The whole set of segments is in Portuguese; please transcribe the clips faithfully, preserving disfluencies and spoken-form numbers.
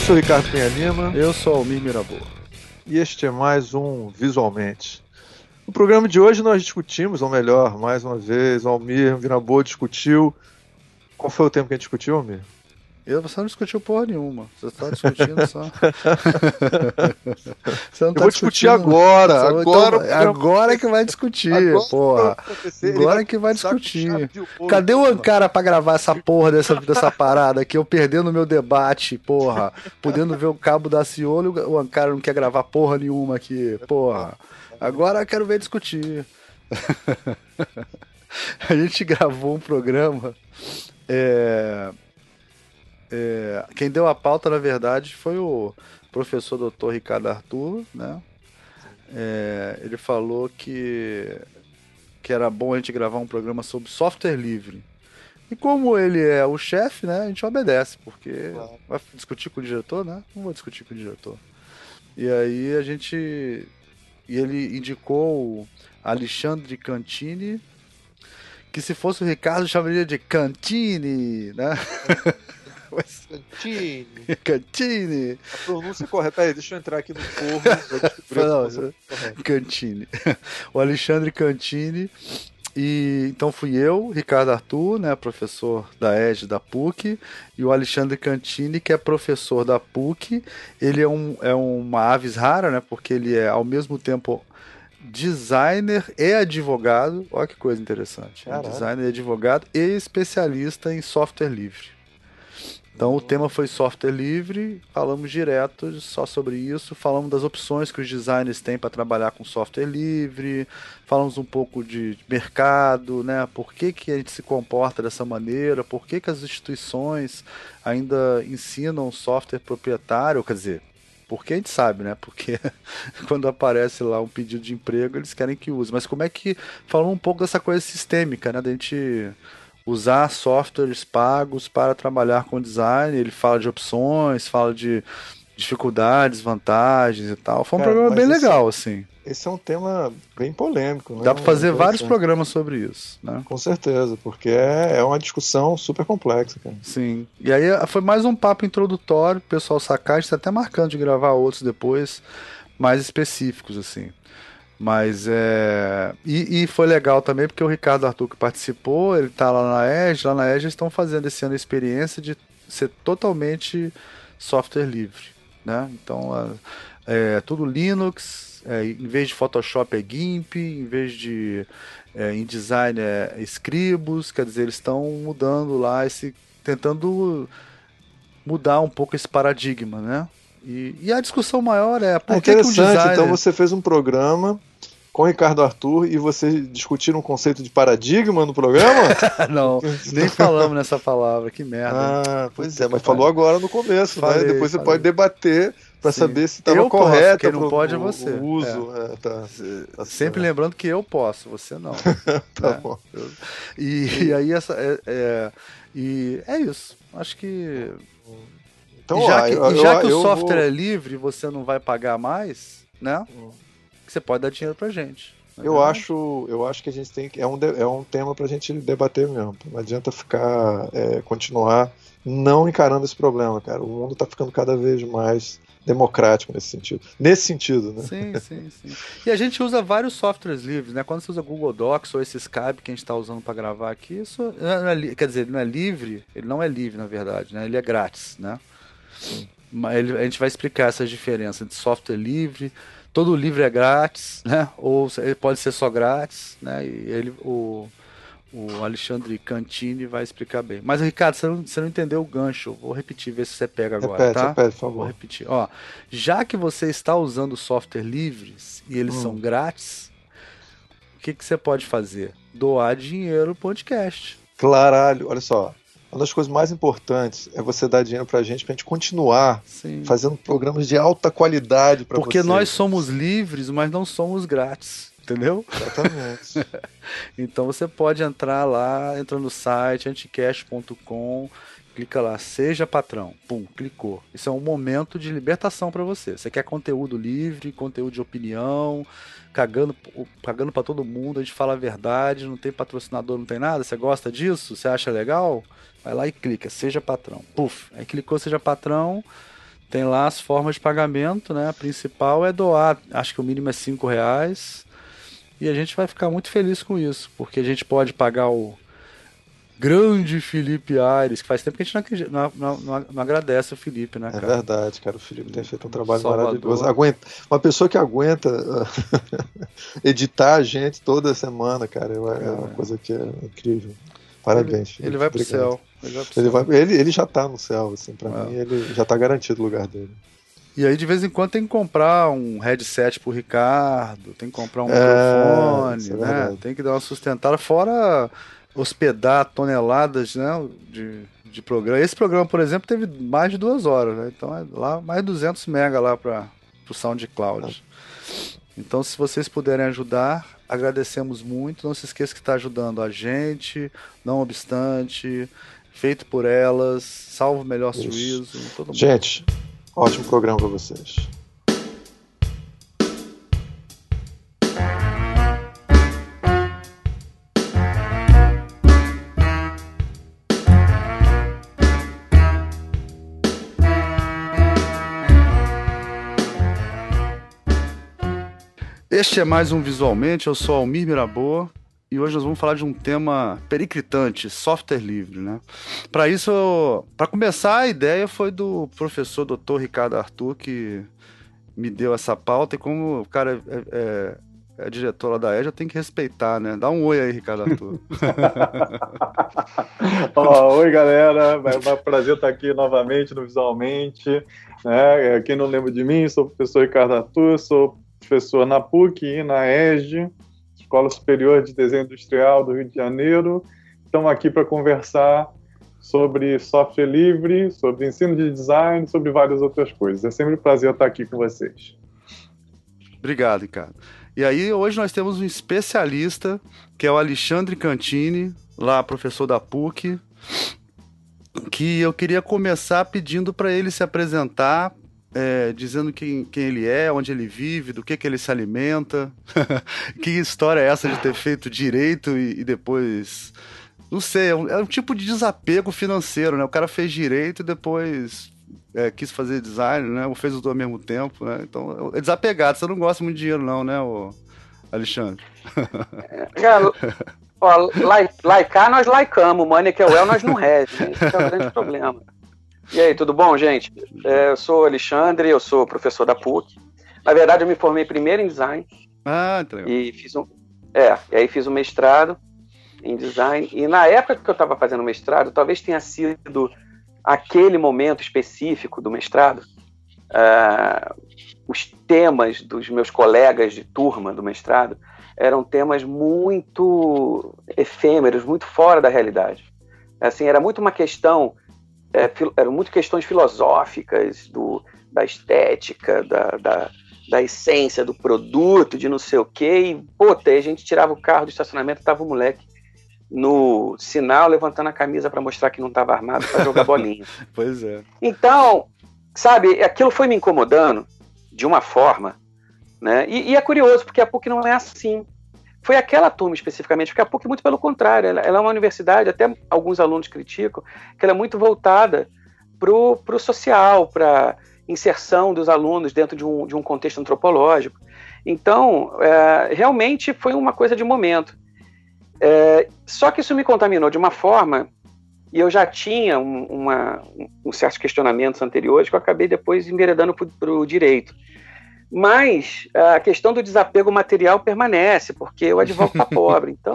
sou o Ricardo Penha Lima. Eu sou Almir Mirabô. E este é mais um Visualmente. No programa de hoje nós discutimos, ou melhor, mais uma vez, o Almir Mirabô discutiu. Qual foi o tema que a gente discutiu, Almir? Eu, você não discutiu porra nenhuma. Você está discutindo só. Você não Eu tá vou discutir discutindo, agora. Só- Agora, então, agora que vai discutir, Agora porra. que vai acontecer, ele Agora vai que vai começar com discutir. chave de ouro, Cadê o porra. Ancara pra gravar essa porra dessa, dessa parada aqui? Eu perdendo meu debate, porra. Podendo ver o cabo da Ciolo e o Ancara não quer gravar porra nenhuma aqui, porra. Agora eu quero ver discutir. A gente gravou um programa. É... É, quem deu a pauta, na verdade, foi o professor doutor Ricardo Arthur, né? É, ele falou que, que era bom a gente gravar um programa sobre software livre. E como ele é o chefe, né? A gente obedece, porque Claro. vai discutir com o diretor, né? Não vou discutir com o diretor. E aí a gente... E ele indicou o Alexandre Cantini, que se fosse o Ricardo chamaria de Cantini, né? Mas- Cantini. Cantini. A pronúncia correta. Aí, deixa eu entrar aqui no forro. Vai descobrir a Não, pronúncia correta. Cantini. O Alexandre Cantini. E então fui eu, Ricardo Arthur, né, professor da E S D da P U C, e o Alexandre Cantini, que é professor da P U C. Ele é, um, é uma aves rara, né, porque ele é ao mesmo tempo designer e advogado. Olha que coisa interessante. É Caralho. designer e advogado e especialista em software livre. Então o tema foi software livre, falamos direto só sobre isso, falamos das opções que os designers têm para trabalhar com software livre, falamos um pouco de mercado, né? Por que, que a gente se comporta dessa maneira, por que, que as instituições ainda ensinam software proprietário, quer dizer, porque a gente sabe, né? Porque quando aparece lá um pedido de emprego, eles querem que use. Mas como é que... Falamos um pouco dessa coisa sistêmica, né? Da gente usar softwares pagos para trabalhar com design. Ele fala de opções, fala de dificuldades, vantagens e tal. Foi um Cara, programa mas bem esse- legal, assim. Esse é um tema bem polêmico, né? Dá para fazer vários Interessante. programas sobre isso, né? Com certeza, porque é, é uma discussão super complexa, cara. Sim. E aí foi mais um papo introdutório, o pessoal sacar. A gente tá até marcando de gravar outros depois, mais específicos, assim. Mas é. E, e foi legal também porque o Ricardo Arthur que participou, ele tá lá na E S, lá na E S eles estão fazendo esse ano a experiência de ser totalmente software livre, né? Então é, é tudo Linux, é, em vez de Photoshop é GIMP, em vez de é, InDesign é Scribus, quer dizer, eles estão mudando lá, esse, tentando mudar um pouco esse paradigma, né? E, e a discussão maior é Ah, por que, que um interessante, designer... então você fez um programa com o Ricardo Arthur e vocês discutiram um conceito de paradigma no programa? Não, nem falamos nessa palavra, que merda. hein? Ah, pois Puta é, mas que falou pariu. agora no começo, Falei, né? Depois você falei. pode debater para Sim. saber se estava Eu posso, correto quem não pode é você. o uso. É, tá, tá Sempre certo. lembrando que eu posso, você não. Tá né? bom. Eu- E, e aí essa é, é- e é isso. Acho que Então, e já ó, que, eu, e já eu- que o eu software vou- é livre, e você não vai pagar mais, né? Hum. Você pode dar dinheiro pra gente. não é Eu verdade? acho, eu acho que a gente tem que. É um, de- é um tema para a gente debater mesmo. Não adianta ficar, é, continuar não encarando esse problema, cara. O mundo está ficando cada vez mais democrático nesse sentido. Nesse sentido, né? Sim, sim, sim. E a gente usa vários softwares livres, né? Quando você usa Google Docs ou esse Skype que a gente está usando para gravar aqui, isso não é, li- quer dizer, ele não é livre, ele não é livre, na verdade, né? Ele é grátis, né? Mas ele- a gente vai explicar essas diferenças entre software livre, todo livre é grátis, né? Ou se- ele pode ser só grátis, né? E ele, o, o Alexandre Cantini vai explicar bem. Mas, Ricardo, você não, você não entendeu o gancho. Vou repetir, ver se você pega agora, Repete, tá? repete, por Vou favor. repetir. Ó, já que você está usando software livres e eles Hum. são grátis, o que, que você pode fazer? Doar dinheiro pro podcast. Claralho, olha só. Uma das coisas mais importantes é você dar dinheiro pra gente, pra gente continuar Sim. fazendo programas de alta qualidade pra Porque vocês. nós somos livres, mas não somos grátis. Entendeu? Exatamente. Então você pode entrar lá, entra no site anticast ponto com, clica lá, seja patrão, pum, clicou. Isso é um momento de libertação para você. Você quer conteúdo livre, conteúdo de opinião, cagando, cagando para todo mundo, a gente fala a verdade, não tem patrocinador, não tem nada. Você gosta disso? Você acha legal? Vai lá e clica, seja patrão. Puf, aí clicou, seja patrão. Tem lá as formas de pagamento, né? A principal é doar, acho que o mínimo é cinco reais. E a gente vai ficar muito feliz com isso, porque a gente pode pagar o grande Felipe Aires, que faz tempo que a gente não, não, não, não agradece o Felipe, né, cara? É verdade, cara. O Felipe tem feito um trabalho Salvador. maravilhoso. Aguenta, uma pessoa que aguenta editar a gente toda semana, cara, é uma, é uma coisa que é incrível. Parabéns, Ele, ele vai pro obrigado. céu. Ele, vai pro ele, céu. vai, ele, ele já tá no céu, assim, pra É. mim ele já tá garantido o lugar dele. E aí de vez em quando tem que comprar um headset pro Ricardo, tem que comprar um é, microfone, é né? verdade. Tem que dar uma sustentada, fora hospedar toneladas, né, de, de programa. Esse programa, por exemplo, teve mais de duas horas, né? Então é lá mais duzentos mega lá para o SoundCloud. Então, se vocês puderem ajudar, agradecemos muito. Não se esqueça que está ajudando a gente, não obstante, feito por elas, salvo o melhor Isso. juízo. Todo mundo. Gente, ótimo programa para vocês. Este é mais um Visualmente, eu sou Almir Mirabô e hoje nós vamos falar de um tema periclitante, software livre, né? Para isso, para começar, a ideia foi do professor doutor Ricardo Arthur, que me deu essa pauta, e como o cara é, é, é diretor lá da E J, eu tenho que respeitar, né? Dá um oi aí, Ricardo Arthur. oh, oi, galera, é um prazer estar aqui novamente no Visualmente, né? Quem não lembra de mim, sou o professor Ricardo Arthur, sou professor na P U C e na E G, Escola Superior de Desenho Industrial do Rio de Janeiro. Estamos aqui para conversar sobre software livre, sobre ensino de design, sobre várias outras coisas. É sempre um prazer estar aqui com vocês. Obrigado, Ricardo. E aí, hoje nós temos um especialista, que é o Alexandre Cantini, lá professor da P U C, que eu queria começar pedindo para ele se apresentar, É, dizendo quem, quem ele é, onde ele vive, do que, que ele se alimenta. Que história é essa de ter feito direito e, e depois... Não sei, é um, é um tipo de desapego financeiro, né? O cara fez direito e depois é, quis fazer design, né? Ou fez os dois ao mesmo tempo, né? Então, é desapegado. Você não gosta muito de dinheiro não, né, ô Alexandre? Cara, ó, like, likear nós likeamos, money que é well nós não rege, né? Esse é o grande problema. E aí, tudo bom, gente? É, eu sou o Alexandre, eu sou professor da P U C. Na verdade, eu me formei primeiro em design. Ah, tá legal. E fiz um, é, e aí fiz um mestrado em design. E na época que eu estava fazendo o mestrado, talvez tenha sido aquele momento específico do mestrado, uh, os temas dos meus colegas de turma do mestrado eram temas muito efêmeros, muito fora da realidade. Assim, era muito uma questão... É, eram muito questões filosóficas do, da estética, da, da, da essência do produto, de não sei o quê, e pô, a gente tirava o carro do estacionamento, tava o moleque no sinal levantando a camisa para mostrar que não estava armado para jogar bolinha. Pois é. Então, sabe, aquilo foi me incomodando de uma forma, né? E, e é curioso, porque a P U C não é assim. Foi aquela turma especificamente, porque a P U C, muito pelo contrário, ela, ela é uma universidade, até alguns alunos criticam, que ela é muito voltada para o social, para inserção dos alunos dentro de um, de um contexto antropológico. Então, é, realmente foi uma coisa de momento. É, só que isso me contaminou de uma forma, e eu já tinha um, uma, um certos questionamentos anteriores, que eu acabei depois enveredando para o direito. Mas a questão do desapego material permanece, porque o advogado tá pobre, então...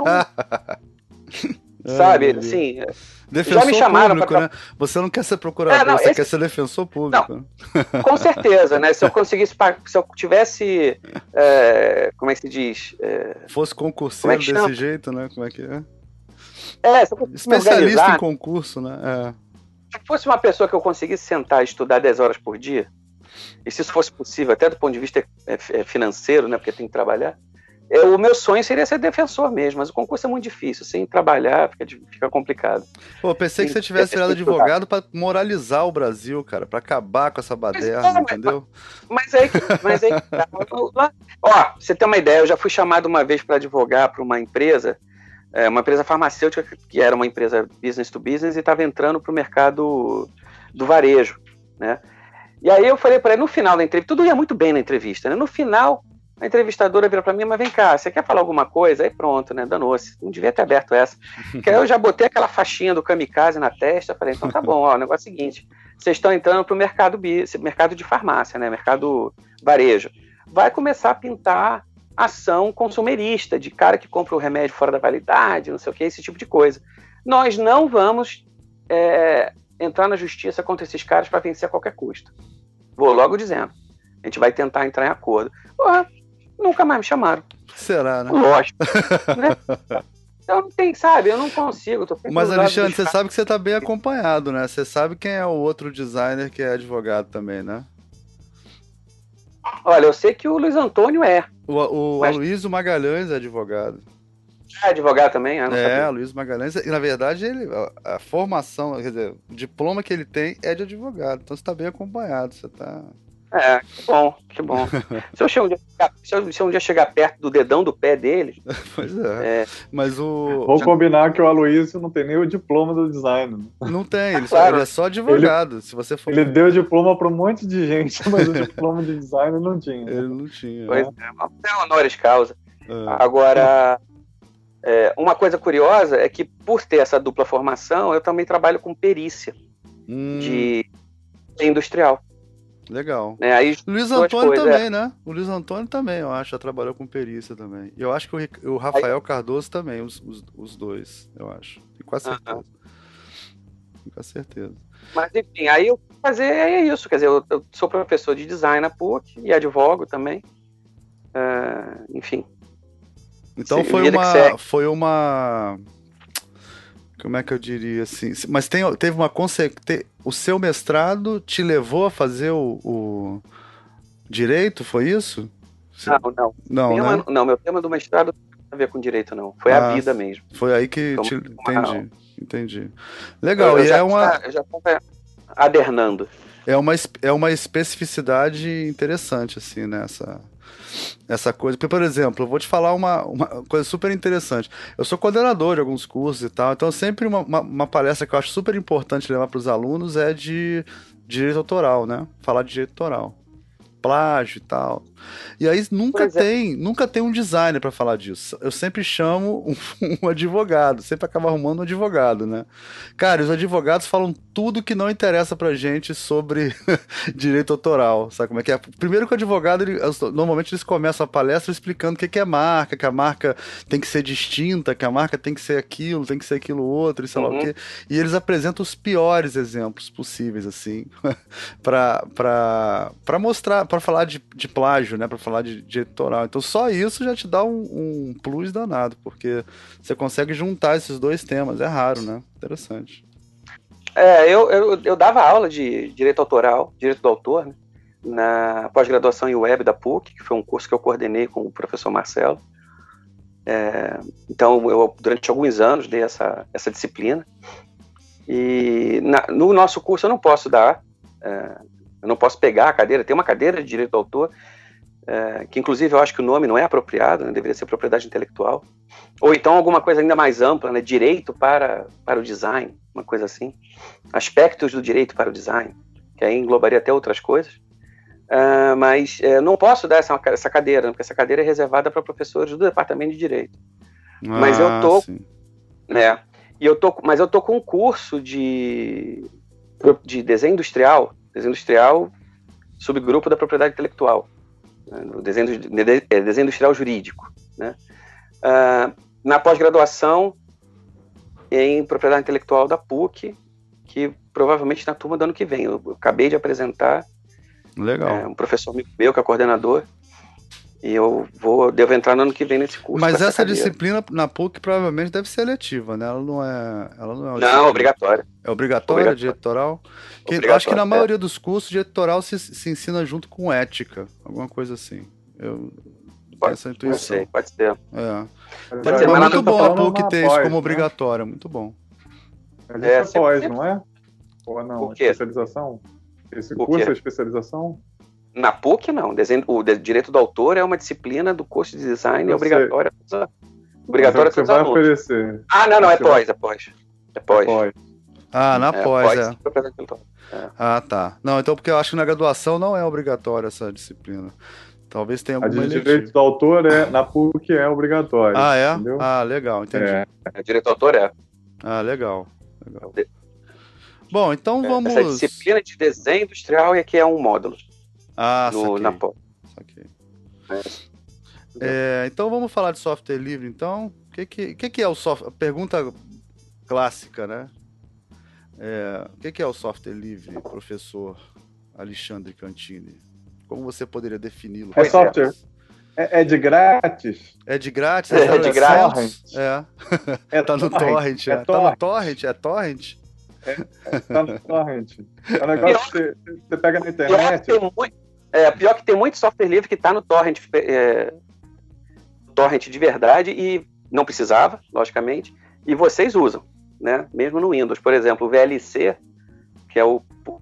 sabe, Ai, assim... defensor já me chamaram público, pra... né? Você não quer ser procurador, é, não, você esse... quer ser defensor público. Não, com certeza, né? Se eu conseguisse... Se eu tivesse... É, como é que se diz? É... Fosse concurseiro é desse chama? Jeito, né? Como é que é? É, se eu especialista em concurso, né? É. Se fosse uma pessoa que eu conseguisse sentar e estudar dez horas por dia, e se isso fosse possível, até do ponto de vista financeiro, né, porque tem que trabalhar, eu, o meu sonho seria ser defensor mesmo, mas o concurso é muito difícil, sem trabalhar fica, fica complicado. Pô, eu pensei que você tivesse virado advogado para moralizar o Brasil, cara, para acabar com essa baderna, mas, entendeu? Mas, mas aí, mas aí ó, você tem uma ideia, eu já fui chamado uma vez para advogar para uma empresa, é, uma empresa farmacêutica, que era uma empresa business to business, e estava entrando para o mercado do varejo, né? E aí eu falei para ele, no final da entrevista, tudo ia muito bem na entrevista, né? No final, a entrevistadora vira para mim, mas vem cá, você quer falar alguma coisa? Aí pronto, né? Danou-se. Não devia ter aberto essa. Porque aí eu já botei aquela faixinha do kamikaze na testa, falei, então tá bom, ó, o negócio é o seguinte, vocês estão entrando pro mercado, mercado de farmácia, né? Mercado varejo. Vai começar a pintar ação consumerista, de cara que compra o remédio fora da validade, não sei o que, esse tipo de coisa. Nós não vamos é, entrar na justiça contra esses caras para vencer a qualquer custo. Vou logo dizendo. A gente vai tentar entrar em acordo. Porra, nunca mais me chamaram. Será, né? Lógico. Né? Então não tem, sabe, eu não consigo. Tô Mas, Alexandre, você sabe que você tá bem acompanhado, né? Você sabe quem é o outro designer que é advogado também, né? Olha, eu sei que o Luiz Antônio é. O, o mas... Aloysio Magalhães é advogado. É advogado também? Ah, não é, sabia. Aloysio Magalhães. E, na verdade, ele, a, a formação, quer dizer, o diploma que ele tem é de advogado. Então você tá bem acompanhado, você tá... É, que bom, que bom. Se eu, um dia, se, eu, se eu um dia chegar perto do dedão do pé dele... Pois é. é mas o... Vou combinar que o Aloysio não tem nem o diploma do design. Não tem, ele, só, ele é só advogado. Ele, se você for... ele deu diploma para um monte de gente, mas o diploma de design não tinha. Ele não tinha. Pois é, é uma honoris causa. É. Agora, é, uma coisa curiosa é que, por ter essa dupla formação, eu também trabalho com perícia hum. de industrial. Legal. É, aí, Luiz Antônio coisas, também, é. né? O Luiz Antônio também, eu acho, já trabalhou com perícia também. E eu acho que o, o Rafael aí... Cardoso também, os, os, os dois, eu acho. Tenho quase certeza. Tenho quase certeza. Mas, enfim, aí eu vou fazer é isso. Quer dizer, eu, eu sou professor de design na P U C e advogo também. Uh, enfim. Então foi uma, foi uma... Como é que eu diria assim? Mas tem, teve uma consequência. O seu mestrado te levou a fazer o, o direito, foi isso? Não, não. Não, tema, né? não, meu tema do mestrado não tem a ver com direito, não. Foi ah, a vida mesmo. Foi aí que te... entendi, entendi. Legal, eu, eu e já, é uma... Eu já estava adernando. É uma, é uma especificidade interessante, assim, né? Essa, essa coisa. Porque, por exemplo, eu vou te falar uma, uma coisa super interessante. Eu sou coordenador de alguns cursos e tal, então sempre uma, uma, uma palestra que eu acho super importante levar para os alunos é de direito autoral, né? Falar de direito autoral. Plágio e tal. E aí nunca tem, é. nunca tem um designer para falar disso. Eu sempre chamo um, um advogado, sempre acabo arrumando um advogado, né? Cara, os advogados falam tudo que não interessa pra gente sobre direito autoral, sabe como é que é? Primeiro que o advogado, ele, normalmente eles começam a palestra explicando o que é marca, que a marca tem que ser distinta, que a marca tem que ser aquilo, tem que ser aquilo outro, e sei uhum. lá o quê. E eles apresentam os piores exemplos possíveis, assim, pra, pra, pra mostrar, para falar de, de plágio, né, para falar de, de editorial. Então só isso já te dá um, um plus danado, porque você consegue juntar esses dois temas. É raro, né? Interessante. É, eu, eu, eu dava aula de direito autoral, direito do autor, né, na pós-graduação em web da P U C, que foi um curso que eu coordenei com o professor Marcelo. É, então eu durante alguns anos dei essa, essa disciplina. E na, no nosso curso eu não posso dar é, eu não posso pegar a cadeira, tem uma cadeira de direito do autor, é, que inclusive eu acho que o nome não é apropriado, né, deveria ser propriedade intelectual, ou então alguma coisa ainda mais ampla, né, direito para, para o design, uma coisa assim, aspectos do direito para o design, que aí englobaria até outras coisas, uh, mas uh, não posso dar essa, essa cadeira, porque essa cadeira é reservada para professores do departamento de direito. Ah, mas eu tô, sim. né, e eu tô, mas eu tô com um curso de, de desenho industrial, desenho industrial, subgrupo da propriedade intelectual, né, no desenho, de, desenho industrial jurídico, né, uh, na pós-graduação em propriedade intelectual da P U C, que provavelmente na turma do ano que vem. Eu, eu acabei de apresentar. Legal. É, um professor meu que é coordenador, e eu vou, devo entrar no ano que vem nesse curso. Mas essa, essa disciplina na P U C provavelmente deve ser eletiva, né? Ela não é. Ela não é, não, obrigatória. É obrigatória, direito autoral? Eu acho que na maioria é. dos cursos, direito autoral se, se ensina junto com ética, alguma coisa assim. Eu tenho essa intuição. Sei, pode ser. É. Pode ser, mas muito bom a P U C ter isso como obrigatório, muito bom. Mas isso é, é pós, sempre... não é? Ou não? Especialização? Esse curso é especialização? Na P U C, não. Desenho, o de, direito do autor é uma disciplina do curso de design, é obrigatória. Obrigatória você vai oferecer. Ah, não, não, é pós, é pós. É pós. É pós. Ah, na É, pós, pode é. ser propriedade intelectual. É. Ah, tá. Não, então porque eu acho que na graduação não é obrigatória essa disciplina. Talvez tenha A alguma de direito eletiva. do autor é, na PUC é obrigatório. Ah, é? Entendeu? Ah, legal, entendi. É. É, direito autor é. Ah, legal. legal. Bom, então vamos... Essa disciplina de desenho industrial é que é um módulo Ah, no, saquei. na pós. saquei. É. É, então vamos falar de software livre, então. O que, que, que, que é o software? Pergunta clássica, né? É, o que, que é o software livre, professor Alexandre Cantini? Como você poderia defini-lo? É software. É, é de grátis? É de grátis? É, zero de oitocentos? grátis. É. É Tá no torrent. É É. Tá no torrent? É torrent? Tá no torrent. É um negócio que você, você pega na Pior internet. que tem muito, é, pior que tem muito software livre que está no torrent, é, torrent de verdade e não precisava, logicamente, e vocês usam, né? Mesmo no Windows. Por exemplo, o V L C, que é o,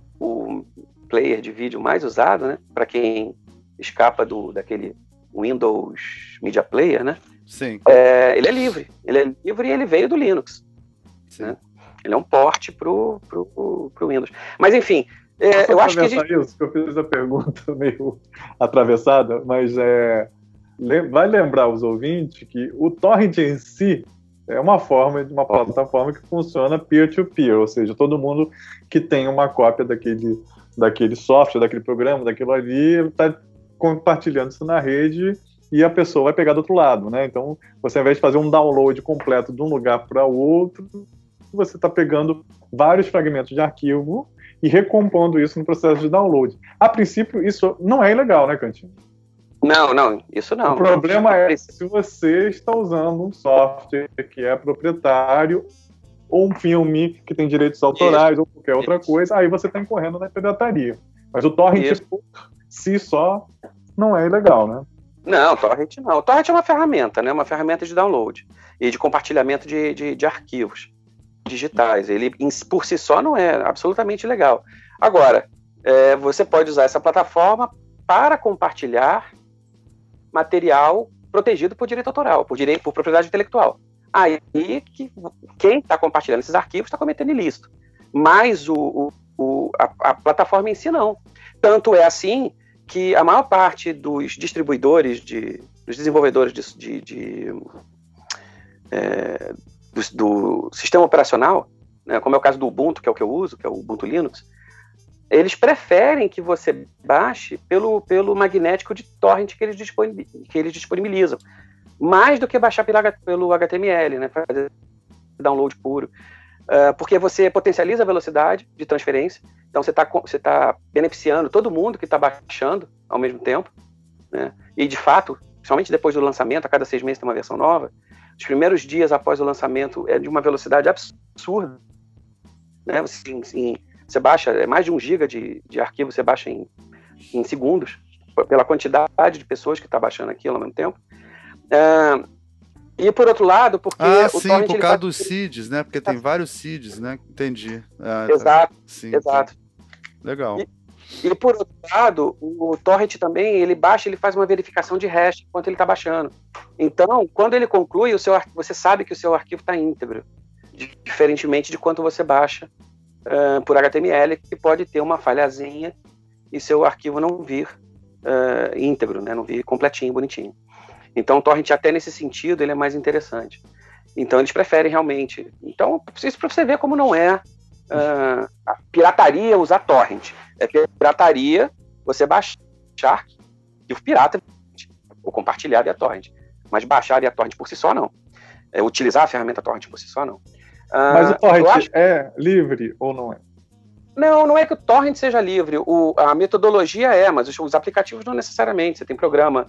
o player de vídeo mais usado, né? Para quem escapa do, daquele Windows Media Player, né? Sim. É, ele é livre. Ele é livre e ele veio do Linux. Sim. Né? Ele é um porte pro, pro, pro Windows. Mas, enfim, é, eu acho que a gente... isso, que eu fiz a pergunta meio atravessada, mas é, vai lembrar os ouvintes que o torrent em si é uma forma de uma plataforma que funciona peer-to-peer, ou seja, todo mundo que tem uma cópia daquele, daquele software, daquele programa, daquilo ali, está compartilhando isso na rede e a pessoa vai pegar do outro lado, né? Então, você, ao invés de fazer um download completo de um lugar para o outro, você está pegando vários fragmentos de arquivo e recompondo isso no processo de download. A princípio, isso não é ilegal, né, Cantini? Não, não, isso não. O problema é se você está usando um software que é proprietário ou um filme que tem direitos autorais isso. ou qualquer outra isso. coisa, aí você está incorrendo na pirataria. Mas o torrent isso. por si só não é ilegal, né? Não, torrent não. O torrent é uma ferramenta, né? Uma ferramenta de download e de compartilhamento de, de, de arquivos digitais. Ele, por si só, não é absolutamente legal. Agora, é, você pode usar essa plataforma para compartilhar material protegido por direito autoral, por, direito, por propriedade intelectual. Aí, que, quem está compartilhando esses arquivos está cometendo ilícito. Mas o, o, o, a, a plataforma em si não. Tanto é assim que a maior parte dos distribuidores, de, dos desenvolvedores de, de, de, é, do, do sistema operacional, né, como é o caso do Ubuntu, que é o que eu uso, que é o Ubuntu Linux, eles preferem que você baixe pelo, pelo magnético de torrent que eles, que eles disponibilizam, mais do que baixar pelo, pelo H T M L, né, fazer download puro, uh, porque você potencializa a velocidade de transferência, então você está você tá beneficiando todo mundo que está baixando ao mesmo tempo, né, e de fato, principalmente depois do lançamento, a cada seis meses tem uma versão nova, os primeiros dias após o lançamento é de uma velocidade absurda, né, você, em, Você baixa, é mais de um giga de, de arquivo, você baixa em, em segundos, pela quantidade de pessoas que está baixando aquilo ao mesmo tempo. Uh, e por outro lado, porque ah, o sim, torrent, por ele causa faz... dos seeds, né? Porque tem vários seeds, né? Entendi. Ah, exato, tá. sim, exato. Tá. Legal. E, e por outro lado, o torrent também, ele baixa, ele faz uma verificação de hash enquanto ele está baixando. Então, quando ele conclui, o seu, você sabe que o seu arquivo está íntegro, diferentemente de quando você baixa Uh, por H T M L, que pode ter uma falhazinha e seu arquivo não vir uh, íntegro, né? Não vir completinho, bonitinho. Então o torrent, até nesse sentido, ele é mais interessante. Então eles preferem realmente. Então, isso para você ver como não é uh, a pirataria usar torrent. É pirataria você baixar arquivo pirata ou compartilhar via torrent. Mas baixar via torrent por si só, não. É, utilizar a ferramenta torrent por si só, não. Mas o torrent acho... é livre ou não é? Não, não é que o torrent seja livre. O, a metodologia é, mas os, os aplicativos não necessariamente. Você tem programa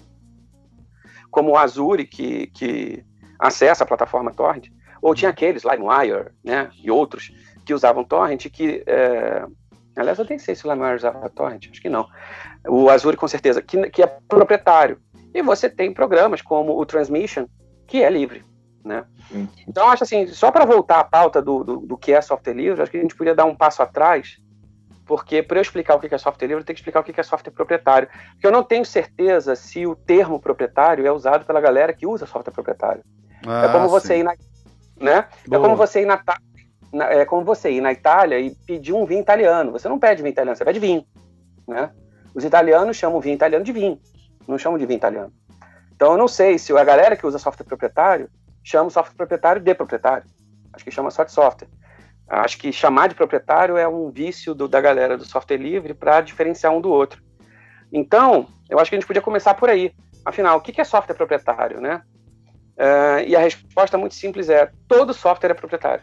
como o Azure que, que acessa a plataforma torrent, ou tinha aqueles, LimeWire, né, e outros, que usavam torrent, que... É... Aliás, eu nem sei se o LimeWire usava torrent, acho que não. O Azure, com certeza, que, que é proprietário. E você tem programas como o Transmission, que é livre, né? Então, acho assim, só para voltar à pauta do, do, do que é software livre, acho que a gente podia dar um passo atrás, porque para eu explicar o que é software livre, eu tenho que explicar o que é software proprietário. Porque eu não tenho certeza se o termo proprietário é usado pela galera que usa software proprietário. Ah, é como sim. você ir na... Né? É como você ir na, na, é como você ir na Itália e pedir um vinho italiano. Você não pede vinho italiano, você pede vinho, né? Os italianos chamam vinho italiano de vinho, não chamam de vinho italiano. Então eu não sei se a galera que usa software proprietário chama o software proprietário de proprietário. Acho que chama só de software. Acho que chamar de proprietário é um vício do, da galera do software livre para diferenciar um do outro. Então, eu acho que a gente podia começar por aí. Afinal, o que é software proprietário, né? Uh, e a resposta muito simples é: todo software é proprietário.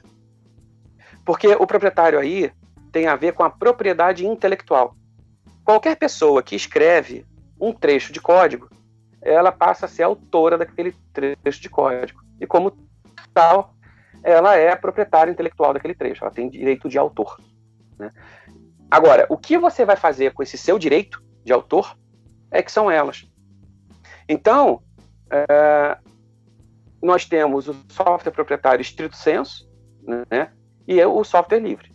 Porque o proprietário aí tem a ver com a propriedade intelectual. Qualquer pessoa que escreve um trecho de código, ela passa a ser autora daquele trecho de código. E como tal, ela é a proprietária intelectual daquele trecho. Ela tem direito de autor, né? Agora, o que você vai fazer com esse seu direito de autor é que são elas. Então, é, nós temos o software proprietário estrito sensu, né, e o software livre.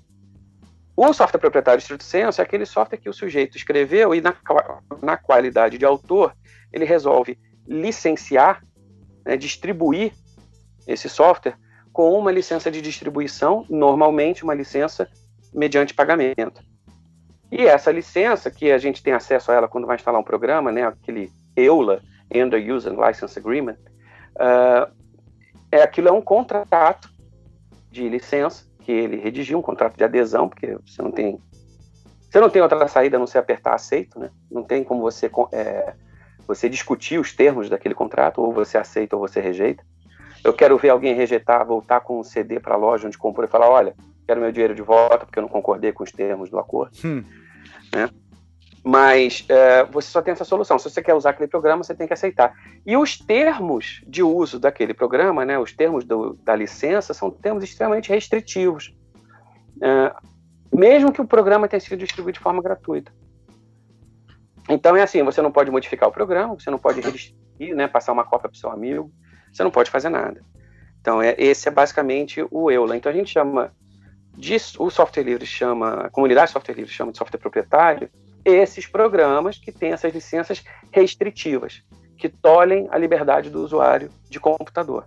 O software proprietário estrito sensu é aquele software que o sujeito escreveu e na, na qualidade de autor ele resolve licenciar, né, distribuir esse software com uma licença de distribuição, normalmente uma licença mediante pagamento. E essa licença, que a gente tem acesso a ela quando vai instalar um programa, né, aquele E U L A, End User License Agreement, uh, é, aquilo é um contrato de licença que ele redigiu, um contrato de adesão, porque você não tem, você não tem outra saída a não ser apertar aceito, né? Não tem como você, é, você discutir os termos daquele contrato, ou você aceita ou você rejeita. Eu quero ver alguém rejeitar, voltar com um C D para a loja onde comprou e falar: olha, quero meu dinheiro de volta porque eu não concordei com os termos do acordo. Hum. Né? Mas é, você só tem essa solução. Se você quer usar aquele programa, você tem que aceitar. E os termos de uso daquele programa, né, os termos do, da licença, são termos extremamente restritivos. É, mesmo que o programa tenha sido distribuído de forma gratuita. Então é assim, você não pode modificar o programa, você não pode redistribuir, né, passar uma cópia para o seu amigo, você não pode fazer nada. Então é, esse é basicamente o E U L A. Então a gente chama, de, o software livre chama, a comunidade de software livre chama de software proprietário, esses programas que têm essas licenças restritivas, que tolhem a liberdade do usuário de computador.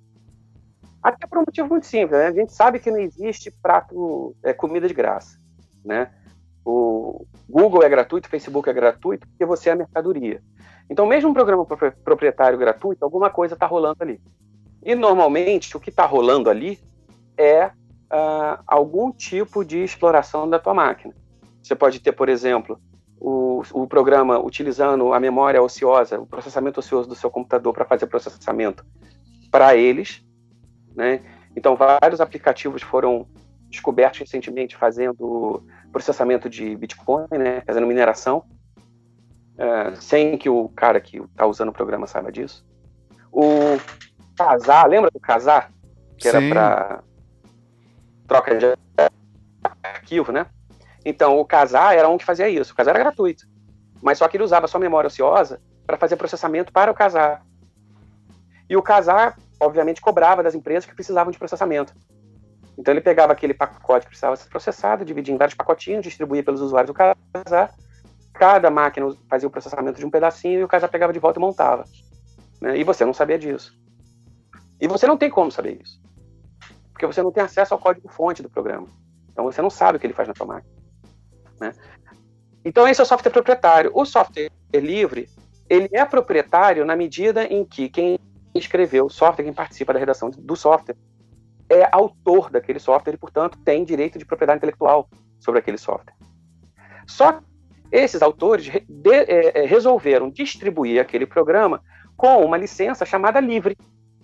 Até por um motivo muito simples, né? A gente sabe que não existe prato, é, comida de graça, né? O Google é gratuito, o Facebook é gratuito, porque você é a mercadoria. Então, mesmo um programa proprietário gratuito, alguma coisa está rolando ali. E, normalmente, o que está rolando ali é uh, algum tipo de exploração da tua máquina. Você pode ter, por exemplo, o, o programa utilizando a memória ociosa, o processamento ocioso do seu computador para fazer processamento para eles, né? Então, vários aplicativos foram descobertos recentemente fazendo processamento de Bitcoin, né? Fazendo mineração, uh, sem que o cara que está usando o programa saiba disso. O Kazaa, lembra do Kazaa? Que era para troca de arquivo, né? Então, o Kazaa era um que fazia isso. O Kazaa era gratuito. Mas só que ele usava sua memória ociosa para fazer processamento para o Kazaa. E o Kazaa, obviamente, cobrava das empresas que precisavam de processamento. Então, ele pegava aquele pacote que precisava ser processado, dividia em vários pacotinhos, distribuía pelos usuários do Kazaa. Cada máquina fazia o processamento de um pedacinho e o Kazaa pegava de volta e montava. Né? E você não sabia disso. E você não tem como saber isso. Porque você não tem acesso ao código-fonte do programa. Então, você não sabe o que ele faz na sua máquina. Né? Então esse é o software proprietário. O software livre, ele é proprietário na medida em que quem escreveu o software, quem participa da redação do software, é autor daquele software e, portanto, tem direito de propriedade intelectual sobre aquele software. Só que esses autores de, é, resolveram distribuir aquele programa com uma licença chamada livre.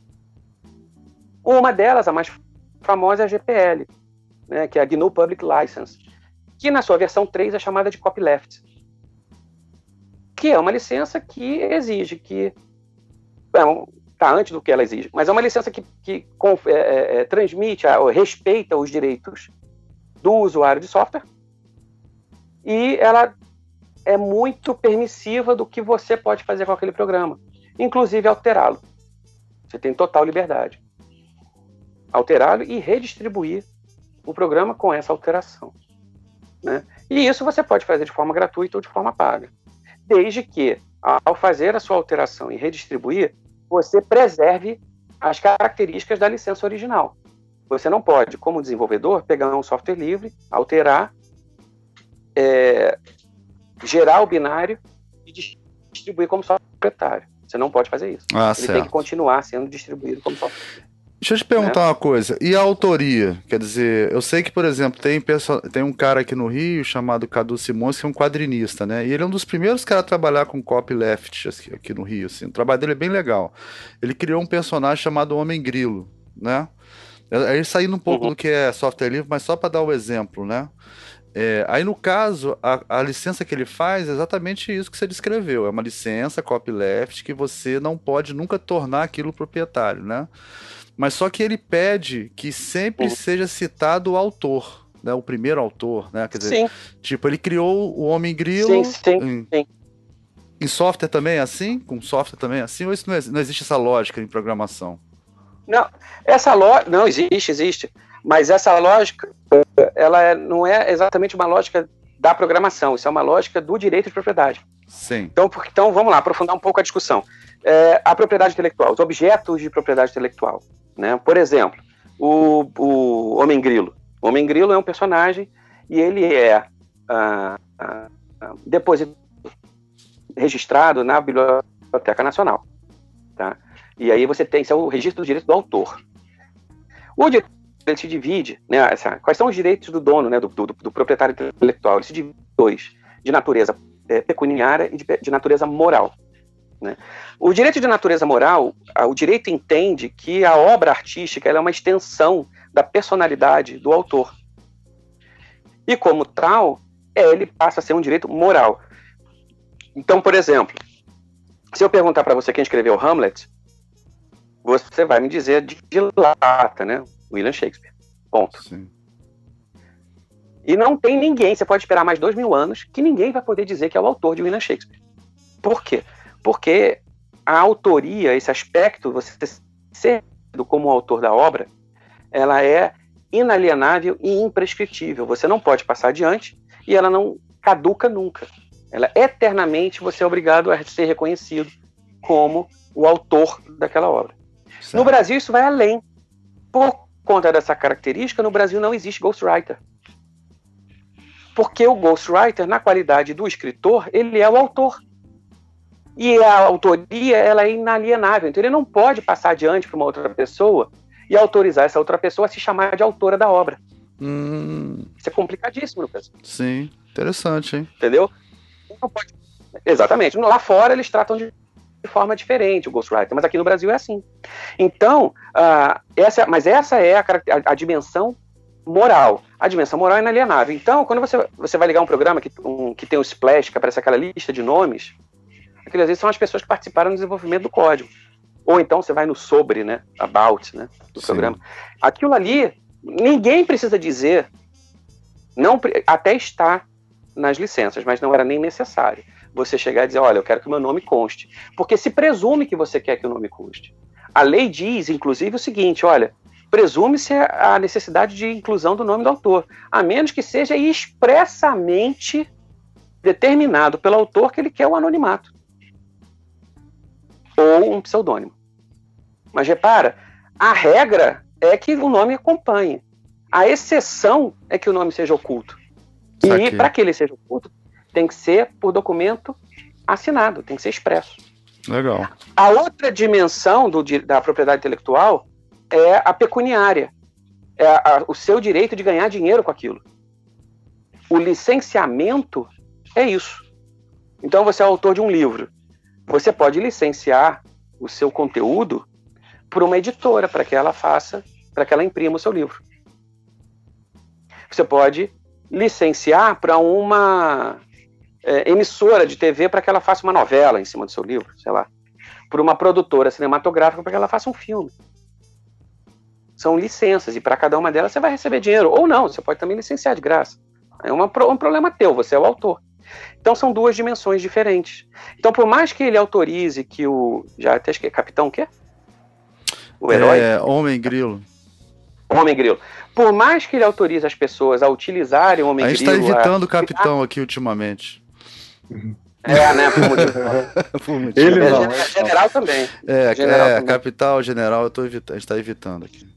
Uma delas, a mais famosa, é a G P L, né, que é a G N U Public License, que na sua versão três é chamada de copyleft, que é uma licença que exige que... Está antes do que ela exige, mas é uma licença que, que é, é, transmite, a, respeita os direitos do usuário de software e ela é muito permissiva do que você pode fazer com aquele programa, inclusive alterá-lo. Você tem total liberdade. Alterá-lo e redistribuir o programa com essa alteração. Né? E isso você pode fazer de forma gratuita ou de forma paga, desde que, ao fazer a sua alteração e redistribuir, você preserve as características da licença original. Você não pode, como desenvolvedor, pegar um software livre, alterar, é, gerar o binário e distribuir como software proprietário. Você não pode fazer isso. Ah, Ele certo. tem que continuar sendo distribuído como software. Deixa eu te perguntar né? uma coisa. E a autoria? Quer dizer, eu sei que, por exemplo, tem, perso- tem um cara aqui no Rio chamado Cadu Simões, que é um quadrinista, né? E ele é um dos primeiros caras a trabalhar com copyleft aqui, aqui no Rio, assim. O trabalho dele é bem legal. Ele criou um personagem chamado Homem Grilo, né? Aí saindo um pouco Uhum. do que é software livre, mas só para dar o exemplo, né? É, aí no caso, a, a licença que ele faz é exatamente isso que você descreveu. É uma licença copyleft que você não pode nunca tornar aquilo proprietário, né? Mas só que ele pede que sempre Uhum. seja citado o autor, né? O primeiro autor, né? Quer dizer, Sim, tipo, ele criou o Homem Grilo. sim, sim, em, sim. em software também é assim? Com software também é assim? Ou isso não, é- não existe essa lógica em programação? Não, essa lógica, não existe, existe, mas essa lógica, ela é- não é exatamente uma lógica da programação, isso é uma lógica do direito de propriedade. Sim. Então, por- então vamos lá, aprofundar um pouco a discussão. É, a propriedade intelectual, os objetos de propriedade intelectual, né? Por exemplo, o, o Homem Grilo. O Homem Grilo é um personagem e ele é ah, ah, ah, depositado, registrado na Biblioteca Nacional, tá? E aí você tem, isso é o registro do direito do autor. O direito ele se divide, né? Essa, quais são os direitos do dono, né? Do, do, do proprietário intelectual? Ele se divide em dois, de natureza é, pecuniária e de, de natureza moral. Né? O direito de natureza moral, o direito entende que a obra artística ela é uma extensão da personalidade do autor. E como tal, ele passa a ser um direito moral. Então, por exemplo, se eu perguntar para você quem escreveu Hamlet, você vai me dizer de lata, né? William Shakespeare. Ponto. Sim. E não tem ninguém, você pode esperar mais dois mil anos, que ninguém vai poder dizer que é o autor de William Shakespeare. Por quê? Porque a autoria, esse aspecto, você ser como autor da obra, ela é inalienável e imprescritível. Você não pode passar adiante e ela não caduca nunca. Ela eternamente você é obrigado a ser reconhecido como o autor daquela obra. Certo. No Brasil isso vai além. Por conta dessa característica, no Brasil não existe ghostwriter. Porque o ghostwriter, na qualidade do escritor, ele é o autor. E a autoria, ela é inalienável. Então ele não pode passar adiante para uma outra pessoa e autorizar essa outra pessoa a se chamar de autora da obra. Hum, Isso é complicadíssimo no Brasil. sim, interessante, hein? Entendeu? Não pode... Exatamente. Lá fora eles tratam de forma diferente o ghostwriter, mas aqui no Brasil é assim. Então, uh, essa, mas essa é a, a, a dimensão moral. A dimensão moral é inalienável. Então, quando você, você vai ligar um programa que, um, que tem o splash, que aparece aquela lista de nomes, aquelas vezes são as pessoas que participaram do desenvolvimento do código. Ou então você vai no sobre, né, about, né, do Sim. programa. Aquilo ali, ninguém precisa dizer, não, até está nas licenças, mas não era nem necessário você chegar e dizer, olha, eu quero que o meu nome conste. Porque se presume que você quer que o nome conste. A lei diz, inclusive, o seguinte, olha, presume-se a necessidade de inclusão do nome do autor, a menos que seja expressamente determinado pelo autor que ele quer o anonimato. Ou um pseudônimo. Mas repara, a regra é que o nome acompanhe. A exceção é que o nome seja oculto. Saquei. E para que ele seja oculto, tem que ser por documento assinado, tem que ser expresso. Legal. A outra dimensão do, da propriedade intelectual é a pecuniária. É a, a, o seu direito de ganhar dinheiro com aquilo. O licenciamento é isso. Então você é autor de um livro. Você pode licenciar o seu conteúdo por uma editora para que ela faça, para que ela imprima o seu livro. Você pode licenciar para uma é, emissora de T V para que ela faça uma novela em cima do seu livro, sei lá. Por uma produtora cinematográfica para que ela faça um filme. São licenças e para cada uma delas você vai receber dinheiro. Ou não, você pode também licenciar de graça. É uma, um problema teu, você é o autor. Então são duas dimensões diferentes. Então por mais que ele autorize que o... Já até esqueci, Capitão o quê? O herói? É, Homem Grilo. Homem Grilo. Por mais que ele autorize as pessoas a utilizarem o Homem A gente Grilo... está evitando a... o Capitão aqui ultimamente. É, né? Por motivo... Por motivo. Ele É, não. general também. É, General é também. capital, general, eu tô evitando, a gente está evitando aqui.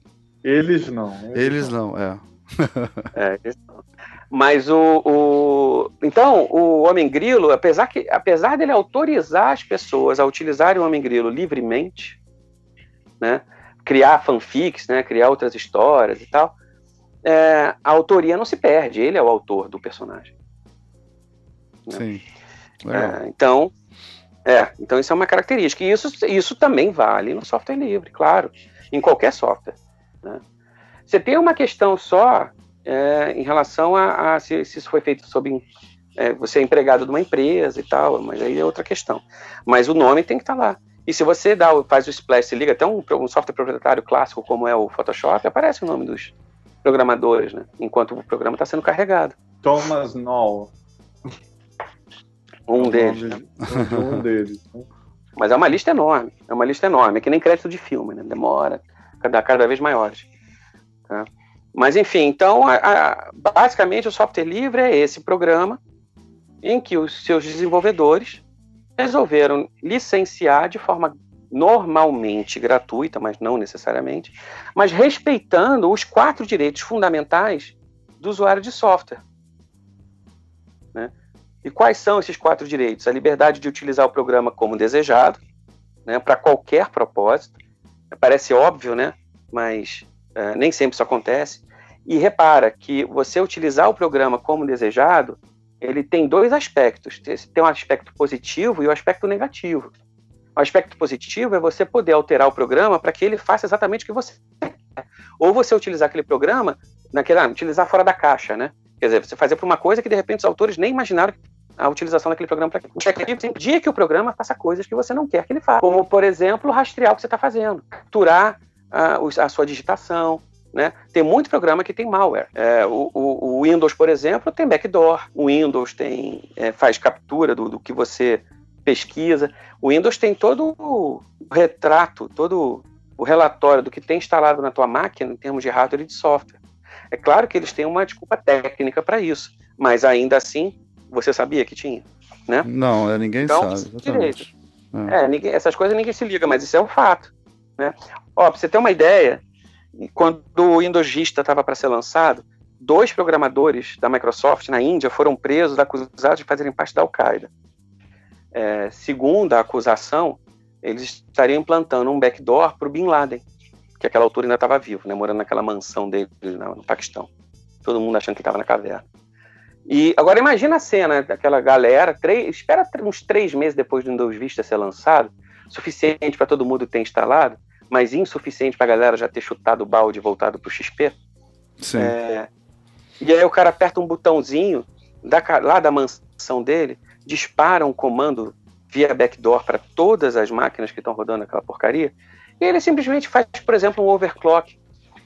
Eles não. Eles, eles não. não, é. é eles não. Mas o, o... Então, o Homem Grilo, apesar, que, apesar dele autorizar as pessoas a utilizarem o Homem Grilo livremente, né, criar fanfics, né, criar outras histórias e tal, é, a autoria não se perde, ele é o autor do personagem. Né? Sim. É, então, é, então isso é uma característica. E isso, isso também vale no software livre, claro, em qualquer software. Né? Você tem uma questão só é, em relação a, a se, se isso foi feito sob... É, você é empregado de uma empresa e tal, mas aí é outra questão. Mas o nome tem que estar lá. E se você dá, faz o splash, se liga até um, um software proprietário clássico como é o Photoshop, aparece o nome dos programadores, né? Enquanto o programa está sendo carregado. Thomas Knoll. Um deles. Né? Um deles. Mas é uma lista enorme. É uma lista enorme. É que nem crédito de filme, né? Demora. Cada, cada vez maiores. Tá? Mas, enfim, então, a, a, basicamente, o software livre é esse programa em que os seus desenvolvedores resolveram licenciar de forma normalmente gratuita, mas não necessariamente, mas respeitando os quatro direitos fundamentais do usuário de software. Né? E quais são esses quatro direitos? A liberdade de utilizar o programa como desejado, né, para qualquer propósito. Parece óbvio, né? Mas uh, nem sempre isso acontece. E repara que você utilizar o programa como desejado, ele tem dois aspectos. Tem um aspecto positivo e um aspecto negativo. O aspecto positivo é você poder alterar o programa para que ele faça exatamente o que você quer. Ou você utilizar aquele programa, naquele, ah, utilizar fora da caixa, né? Quer dizer, você fazer para uma coisa que de repente os autores nem imaginaram a utilização daquele programa para aquilo. O negativo impedir que o programa faça coisas que você não quer que ele faça. Como, por exemplo, rastrear o que você está fazendo, capturar a, a sua digitação. Né? Tem muito programa que tem malware. É, o, o, o Windows, por exemplo, tem backdoor. O Windows tem, é, faz captura do, do que você pesquisa. O Windows tem todo o retrato, todo o relatório do que tem instalado na tua máquina em termos de hardware e de software. É claro que eles têm uma desculpa técnica para isso, mas ainda assim, você sabia que tinha? Né? Não, ninguém então, sabe. Direito. É. É, ninguém, essas coisas ninguém se liga, mas isso é um fato. Né? Ó, pra você ter uma ideia, quando o Windows Vista estava para ser lançado, dois programadores da Microsoft na Índia foram presos, acusados de fazerem parte da Al-Qaeda. É, segundo a acusação, eles estariam implantando um backdoor para o Bin Laden, que naquela altura ainda estava vivo, né, morando naquela mansão dele no, no Paquistão. Todo mundo achando que estava na caverna. E agora imagina a cena daquela galera, três, espera uns três meses depois do Windows Vista ser lançado, suficiente para todo mundo ter instalado, mas insuficiente para a galera já ter chutado o balde e voltado para o X P. Sim. É, e aí o cara aperta um botãozinho da, lá da mansão dele, dispara um comando via backdoor para todas as máquinas que estão rodando aquela porcaria, e ele simplesmente faz, por exemplo, um overclock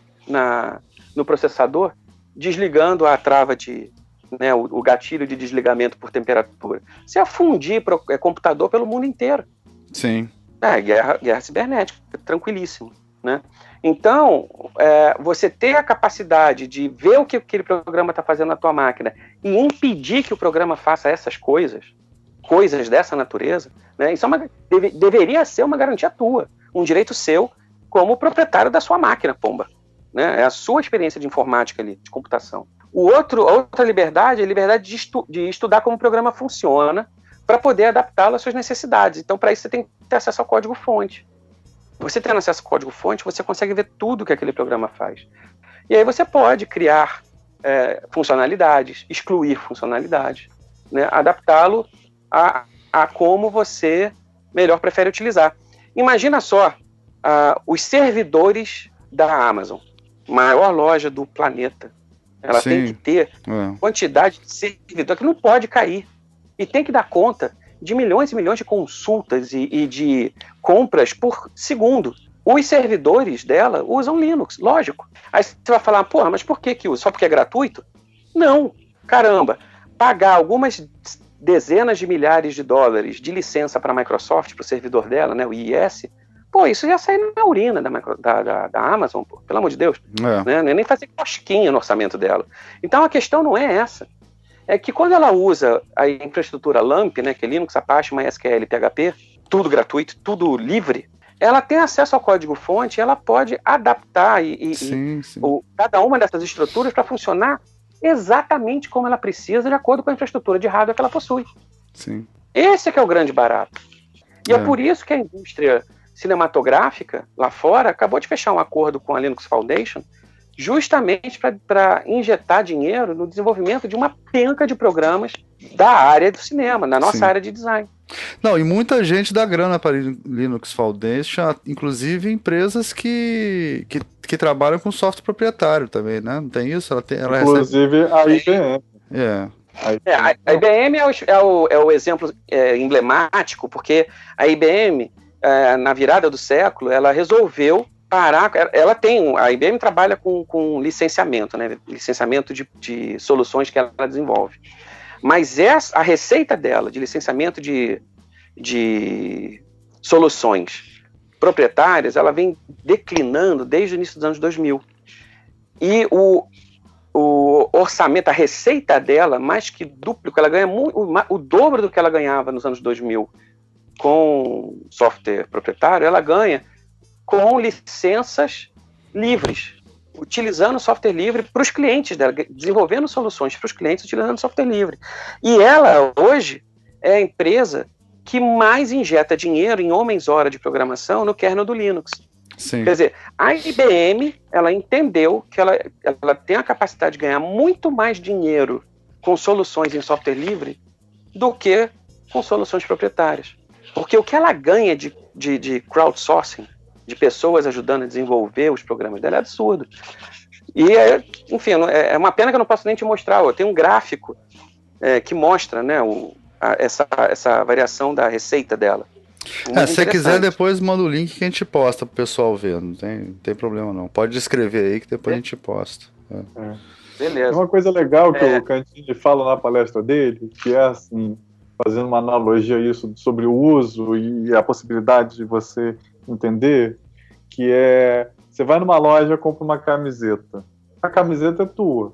na, no processador, desligando a trava de, né, o, o gatilho de desligamento por temperatura. Você afundir pro, é, computador pelo mundo inteiro. Sim. É, guerra, guerra cibernética, tranquilíssimo, né? Então, é, você ter a capacidade de ver o que aquele programa está fazendo na tua máquina e impedir que o programa faça essas coisas, coisas dessa natureza, né? Isso é uma, deve, deveria ser uma garantia tua, um direito seu como proprietário da sua máquina, pomba. Né? É a sua experiência de informática ali, de computação. O outro, a outra liberdade é a liberdade de, estu, de estudar como o programa funciona para poder adaptá-lo às suas necessidades. Então, para isso, você tem que ter acesso ao código-fonte. Você tendo acesso ao código-fonte, você consegue ver tudo que aquele programa faz. E aí você pode criar é, funcionalidades, excluir funcionalidades, né? Adaptá-lo a, a como você melhor prefere utilizar. Imagina só uh, os servidores da Amazon, maior loja do planeta. Ela Sim. tem que ter é. quantidade de servidores que não pode cair. E tem que dar conta de milhões e milhões de consultas e, e de compras por segundo. Os servidores dela usam Linux, lógico. Aí você vai falar, porra, mas por que que usa? Só porque é gratuito? Não, caramba. Pagar algumas dezenas de milhares de dólares de licença para a Microsoft, para o servidor dela, né, o I I S, pô, isso já sai na urina da, da, da, da Amazon, pô, pelo amor de Deus. É. Né? Nem fazer cosquinha no orçamento dela. Então a questão não é essa. É que quando ela usa a infraestrutura LAMP, né, que é Linux, Apache, MySQL, P H P, tudo gratuito, tudo livre, ela tem acesso ao código-fonte, ela pode adaptar e, e, sim, e sim. O, cada uma dessas estruturas para funcionar exatamente como ela precisa, de acordo com a infraestrutura de hardware que ela possui. Sim. Esse é que é o grande barato. E é, É. por isso que a indústria cinematográfica, lá fora, acabou de fechar um acordo com a Linux Foundation, justamente para injetar dinheiro no desenvolvimento de uma penca de programas da área do cinema, na nossa Sim. área de design. Não, e muita gente dá grana para Linux Foundation, inclusive empresas que, que, que trabalham com software proprietário também, né? Não tem isso? Ela tem, ela Inclusive recebe... a I B M. É. É, a, a I B M é o, é o, é o exemplo é, emblemático, porque a I B M, é, na virada do século, ela resolveu parar. Ela tem. A I B M trabalha com, com licenciamento, né? Licenciamento de, de soluções que ela desenvolve. Mas essa, a receita dela de licenciamento de, de soluções proprietárias, ela vem declinando desde o início dos anos dois mil. E o O orçamento, a receita dela, mais que dúplico, ela ganha muito, o dobro do que ela ganhava nos anos dois mil com software proprietário, ela ganha com licenças livres, utilizando software livre para os clientes dela, desenvolvendo soluções para os clientes utilizando software livre. E ela, hoje, é a empresa que mais injeta dinheiro em homens-hora de programação no kernel do Linux. Sim. Quer dizer, a I B M, ela entendeu que ela, ela tem a capacidade de ganhar muito mais dinheiro com soluções em software livre do que com soluções proprietárias. Porque o que ela ganha de, de, de crowdsourcing, de pessoas ajudando a desenvolver os programas dela, é absurdo. E, é, enfim, é uma pena que eu não posso nem te mostrar. Eu tenho um gráfico é, que mostra, né, o, a, essa, essa variação da receita dela. É, se você quiser, depois manda o link que a gente posta pro pessoal ver. Não tem, não tem problema não. Pode escrever aí que depois é. a gente posta. É. É. Beleza. Uma coisa legal que é. o Cantini fala na palestra dele, que é assim, fazendo uma analogia a isso sobre o uso e a possibilidade de você entender, que é, você vai numa loja, compra uma camiseta. A camiseta é tua.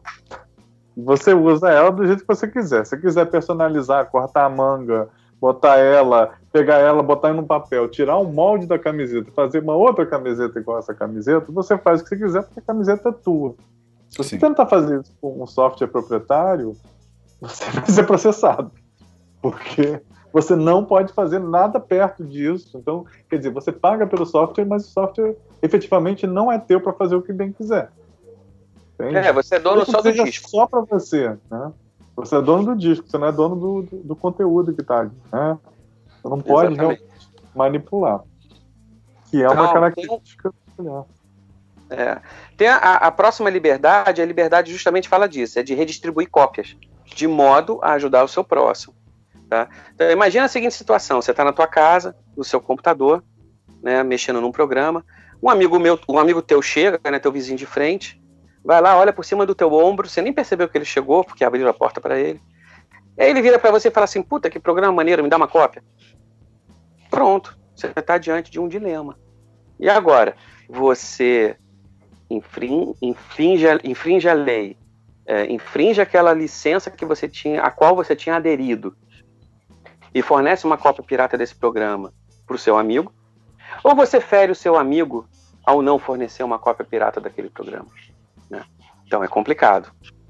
Você usa ela do jeito que você quiser. Se você quiser personalizar, cortar a manga, botar ela, pegar ela, botar em um papel, tirar um molde da camiseta, fazer uma outra camiseta igual a essa camiseta, você faz o que você quiser porque a camiseta é tua. Se você Sim. tentar fazer isso com um software proprietário, você vai ser processado. Porque você não pode fazer nada perto disso. Então, quer dizer, você paga pelo software, mas o software efetivamente não é teu para fazer o que bem quiser. Entende? É, você é dono só do disco. Só para você, né? Você é dono do disco, você não é dono do, do, do conteúdo que está ali, né? Você não pode realmente manipular. Que é uma não, característica tem, é, tem a, a próxima liberdade, a liberdade justamente fala disso, é de redistribuir cópias, de modo a ajudar o seu próximo. Tá? Então, imagina a seguinte situação, você está na tua casa, no seu computador, né, mexendo num programa, um amigo meu, um amigo teu chega, né, teu vizinho de frente, vai lá, olha por cima do teu ombro, você nem percebeu que ele chegou, porque abriram a porta para ele. E aí ele vira para você e fala assim, puta, que programa maneiro, me dá uma cópia. Pronto, você está diante de um dilema. E agora, você infringe, infringe, infringe a lei, é, infringe aquela licença que você tinha, a qual você tinha aderido, e fornece uma cópia pirata desse programa para o seu amigo, ou você fere o seu amigo ao não fornecer uma cópia pirata daquele programa. Então é complicado.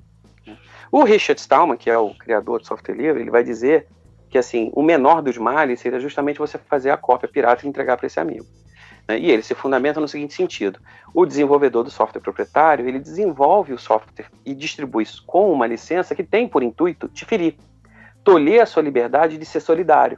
O Richard Stallman, que é o criador do software livre, ele vai dizer que assim, o menor dos males seria justamente você fazer a cópia pirata e entregar para esse amigo. E ele se fundamenta no seguinte sentido: o desenvolvedor do software proprietário, ele desenvolve o software e distribui isso com uma licença que tem por intuito te ferir, tolher a sua liberdade de ser solidário.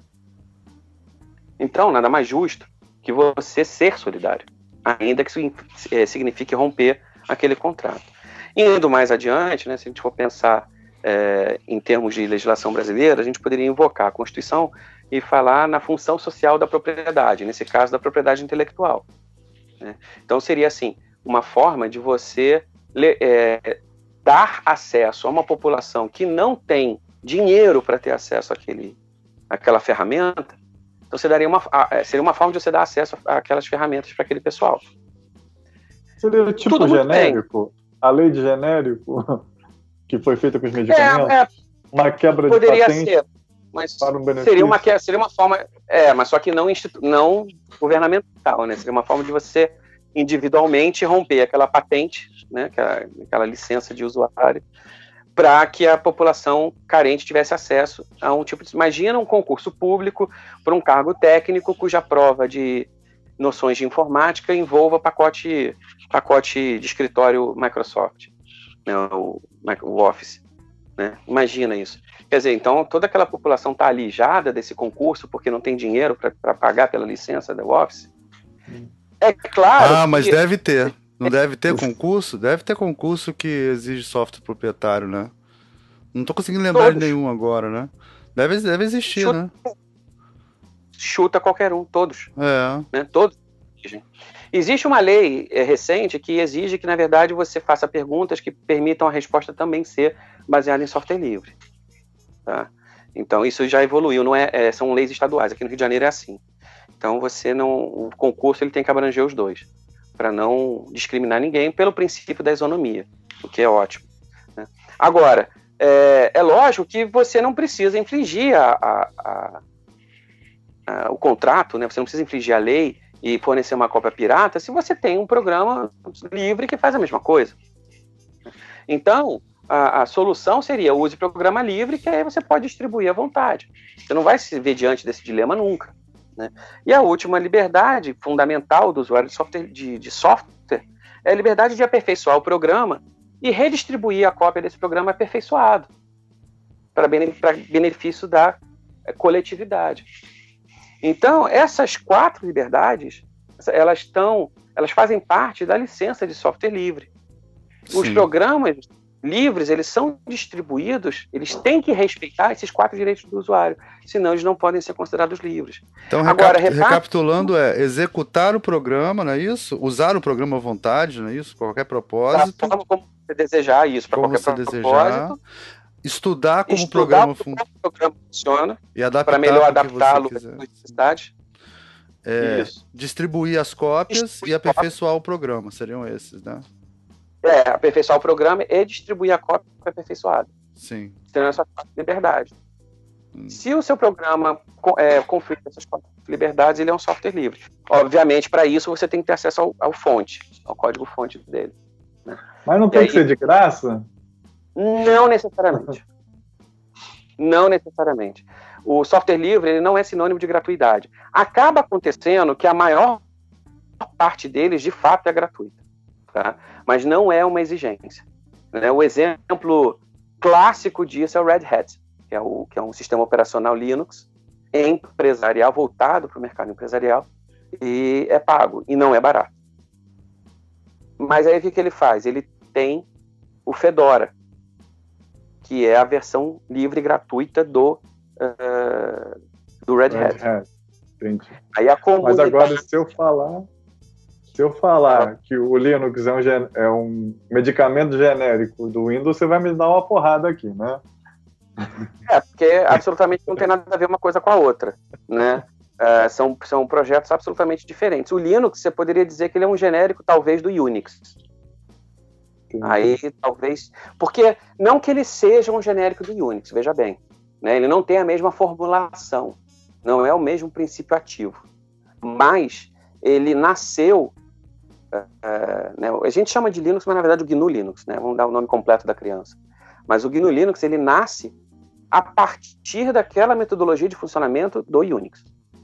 Então, nada mais justo que você ser solidário, ainda que isso é, signifique romper aquele contrato. Indo mais adiante, né, se a gente for pensar é, em termos de legislação brasileira, a gente poderia invocar a Constituição e falar na função social da propriedade, nesse caso da propriedade intelectual. Né? Então seria assim, uma forma de você é, dar acesso a uma população que não tem dinheiro para ter acesso àquele, àquela ferramenta, então você daria uma, seria uma forma de você dar acesso àquelas ferramentas para aquele pessoal. Seria tipo Tudo genérico? A lei de genérico que foi feita com os medicamentos? É, é, uma quebra poderia de patente? Ser. mas para um benefício. seria uma, seria uma forma, é, mas só que não, institu, não governamental, né? Seria uma forma de você individualmente romper aquela patente, né? Aquela, aquela licença de usuário, para que a população carente tivesse acesso a um tipo de... Imagina um concurso público para um cargo técnico cuja prova de noções de informática envolva pacote, pacote de escritório Microsoft, né, o, o Office. Né? Imagina isso. Quer dizer, então toda aquela população está alijada desse concurso porque não tem dinheiro para pagar pela licença do Office. É claro. Ah, mas que... deve ter. Não deve ter concurso? Deve ter concurso que exige software proprietário, né? Não tô conseguindo lembrar Todos. de nenhum agora, né? Deve, deve existir, chuta, né? Chuta qualquer um, todos. É. Né? Todos. Existe uma lei é, recente que exige que, na verdade, você faça perguntas que permitam a resposta também ser baseada em software livre. Tá? Então, isso já evoluiu, não é, é, são leis estaduais. Aqui no Rio de Janeiro é assim. Então, você não, o concurso ele tem que abranger os dois, para não discriminar ninguém pelo princípio da isonomia, o que é ótimo. Né? Agora, é, é lógico que você não precisa infringir a, a, a, a, o contrato, né? Você não precisa infringir a lei e fornecer uma cópia pirata se você tem um programa livre que faz a mesma coisa. Então, a, a solução seria use programa livre, que aí você pode distribuir à vontade. Você não vai se ver diante desse dilema nunca. Né? E a última liberdade fundamental do usuário de software, de, de software é a liberdade de aperfeiçoar o programa e redistribuir a cópia desse programa aperfeiçoado para benefício da coletividade. Então, essas quatro liberdades, elas estão, elas fazem parte da licença de software livre. Os Sim. programas livres, eles são distribuídos, eles têm que respeitar esses quatro direitos do usuário, senão eles não podem ser considerados livres. Então, Agora, recap recapitulando, é executar o programa, não é isso? Usar o programa à vontade, não é isso? Qualquer propósito. Da forma como você desejar isso, para qualquer propósito. Desejar. Estudar como Estudar o programa, como o programa funciona, e adaptar para melhor adaptá-lo às necessidades. É, distribuir as cópias distribuir e aperfeiçoar o programa, seriam esses, né? É, aperfeiçoar o programa e distribuir a cópia aperfeiçoada. Sim. Tendo essa liberdade. Hum. Se o seu programa é, conflita essas quatro liberdades, ele é um software livre. Obviamente, para isso, você tem que ter acesso ao, ao fonte, ao código-fonte dele. Né? Mas não tem e que aí, ser de graça? Não necessariamente. Não necessariamente. O software livre ele não é sinônimo de gratuidade. Acaba acontecendo que a maior parte deles, de fato, é gratuita. Tá? Mas não é uma exigência. Né? O exemplo clássico disso é o Red Hat, que é, o, que é um sistema operacional Linux empresarial, voltado para o mercado empresarial, e é pago, e não é barato. Mas aí o que, que ele faz? Ele tem o Fedora, que é a versão livre e gratuita do, uh, do Red, Red Hat. Hat. Entendi. Aí a Mas agora, se eu falar... Se eu falar que o Linux é um, é um medicamento genérico do Windows, você vai me dar uma porrada aqui, né? É, porque absolutamente não tem nada a ver uma coisa com a outra, né? Uh, são, são projetos absolutamente diferentes. O Linux, você poderia dizer que ele é um genérico, talvez, do Unix. Sim. Aí, talvez... Porque não que ele seja um genérico do Unix, veja bem. Né? Ele não tem a mesma formulação. Não é o mesmo princípio ativo. Mas ele nasceu... Uh, né, a gente chama de Linux, mas na verdade o G N U Linux, né, vamos dar o nome completo da criança. Mas o G N U Linux ele nasce a partir daquela metodologia de funcionamento do Unix.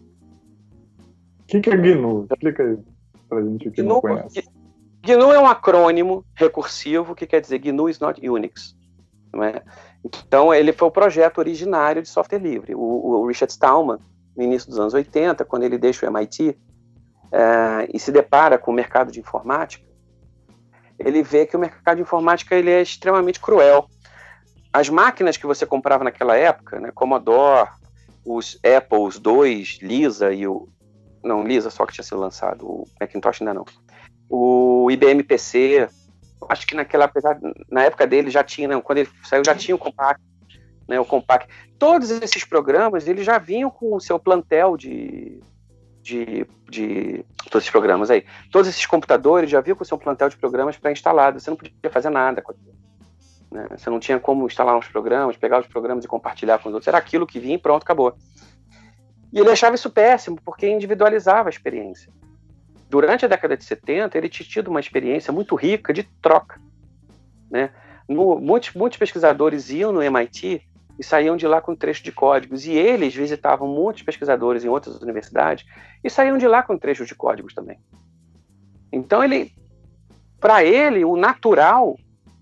O que, que é G N U? Explica aí pra gente que G N U, não conhece. G N U é um acrônimo recursivo que quer dizer G N U is not Unix. Não é? Então ele foi o projeto originário de software livre. O, o Richard Stallman, no início dos anos oitenta, quando ele deixa o M I T, Uh, e se depara com o mercado de informática, ele vê que o mercado de informática ele é extremamente cruel. As máquinas que você comprava naquela época, né, Commodore, os Apples dois, Lisa e o... Não, Lisa só que tinha sido lançado, o Macintosh ainda não. O I B M P C, acho que naquela, na época dele já tinha, não, quando ele saiu já tinha o Compaq, né, o Compaq. Todos esses programas, eles já vinham com o seu plantel de... De, de todos esses programas aí. Todos esses computadores já vinham com o seu plantel de programas pré-instalado. Você não podia fazer nada com aquilo. né? Você não tinha como instalar uns programas, pegar os programas e compartilhar com os outros. Era aquilo que vinha e pronto, acabou. E ele achava isso péssimo, porque individualizava a experiência. Durante a década de setenta, ele tinha tido uma experiência muito rica de troca, né? No, muitos, muitos pesquisadores iam no M I T e saíam de lá com trechos de códigos, e eles visitavam muitos pesquisadores em outras universidades e saíam de lá com trechos de códigos também. Então, ele, para ele, o natural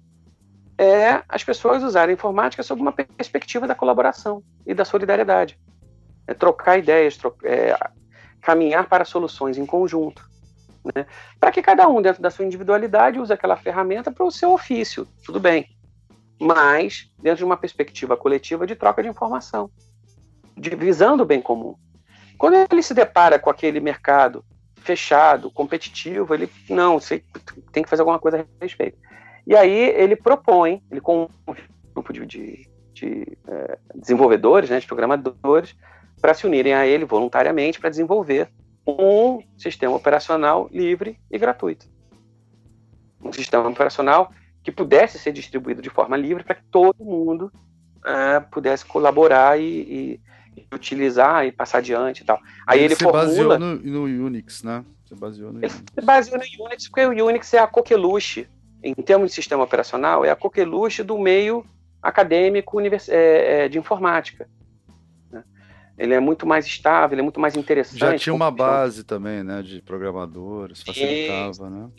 é as pessoas usarem a informática sob uma perspectiva da colaboração e da solidariedade. É trocar ideias, tro é, caminhar para soluções em conjunto, né? Para que cada um, dentro da sua individualidade, use aquela ferramenta para o seu ofício, tudo bem. Mas dentro de uma perspectiva coletiva de troca de informação, de, visando o bem comum. Quando ele se depara com aquele mercado fechado, competitivo, ele, não, você tem que fazer alguma coisa a respeito. E aí ele propõe, ele com um grupo de, de, de é, desenvolvedores, né, de programadores, para se unirem a ele voluntariamente para desenvolver um sistema operacional livre e gratuito. Um sistema operacional que pudesse ser distribuído de forma livre para que todo mundo é, pudesse colaborar e, e, e utilizar e passar adiante e tal. Aí ele, ele se formula... baseou no, no Unix, né? Se baseou no ele Unix. se baseou no Unix porque o Unix é a coqueluche, em termos de sistema operacional, é a coqueluche do meio acadêmico univers... é, é, de informática. Ele é muito mais estável, ele é muito mais interessante. Já tinha uma base também, né, de programadores, facilitava, sim, né?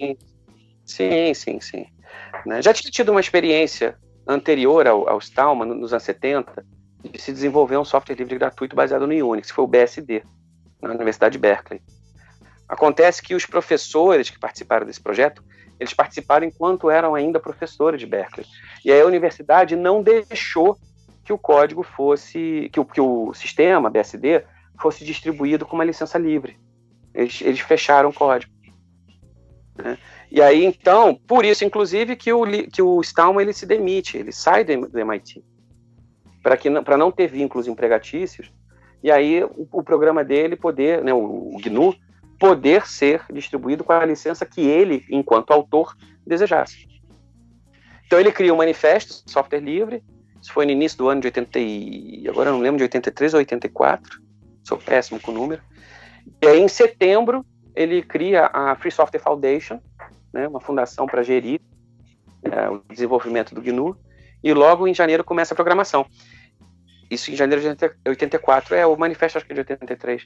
Sim, sim, sim. Né? Já tinha tido uma experiência anterior ao, ao Stallman, nos anos setenta, de se desenvolver um software livre gratuito baseado no Unix, que foi o B S D, na Universidade de Berkeley. Acontece que os professores que participaram desse projeto, eles participaram enquanto eram ainda professores de Berkeley. E aí a universidade não deixou que o código fosse, que o, que o sistema B S D fosse distribuído com uma licença livre. Eles, eles fecharam o código, né? E aí, então, por isso, inclusive, que o, que o Stallman ele se demite, ele sai do, do M I T, para que para não ter vínculos empregatícios, e aí o, o programa dele poder, né, o, o G N U, poder ser distribuído com a licença que ele, enquanto autor, desejasse. Então ele cria um manifesto, software livre. Isso foi no início do ano de oitenta e... Agora eu não lembro, de oitenta e três ou oitenta e quatro. Sou péssimo com o número. E aí, em setembro, ele cria a Free Software Foundation, né, uma fundação para gerir é, o desenvolvimento do G N U. E logo em janeiro começa a programação. Isso em janeiro de oitenta e quatro. É o manifesto, acho que é de oitenta e três.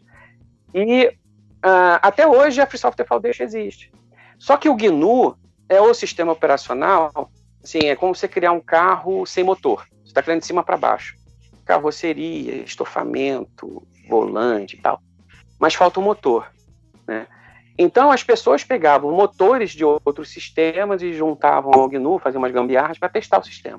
E uh, até hoje a Free Software Foundation existe. Só que o G N U é o sistema operacional, assim, é como você criar um carro sem motor. Você está criando de cima para baixo. Carroceria, estofamento, volante e tal. Mas falta o motor, né? Então as pessoas pegavam motores de outros sistemas e juntavam ao G N U, faziam umas gambiarras para testar o sistema.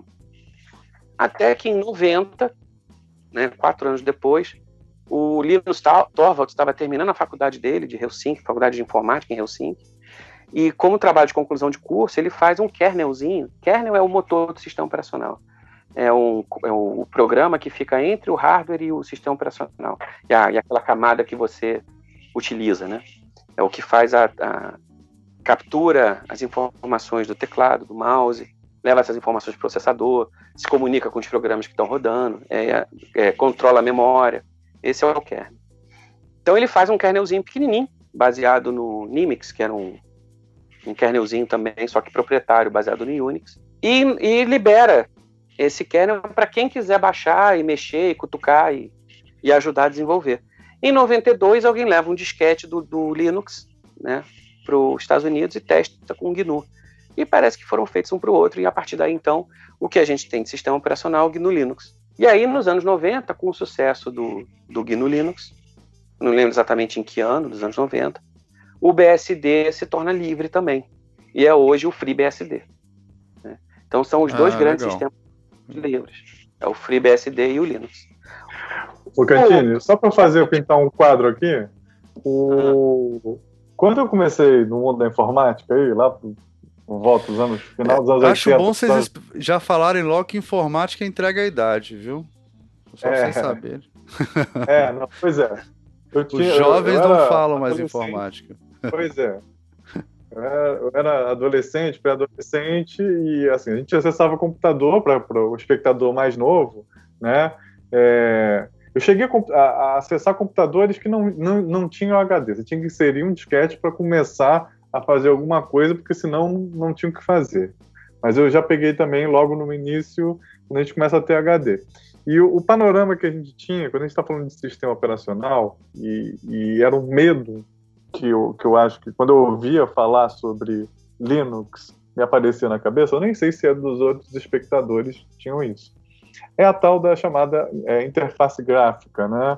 Até que em noventa, né, quatro anos depois, o Linus Torvalds estava terminando a faculdade dele, de Helsinki, faculdade de informática em Helsinki, e como trabalho de conclusão de curso, ele faz um kernelzinho. Kernel é o motor do sistema operacional. É um, é um programa que fica entre o hardware e o sistema operacional. E, a, e aquela camada que você utiliza, né? É o que faz a, a captura as informações do teclado, do mouse, leva essas informações para o processador, se comunica com os programas que estão rodando, é, é, controla a memória. Esse é o kernel. Então ele faz um kernelzinho pequenininho, baseado no Nimitz, que era um, um kernelzinho também, só que proprietário, baseado no Unix, e, e libera esse kernel para quem quiser baixar e mexer, e cutucar e, e ajudar a desenvolver. Em noventa e dois, alguém leva um disquete do, do Linux, né, para os Estados Unidos e testa com o G N U. E parece que foram feitos um para o outro, e a partir daí, então, o que a gente tem de sistema operacional é o G N U Linux. E aí, nos anos noventa, com o sucesso do, do G N U Linux, não lembro exatamente em que ano, dos anos noventa, o B S D se torna livre também. E é hoje o FreeBSD, né? Então são os dois ah, grandes legal. sistemas livres. É o FreeBSD e o Linux. Ô Cantini, só para fazer pintar um quadro aqui, o... ah. quando eu comecei no mundo da informática, aí, lá por volta dos anos, final dos anos é, acho oitenta... Acho bom vocês anos... já falarem logo que informática entrega a idade, viu? Só é, vocês saberem. É, não, pois é. Eu Os tinha, jovens eu, eu não falam mais informática. Pois é. Eu era, eu era adolescente, pré-adolescente, e assim, a gente acessava o computador para o espectador mais novo, né? É, eu cheguei a, a acessar computadores que não, não, não tinham H D. Você tinha que inserir um disquete para começar a fazer alguma coisa, porque senão não tinha o que fazer. Mas eu já peguei também logo no início, quando a gente começa a ter H D. E o, o panorama que a gente tinha, quando a gente está falando de sistema operacional, e, e era um medo que eu, que eu acho que quando eu ouvia falar sobre Linux, me aparecia na cabeça, eu nem sei se é dos outros espectadores que tinham isso. É a tal da chamada é, interface gráfica, né?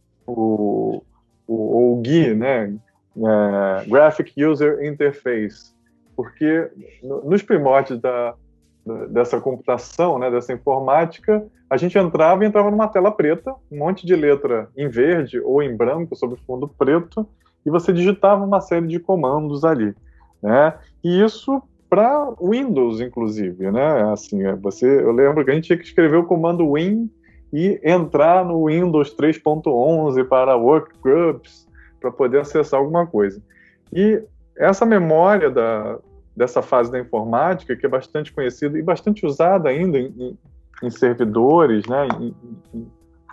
O, o, o G U I, né? É, Graphic User Interface, porque no, nos primórdios da, dessa computação, né, dessa informática, a gente entrava e entrava numa tela preta, um monte de letra em verde ou em branco sobre fundo preto, e você digitava uma série de comandos ali, né? E isso para Windows, inclusive, né? Assim, você, eu lembro que a gente tinha que escrever o comando Win e entrar no Windows três ponto onze para workgroups para poder acessar alguma coisa. E essa memória da, dessa fase da informática, que é bastante conhecida e bastante usada ainda em, em, em servidores, né? Em, em,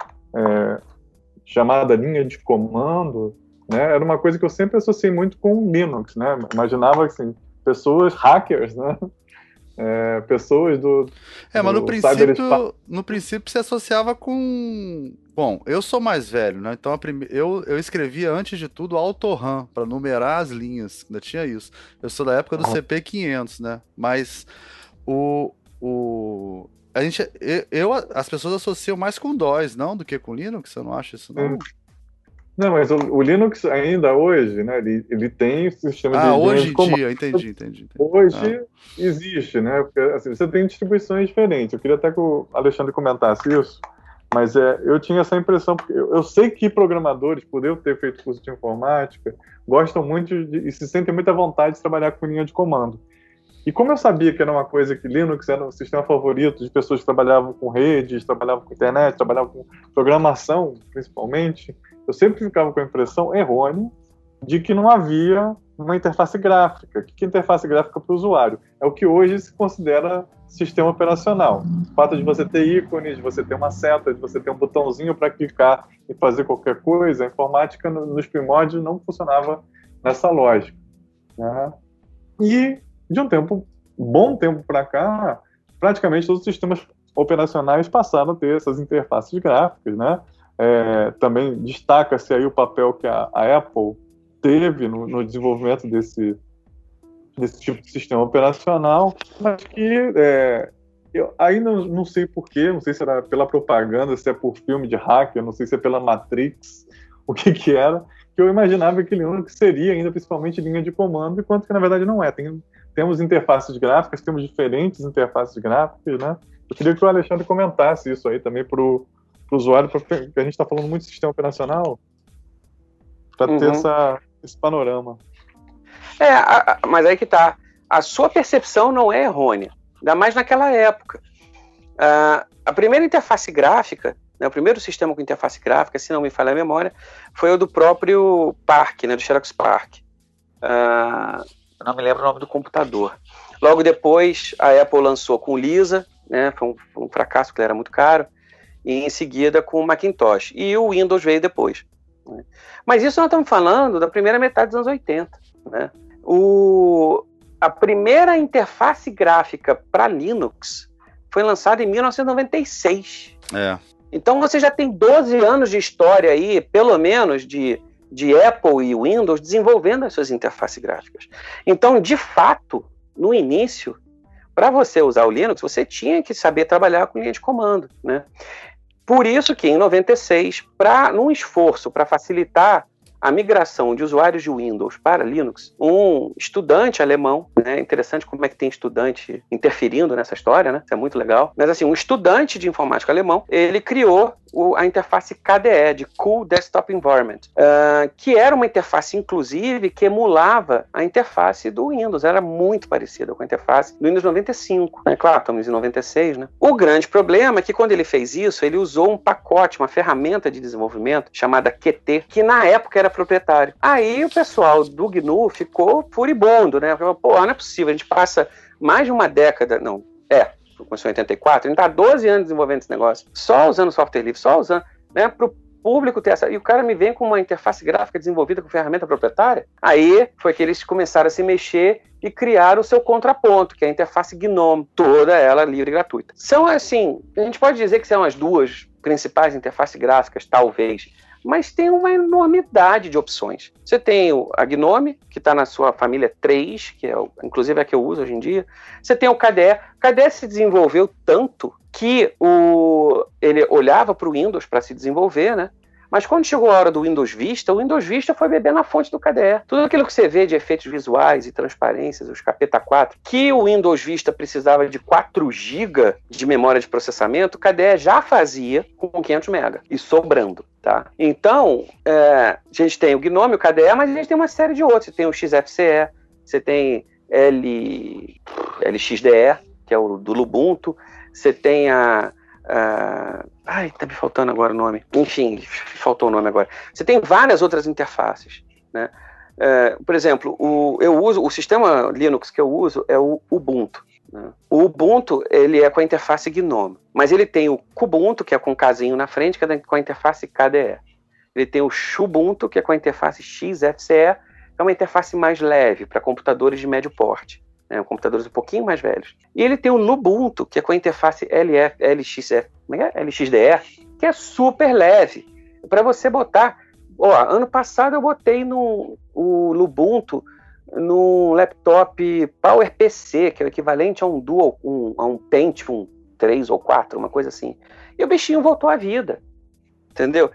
é, chamada linha de comando, né? Era uma coisa que eu sempre associei muito com Linux, né? Imaginava assim, pessoas hackers, né? É, pessoas do É, mas do no princípio, no princípio se associava com... Bom, eu sou mais velho, né? Então a prime... eu, eu escrevia antes de tudo AutoRAM para numerar as linhas, ainda tinha isso. Eu sou da época do C P quinhentos, né? Mas o, o... a gente, eu, eu as pessoas associam mais com DOS, não, do que com Linux. Você não acha isso, não? Hum. Não, mas o, o Linux ainda hoje, né, ele, ele tem sistema ah, de... Ah, hoje em dia, entendi, entendi. entendi. Hoje ah. existe, né, porque assim, você tem distribuições diferentes. Eu queria até que o Alexandre comentasse isso, mas é, eu tinha essa impressão, porque eu, eu sei que programadores, por eu ter feito curso de informática, gostam muito de, e se sentem muita vontade de trabalhar com linha de comando. E como eu sabia que era uma coisa que Linux era um sistema favorito de pessoas que trabalhavam com redes, trabalhavam com internet, trabalhavam com programação, principalmente, eu sempre ficava com a impressão errônea de que não havia uma interface gráfica. O que é interface gráfica para o usuário? É o que hoje se considera sistema operacional. O fato de você ter ícones, de você ter uma seta, de você ter um botãozinho para clicar e fazer qualquer coisa, a informática nos primórdios não funcionava nessa lógica, né? E de um tempo, bom tempo para cá, praticamente todos os sistemas operacionais passaram a ter essas interfaces gráficas, né? É, também destaca-se aí o papel que a, a Apple teve no, no desenvolvimento desse, desse tipo de sistema operacional, mas que é, eu ainda não sei porquê, não sei se era pela propaganda, se é por filme de hacker, não sei se é pela Matrix, o que que era, que eu imaginava que Linux seria ainda principalmente linha de comando, enquanto que na verdade não é. Tem, temos interfaces gráficas, temos diferentes interfaces gráficas, né? Eu queria que o Alexandre comentasse isso aí também para o usuário, porque a gente está falando muito de sistema operacional, para uhum. ter essa, esse panorama. É, a, a, mas aí que tá. A sua percepção não é errônea, ainda mais naquela época. Uh, a primeira interface gráfica, né, o primeiro sistema com interface gráfica, se não me falha a memória, foi o do próprio Park, né, do Xerox Park. Uh, não me lembro o nome do computador. Logo depois, a Apple lançou com o Lisa, né, foi um, foi um fracasso, porque ele era muito caro, e em seguida com o Macintosh. E o Windows veio depois. Né. Mas isso nós estamos falando da primeira metade dos anos oitenta. Né. O, a primeira interface gráfica para Linux foi lançada em mil novecentos e noventa e seis. É. Então você já tem doze anos de história aí, pelo menos, de, de Apple e Windows desenvolvendo as suas interfaces gráficas. Então, de fato, no início, para você usar o Linux, você tinha que saber trabalhar com linha de comando, né? Por isso que, em noventa e seis, pra, num esforço para facilitar a migração de usuários de Windows para Linux, um estudante alemão, né, É interessante como é que tem estudante interferindo nessa história, né? Isso é muito legal. Mas assim, um estudante de informática alemão, ele criou o, a interface K D E, de Cool Desktop Environment, uh, que era uma interface, inclusive, que emulava a interface do Windows. Era muito parecida com a interface do Windows noventa e cinco. É claro, estamos em noventa e seis, né? O grande problema é que quando ele fez isso, ele usou um pacote, uma ferramenta de desenvolvimento chamada Q T, que na época era proprietário. Aí o pessoal do G N U ficou furibundo, né? Falou, pô, não é possível, a gente passa mais de uma década, não, é, começou em oitenta e quatro, a gente está há doze anos desenvolvendo esse negócio, só usando software livre, só usando, né, para o público ter essa, e o cara me vem com uma interface gráfica desenvolvida com ferramenta proprietária. Aí foi que eles começaram a se mexer e criaram o seu contraponto, que é a interface Gnome, toda ela livre e gratuita. São assim, a gente pode dizer que são as duas principais interfaces gráficas, talvez, mas tem uma enormidade de opções. Você tem a Gnome, que está na sua família três, que é o, inclusive é a que eu uso hoje em dia. Você tem o K D E. O K D E se desenvolveu tanto que o, ele olhava para o Windows para se desenvolver, né? Mas quando chegou a hora do Windows Vista, o Windows Vista foi beber na fonte do K D E. Tudo aquilo que você vê de efeitos visuais e transparências, os capeta quatro, que o Windows Vista precisava de quatro gigas de memória de processamento, o K D E já fazia com quinhentos megas e sobrando. Tá? Então, é, a gente tem o Gnome, o K D E, mas a gente tem uma série de outros. Você tem o X F C E, você tem L, L X D E, que é o do Lubuntu, você tem a... Uh, ai, tá me faltando agora o nome. Enfim, faltou o nome agora. Você tem várias outras interfaces, né? Uh, por exemplo, o, eu uso, o sistema Linux que eu uso é o Ubuntu. Né? O Ubuntu, ele é com a interface Gnome, mas ele tem o Kubuntu, que é com um casinho na frente, que é com a interface K D E. Ele tem o Xubuntu, que é com a interface X F C E, que é uma interface mais leve para computadores de médio porte. Né, computadores um pouquinho mais velhos. E ele tem o Lubuntu, que é com a interface L F, L X F, como é que é? L X D E, que é super leve. Para você botar... Ó, ano passado eu botei no, o Lubuntu no laptop PowerPC, que é o equivalente a um Dual, um, a um Pentium três ou quatro, uma coisa assim. E o bichinho voltou à vida. Entendeu?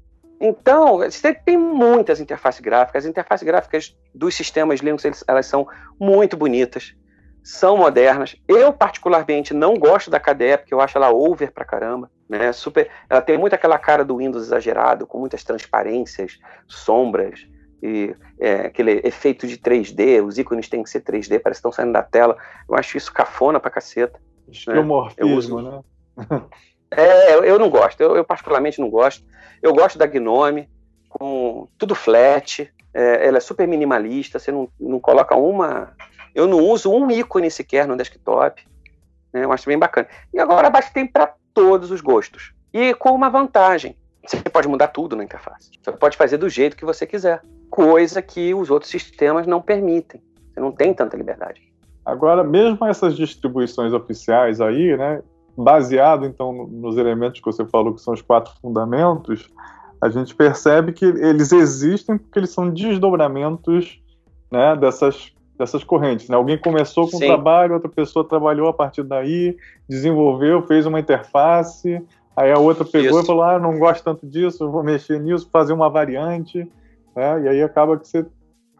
Então, você tem muitas interfaces gráficas. As interfaces gráficas dos sistemas Linux, eles, elas são muito bonitas, são modernas. Eu, particularmente, não gosto da K D E, porque eu acho ela over pra caramba. Né? Super, ela tem muito aquela cara do Windows exagerado, com muitas transparências, sombras, e é, aquele efeito de três D, os ícones têm que ser três D, parece que estão saindo da tela. Eu acho isso cafona pra caceta. Esquemorfismo, né? né? É, eu, eu não gosto, eu, eu particularmente não gosto. Eu gosto da Gnome, com tudo flat, é, ela é super minimalista, você não, não coloca uma... Eu não uso um ícone sequer no desktop, né, eu acho bem bacana. E agora a Bast tem para todos os gostos. E com uma vantagem, você pode mudar tudo na interface. Você pode fazer do jeito que você quiser, coisa que os outros sistemas não permitem. Você não tem tanta liberdade. Agora, mesmo essas distribuições oficiais aí, né, baseado, então, nos elementos que você falou, que são os quatro fundamentos, a gente percebe que eles existem porque eles são desdobramentos, né, dessas, dessas correntes. Né? Alguém começou com o trabalho, outra pessoa trabalhou a partir daí, desenvolveu, fez uma interface, aí a outra pegou Isso. e falou, ah, não gosto tanto disso, vou mexer nisso, fazer uma variante, né? E aí acaba que você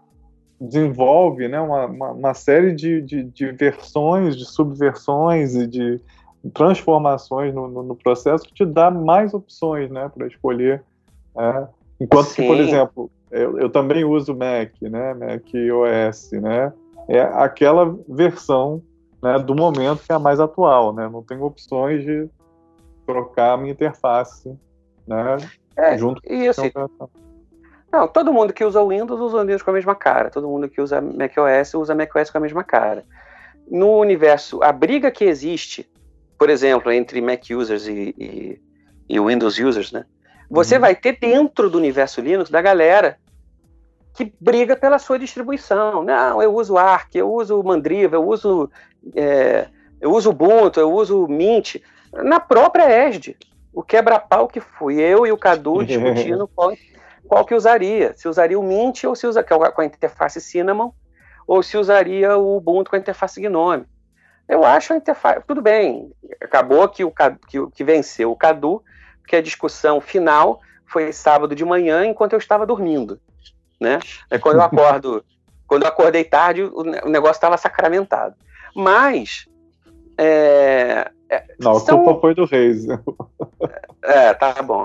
desenvolve, né, uma, uma, uma série de, de, de versões, de subversões e de transformações no, no, no processo que te dá mais opções, né, para escolher. Né? Enquanto Sim. que, por exemplo, eu, eu também uso Mac, né, Mac O S, né, é aquela versão, né, do momento que é a mais atual, né, não tenho opções de trocar a minha interface, né, é, junto e assim, com a Não, todo mundo que usa Windows usa o Windows com a mesma cara, todo mundo que usa macOS usa macOS com a mesma cara. No universo, a briga que existe, por exemplo, entre Mac users e, e, e Windows users, né? Você uhum. vai ter dentro do universo Linux da galera que briga pela sua distribuição. Não, eu uso Arch, eu uso Mandriva, eu uso, é, eu uso Ubuntu, eu uso Mint. Na própria E S D, o quebra-pau que fui eu e o Cadu discutindo qual, qual que usaria. Se usaria o Mint ou se usa com a interface Cinnamon, ou se usaria o Ubuntu com a interface Gnome. Eu acho a interface... Tudo bem, acabou que o que, que venceu o Cadu, porque a discussão final foi sábado de manhã, enquanto eu estava dormindo. Né? É quando eu acordo, Quando eu acordei tarde, o, o negócio estava sacramentado. Mas... É, é, Não, são... a culpa foi do Reis. É, tá bom.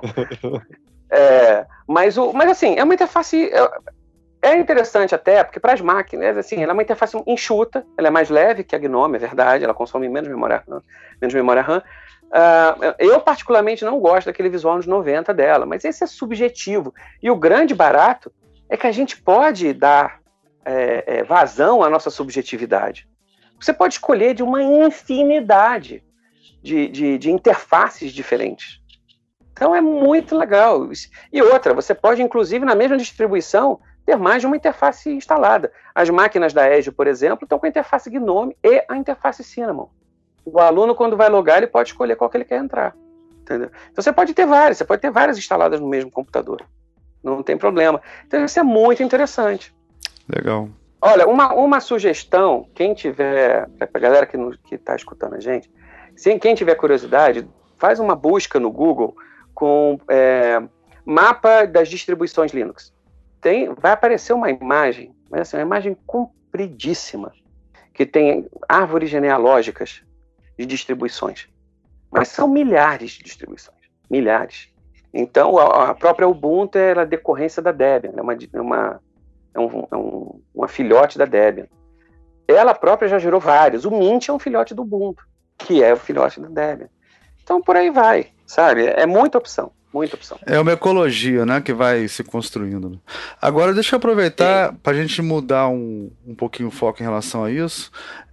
É, mas, o, mas assim, é uma interface... É, é interessante até, porque para as máquinas, assim, ela é uma interface enxuta, ela é mais leve que a Gnome, é verdade, ela consome menos memória RAM. Menos memória RAM. Uh, eu, particularmente, não gosto daquele visual nos noventa dela, mas esse é subjetivo. E o grande barato é que a gente pode dar é, é, vazão à nossa subjetividade. Você pode escolher de uma infinidade de, de, de interfaces diferentes. Então é muito legal. E outra, você pode, inclusive, na mesma distribuição, ter mais de uma interface instalada. As máquinas da Edge, por exemplo, estão com a interface Gnome e a interface Cinnamon. O aluno, quando vai logar, ele pode escolher qual que ele quer entrar. Entendeu? Então você pode ter várias, você pode ter várias instaladas no mesmo computador. Não tem problema. Então isso é muito interessante. Legal. Olha, uma, uma sugestão, quem tiver, para a galera que está escutando a gente, se quem tiver curiosidade, faz uma busca no Google com é, mapa das distribuições Linux. Tem, vai aparecer uma imagem, mas assim, uma imagem compridíssima, que tem árvores genealógicas de distribuições. Mas são milhares de distribuições. Milhares. Então, a, a própria Ubuntu é a decorrência da Debian. É, uma, é, uma, é, um, é um, uma filhote da Debian. Ela própria já gerou vários. O Mint é um filhote do Ubuntu, que é o filhote da Debian. Então, por aí vai, sabe? É muita opção. Muita opção. É uma ecologia, né, que vai se construindo. Agora, deixa eu aproveitar para a gente mudar um, um pouquinho o foco em relação a isso.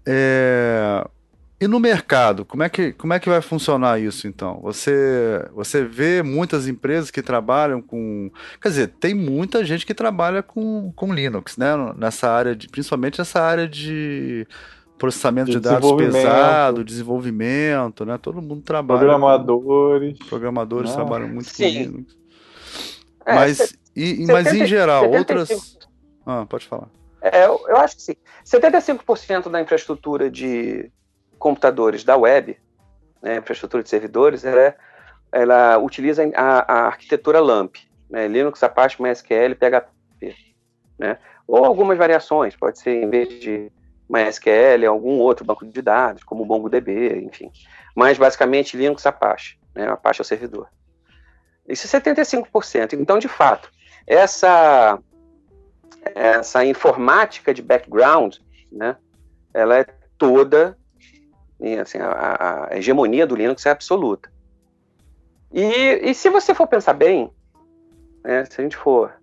É... E no mercado, como é, que, como é que vai funcionar isso, então? Você, você vê muitas empresas que trabalham com... Quer dizer, tem muita gente que trabalha com, com Linux, né? Nessa área, de, principalmente nessa área de processamento de, de dados pesado, desenvolvimento, né? Todo mundo trabalha. Programadores. Com, programadores ah, trabalham muito sim. com Linux. É, mas, set, e, mas setenta, em geral, setenta e cinco outras... Ah, pode falar. É, eu, eu acho que sim. setenta e cinco por cento da infraestrutura de computadores da web, né, infraestrutura de servidores, ela, ela utiliza a, a arquitetura LAMP, né, Linux, Apache, MySQL, P H P, né, ou algumas variações, pode ser em vez de MySQL, algum outro banco de dados, como o MongoDB, enfim, mas basicamente Linux, Apache, né, Apache é o servidor. Isso é setenta e cinco por cento. Então, de fato, essa, essa informática de background, né, ela é toda... E, assim, a, a hegemonia do Linux é absoluta. E, e se você for pensar bem, né, se a gente for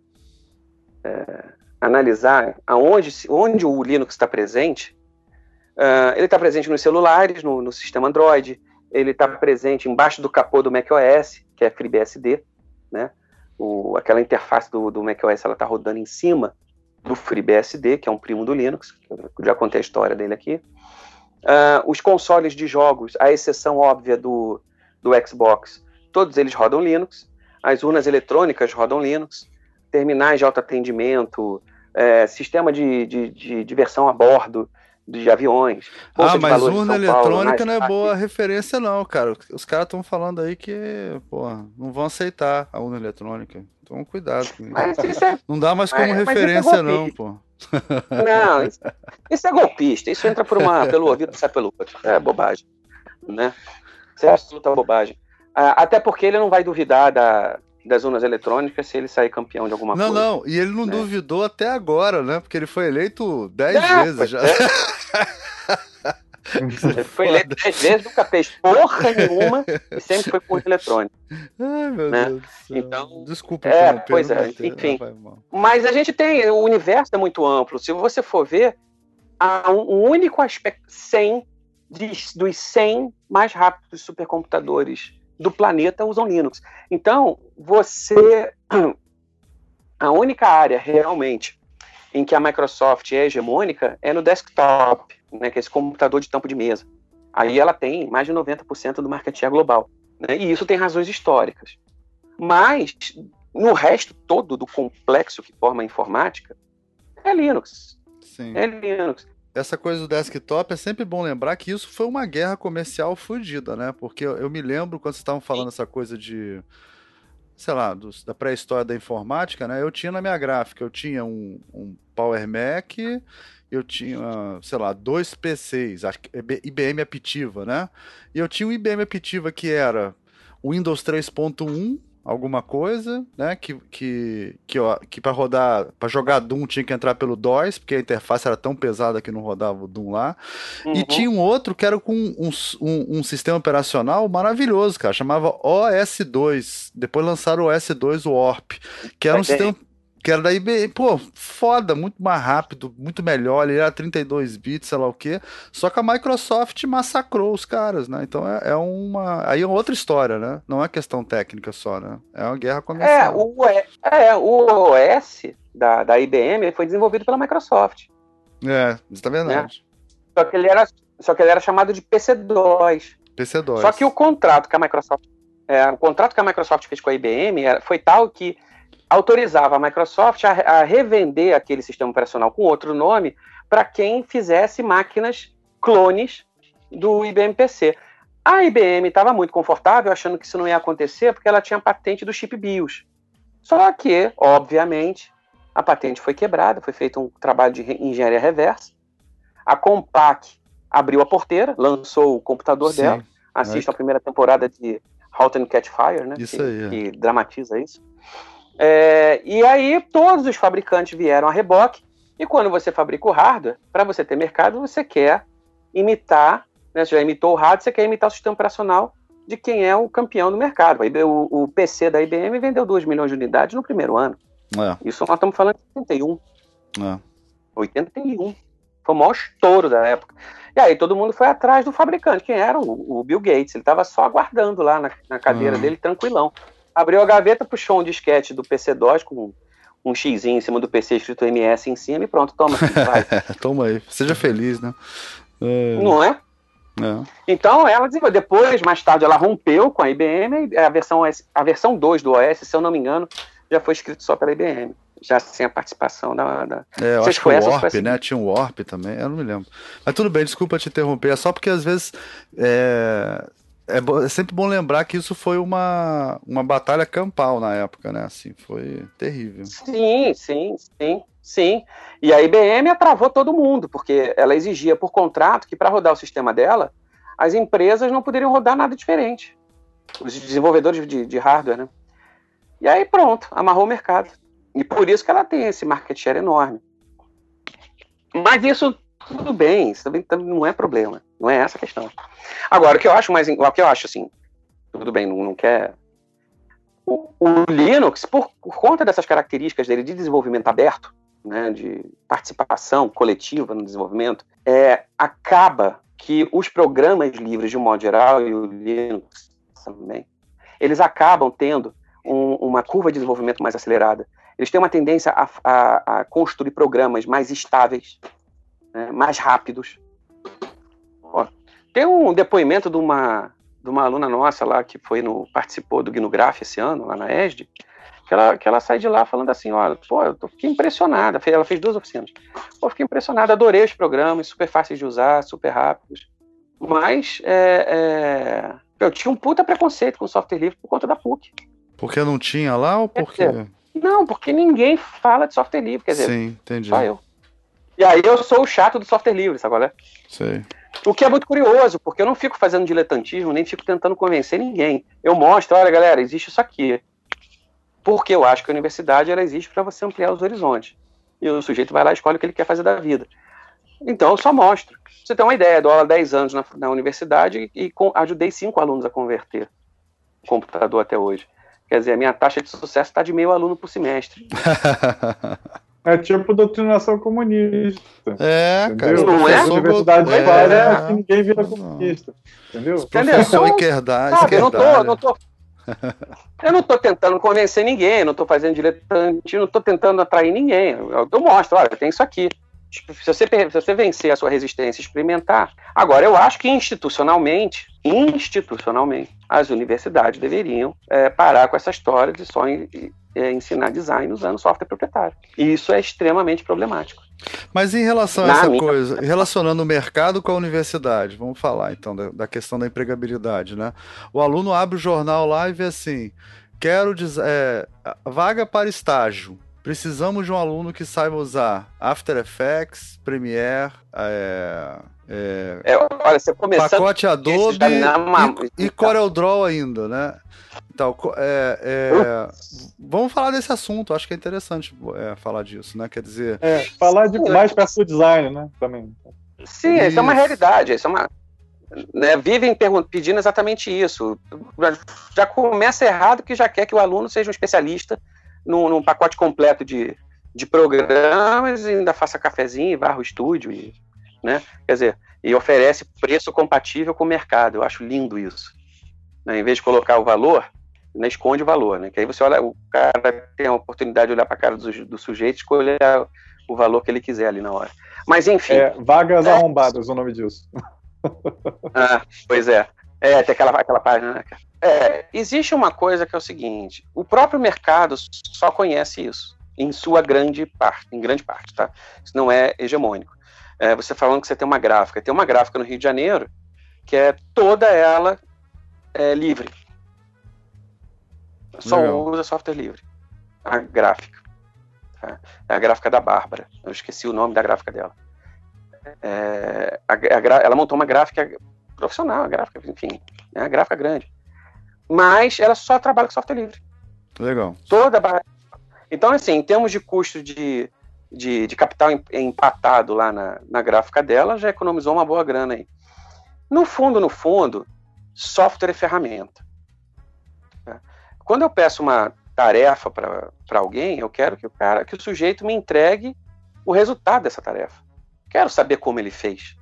é, analisar aonde, onde o Linux está presente, uh, ele está presente nos celulares, no, no sistema Android, ele está presente embaixo do capô do macOS, que é FreeBSD, né? O, aquela interface do, do macOS está rodando em cima do FreeBSD, que é um primo do Linux, eu já contei a história dele aqui. Uh, os consoles de jogos, à exceção óbvia do, do Xbox, todos eles rodam Linux. As urnas eletrônicas rodam Linux. Terminais de autoatendimento, é, sistema de, de, de diversão a bordo de aviões. Ah, mas urna eletrônica não é boa referência não, cara. Os caras estão falando aí que, pô, não vão aceitar a urna eletrônica. Então, cuidado com isso. isso é, não dá mais como mas, referência mas não, pô. Não, isso, isso é golpista. Isso entra por uma, pelo ouvido e sai pelo outro. É bobagem, né? Isso é absoluta bobagem. Ah, até porque ele não vai duvidar da, das urnas eletrônicas se ele sair campeão de alguma não, coisa. Não, não. E ele não né? duvidou até agora, né? Porque ele foi eleito dez é, vezes já. É. Ele foi eleito dez vezes, nunca fez porra nenhuma e sempre foi por eletrônico. Ai, meu né? Deus do céu. Então, desculpa, é, pois é, enfim. Mas a gente tem, o universo é muito amplo. Se você for ver, há um único aspecto, cem de, dos cem mais rápidos supercomputadores do planeta usam Linux. Então, você, a única área realmente em que a Microsoft é hegemônica é no desktop, né, que é esse computador de tampo de mesa. Aí ela tem mais de noventa por cento do market share global. Né, e isso tem razões históricas. Mas, no resto todo do complexo que forma a informática, é Linux. Sim. É Linux. Essa coisa do desktop, é sempre bom lembrar que isso foi uma guerra comercial fodida, né? Porque eu, eu me lembro quando vocês estavam falando essa coisa de... sei lá, dos, da pré-história da informática, né? Eu tinha na minha gráfica, eu tinha um, um Power Mac, eu tinha, sei lá, dois P Cs, acho que I B M Aptiva, né? E eu tinha um I B M Aptiva que era o Windows três ponto um, alguma coisa, né? Que, que, que, que para rodar, para jogar Doom tinha que entrar pelo DOS, porque a interface era tão pesada que não rodava o Doom lá. Uhum. E tinha um outro que era com um, um, um sistema operacional maravilhoso, cara, chamava O S dois. Depois lançaram o O S dois Warp, que era um okay. sistema que era da I B M, pô, foda, muito mais rápido, muito melhor, ele era trinta e dois bits, sei lá o quê, só que a Microsoft massacrou os caras, né, então é, é uma, aí é outra história, né, não é questão técnica só, né, é uma guerra comercial. É, o, é, o O S da, da I B M foi desenvolvido pela Microsoft. É, isso tá verdade. Né? Só que ele era, só que ele era chamado de P C dois. P C dois. Só que o contrato que a Microsoft, é, o contrato que a Microsoft fez com a I B M era, foi tal que autorizava a Microsoft a, a revender aquele sistema operacional com outro nome para quem fizesse máquinas clones do I B M P C. A I B M estava muito confortável, achando que isso não ia acontecer, porque ela tinha patente do chip BIOS. Só que, obviamente, a patente foi quebrada, foi feito um trabalho de engenharia reversa. A Compaq abriu a porteira, lançou o computador Sim, dela. Assista é. a primeira temporada de Halt and Catch Fire, né? Isso que, aí. que dramatiza isso. É, e aí todos os fabricantes vieram a reboque, e quando você fabrica o hardware, para você ter mercado, você quer imitar, né, você já imitou o hardware, você quer imitar o sistema operacional de quem é o campeão do mercado. O, o P C da I B M vendeu dois milhões de unidades no primeiro ano. É. Isso nós estamos falando de oitenta e um. É. oitenta e um. Foi o maior estouro da época. E aí todo mundo foi atrás do fabricante. Quem era? O, o Bill Gates. Ele estava só aguardando lá na, na cadeira hum. dele, tranquilão. Abriu a gaveta, puxou um disquete do P C dois com um xizinho em cima do P C escrito M S em cima e pronto, toma, vai. Toma aí, seja feliz, né? É... Não é? é? Então, ela depois, mais tarde, ela rompeu com a I B M e a versão, a versão dois do O S, se eu não me engano, já foi escrito só pela I B M. Já sem a participação da... da... É, eu acho que o Warp, né? Tinha um Warp também, eu não me lembro. Mas tudo bem, desculpa te interromper, é só porque às vezes... É... É, bo- é sempre bom lembrar que isso foi uma, uma batalha campal na época, né? Assim, foi terrível. Sim, sim, sim, sim. E a I B M travou todo mundo, porque ela exigia por contrato que para rodar o sistema dela, as empresas não poderiam rodar nada diferente. Os desenvolvedores de, de hardware, né? E aí pronto, amarrou o mercado. E por isso que ela tem esse market share enorme. Mas isso... Tudo bem, isso também, também não é problema, não é essa a questão. Agora, o que eu acho mais, o que eu acho assim, tudo bem, não, não quer... O, o Linux, por, por conta dessas características dele de desenvolvimento aberto, né, de participação coletiva no desenvolvimento, é, acaba que os programas livres, de um modo geral, e o Linux também, eles acabam tendo um, uma curva de desenvolvimento mais acelerada. Eles têm uma tendência a, a, a construir programas mais estáveis, né, mais rápidos. Ó, tem um depoimento de uma, de uma aluna nossa lá que foi no, participou do GNU-Graph esse ano, lá na E S D, que ela, que ela sai de lá falando assim, olha, pô, eu tô, fiquei impressionada, ela fez duas oficinas, pô, fiquei impressionada, adorei os programas, super fáceis de usar, super rápidos, mas é, é, eu tinha um puta preconceito com software livre por conta da P U C. Porque não tinha lá ou porque... É, não, porque ninguém fala de software livre, quer dizer, Sim, entendi. Só eu. E aí eu sou o chato do software livre, sabe qual é? Sei. O que é muito curioso, porque eu não fico fazendo diletantismo, nem fico tentando convencer ninguém. Eu mostro, olha galera, existe isso aqui. Porque eu acho que a universidade ela existe para você ampliar os horizontes. E o sujeito vai lá e escolhe o que ele quer fazer da vida. Então eu só mostro. Você tem uma ideia, eu dou aula há dez anos na, na universidade e, e com, ajudei cinco alunos a converter o computador até hoje. Quer dizer, a minha taxa de sucesso está de meio aluno por semestre. É tipo doutrinação comunista. É, entendeu? cara. Não é? A universidade É. faz é que ninguém vira comunista. Entendeu? Os professor esquerdar, Sabe, eu não tô, eu esquerdalha. não tô, eu não tô tentando convencer ninguém, não tô fazendo diletantismo, não tô tentando atrair ninguém. Eu, eu mostro, olha, tem isso aqui. Tipo, se você, se você vencer a sua resistência e experimentar. Agora, eu acho que institucionalmente, institucionalmente, as universidades deveriam é, parar com essa história de só em, é, ensinar design usando software proprietário. E isso é extremamente problemático. Mas em relação a Na essa minha- coisa, relacionando o mercado com a universidade, vamos falar então da, da questão da empregabilidade, né? O aluno abre o jornal lá e vê assim, quero dizer, é, vaga para estágio. Precisamos de um aluno que saiba usar After Effects, Premiere, é, é, é, olha, você começando pacote Adobe uma... e, e CorelDRAW ainda, né? Então, é, é, vamos falar desse assunto, acho que é interessante é, falar disso, né? Quer dizer... É, falar de mais para o design, né? Também. Sim, isso. Isso é uma realidade, isso é uma... Né, vivem pedindo exatamente isso. Já começa errado que já quer que o aluno seja um especialista num, num pacote completo de, de programas e ainda faça cafezinho, varra o estúdio, e, né, quer dizer, e oferece preço compatível com o mercado. Eu acho lindo isso. Né, em vez de colocar o valor, né, esconde o valor. Né, que aí você olha, o cara tem a oportunidade de olhar para a cara do, do sujeito e escolher o valor que ele quiser ali na hora. Mas enfim. É, vagas é... arrombadas, o nome disso. Ah, pois é. É, tem aquela, aquela página, né? É, existe uma coisa que é o seguinte: o próprio mercado só conhece isso, em sua grande parte, em grande parte, tá? Isso não é hegemônico. É, você falando que você tem uma gráfica, tem uma gráfica no Rio de Janeiro que é toda ela é, livre. Só Legal. Usa software livre. A gráfica. Tá? É a gráfica da Bárbara. Eu esqueci o nome da gráfica dela. É, a, a, ela montou uma gráfica profissional, a gráfica, enfim, né, a gráfica grande, mas ela só trabalha com software livre. Legal. Toda barra. Então, assim, em termos de custo de, de, de capital empatado lá na, na gráfica dela, já economizou uma boa grana aí. No fundo, no fundo, software é ferramenta. Tá? Quando eu peço uma tarefa para alguém, eu quero que o cara, que o sujeito me entregue o resultado dessa tarefa. Quero saber como ele fez.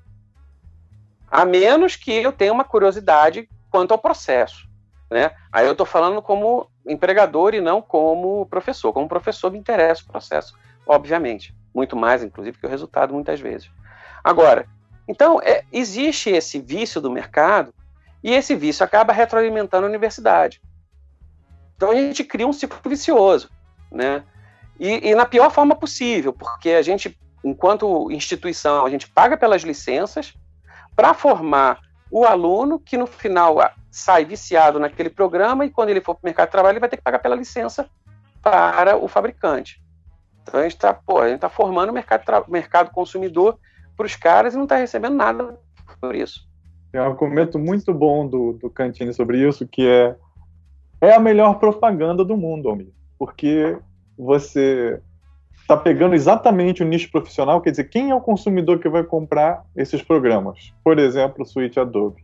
A menos que eu tenha uma curiosidade quanto ao processo. Né? Aí eu estou falando como empregador e não como professor. Como professor me interessa o processo, obviamente. Muito mais, inclusive, que o resultado, muitas vezes. Agora, então, é, existe esse vício do mercado e esse vício acaba retroalimentando a universidade. Então a gente cria um ciclo vicioso. Né? E, e na pior forma possível, porque a gente... enquanto instituição, a gente paga pelas licenças para formar o aluno que no final sai viciado naquele programa e quando ele for para o mercado de trabalho ele vai ter que pagar pela licença para o fabricante. Então a gente está tá formando o mercado, mercado consumidor para os caras e não está recebendo nada por isso. Tem um argumento muito bom do, do Cantini sobre isso, que é, é a melhor propaganda do mundo, Almir, porque você... está pegando exatamente o nicho profissional, quer dizer, quem é o consumidor que vai comprar esses programas? Por exemplo, o Suite Adobe.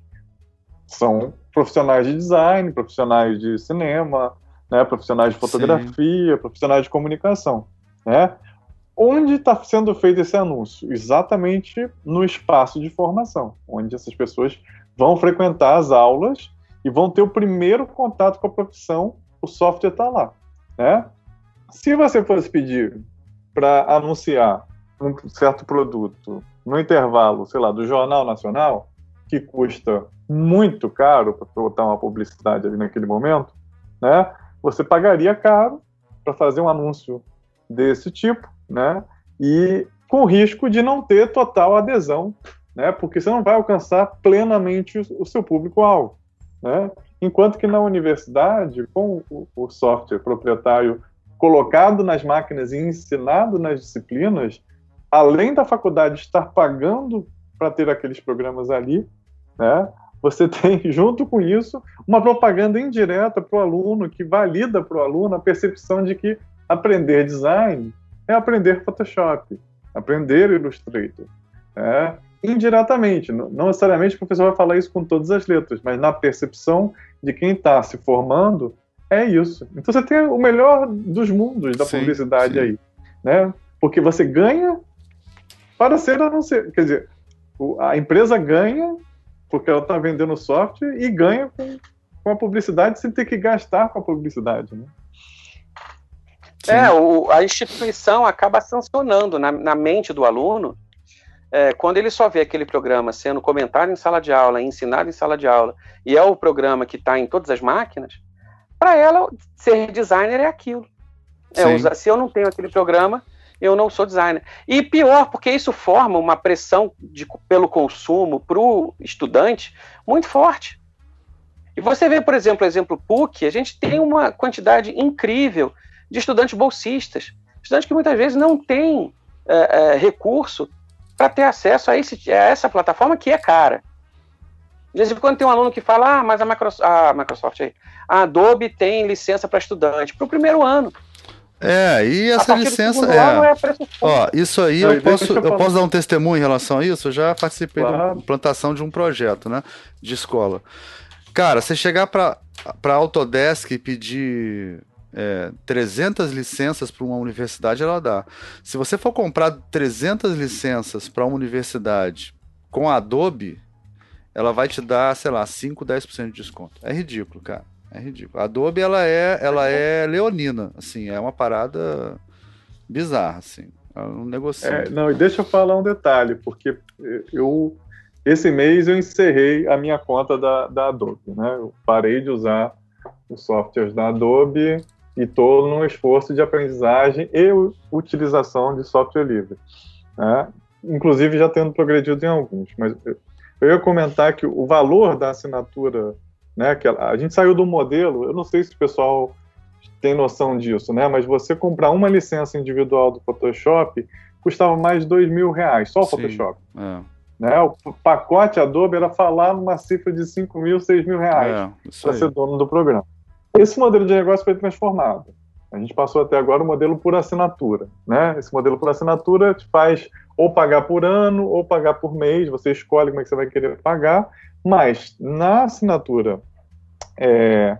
São profissionais de design, profissionais de cinema, né, profissionais de fotografia, Sim. profissionais de comunicação. Né? Onde está sendo feito esse anúncio? Exatamente no espaço de formação, onde essas pessoas vão frequentar as aulas e vão ter o primeiro contato com a profissão, o software está lá. Né? Se você fosse pedir para anunciar um certo produto no intervalo, sei lá, do Jornal Nacional, que custa muito caro para botar uma publicidade ali naquele momento, né? Você pagaria caro para fazer um anúncio desse tipo, né? E com o risco de não ter total adesão, né? Porque você não vai alcançar plenamente o, o seu público-alvo, né? Enquanto que na universidade, com o, o software proprietário colocado nas máquinas e ensinado nas disciplinas, além da faculdade estar pagando para ter aqueles programas ali, né, você tem, junto com isso, uma propaganda indireta para o aluno, que valida para o aluno a percepção de que aprender design é aprender Photoshop, aprender Illustrator. Né? Indiretamente, não necessariamente o professor vai falar isso com todas as letras, mas na percepção de quem está se formando, é isso. Então você tem o melhor dos mundos da sim, publicidade sim. aí, né? Porque você ganha para ser anunciado. Quer dizer, a empresa ganha porque ela está vendendo software e ganha com, com a publicidade sem ter que gastar com a publicidade, né? É, o, a instituição acaba sancionando na, na mente do aluno é, quando ele só vê aquele programa sendo comentado em sala de aula, ensinado em sala de aula, e é o programa que está em todas as máquinas. Para ela, ser designer é aquilo. É usar, se eu não tenho aquele programa, eu não sou designer. E pior, porque isso forma uma pressão de, pelo consumo para o estudante muito forte. E você vê, por exemplo, o exemplo P U C, a gente tem uma quantidade incrível de estudantes bolsistas, estudantes que muitas vezes não têm é, é, recurso para ter acesso a, esse, a essa plataforma que é cara. De vez em quando tem um aluno que fala, ah, mas a Microsoft, a Microsoft aí, a Adobe tem licença para estudante para o primeiro ano. É, e essa licença. É... Ano é preço Ó, isso aí eu, eu posso, eu, eu posso dar um testemunho em relação a isso? Eu já participei claro. da implantação de um projeto, né? De escola. Cara, você chegar para a Autodesk e pedir é, trezentas licenças para uma universidade, ela dá. Se você for comprar trezentas licenças para uma universidade com a Adobe, ela vai te dar, sei lá, cinco, dez por cento de desconto. É ridículo, cara. É ridículo. A Adobe, ela é, ela é leonina, assim, é uma parada bizarra, assim. Ela não negocia. É, não, e deixa eu falar um detalhe, porque eu, esse mês eu encerrei a minha conta da, da Adobe, né? Eu parei de usar os softwares da Adobe e estou num esforço de aprendizagem e utilização de software livre, né? Inclusive já tendo progredido em alguns, mas eu, eu ia comentar que o valor da assinatura, né, que a, a gente saiu do modelo, eu não sei se o pessoal tem noção disso, né, mas você comprar uma licença individual do Photoshop custava mais de dois mil reais, só o Sim, Photoshop. É. Né, o pacote Adobe era falar numa cifra de cinco mil, seis mil reais é, para ser dono do programa. Esse modelo de negócio foi transformado. A gente passou até agora o modelo por assinatura, né? Esse modelo por assinatura te faz ou pagar por ano ou pagar por mês, você escolhe como é que você vai querer pagar, mas na assinatura é,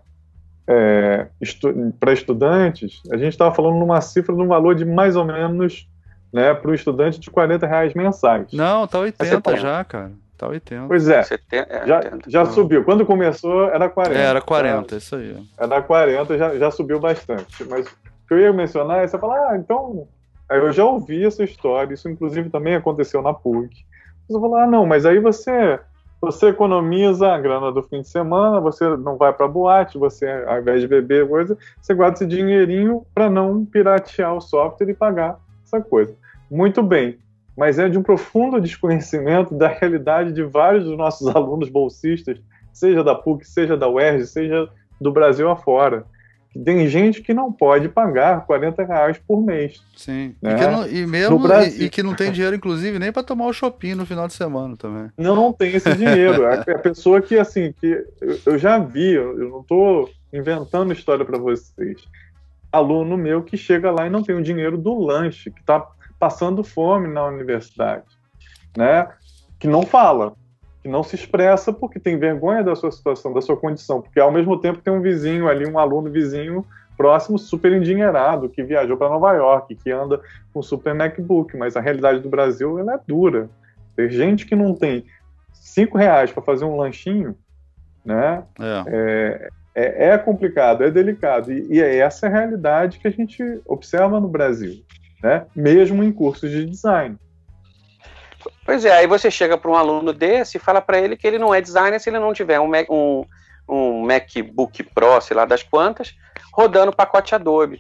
é, estu para estudantes, a gente estava falando numa cifra de um valor de mais ou menos, né, para o estudante de quarenta reais mensais. Não, tá oitenta já, cara. Tá oitenta. Pois é, já, já subiu. Quando começou era quarenta. É, era quarenta, isso aí. Era quarenta, já, já subiu bastante. Mas o que eu ia mencionar é você falar, ah, então... Eu já ouvi essa história, isso inclusive também aconteceu na P U C. Você fala, ah, não, mas aí você, você economiza a grana do fim de semana, você não vai pra boate, você, ao invés de beber coisa, você guarda esse dinheirinho para não piratear o software e pagar essa coisa. Muito bem, mas é de um profundo desconhecimento da realidade de vários dos nossos alunos bolsistas, seja da P U C, seja da U E R J, seja do Brasil afora. Tem gente que não pode pagar quarenta reais por mês. Sim, né? e, que não, e, mesmo, e, e que não tem dinheiro, inclusive, nem para tomar o shopping no final de semana também. Não, não tem esse dinheiro. É a pessoa que, assim, que eu, eu já vi, eu não estou inventando história para vocês. Aluno meu que chega lá e não tem o dinheiro do lanche, que está passando fome na universidade, né? Que não fala, que não se expressa porque tem vergonha da sua situação, da sua condição, porque ao mesmo tempo tem um vizinho ali, um aluno vizinho próximo, super endinheirado, que viajou para Nova York, que anda com super MacBook, mas a realidade do Brasil ela é dura. Tem gente que não tem cinco reais para fazer um lanchinho, né? É. É, é complicado, é delicado, e, e é essa a realidade que a gente observa no Brasil, né? Mesmo em cursos de design. Pois é, aí você chega para um aluno desse e fala para ele que ele não é designer se ele não tiver um, Mac, um, um MacBook Pro, sei lá das quantas, rodando o pacote Adobe.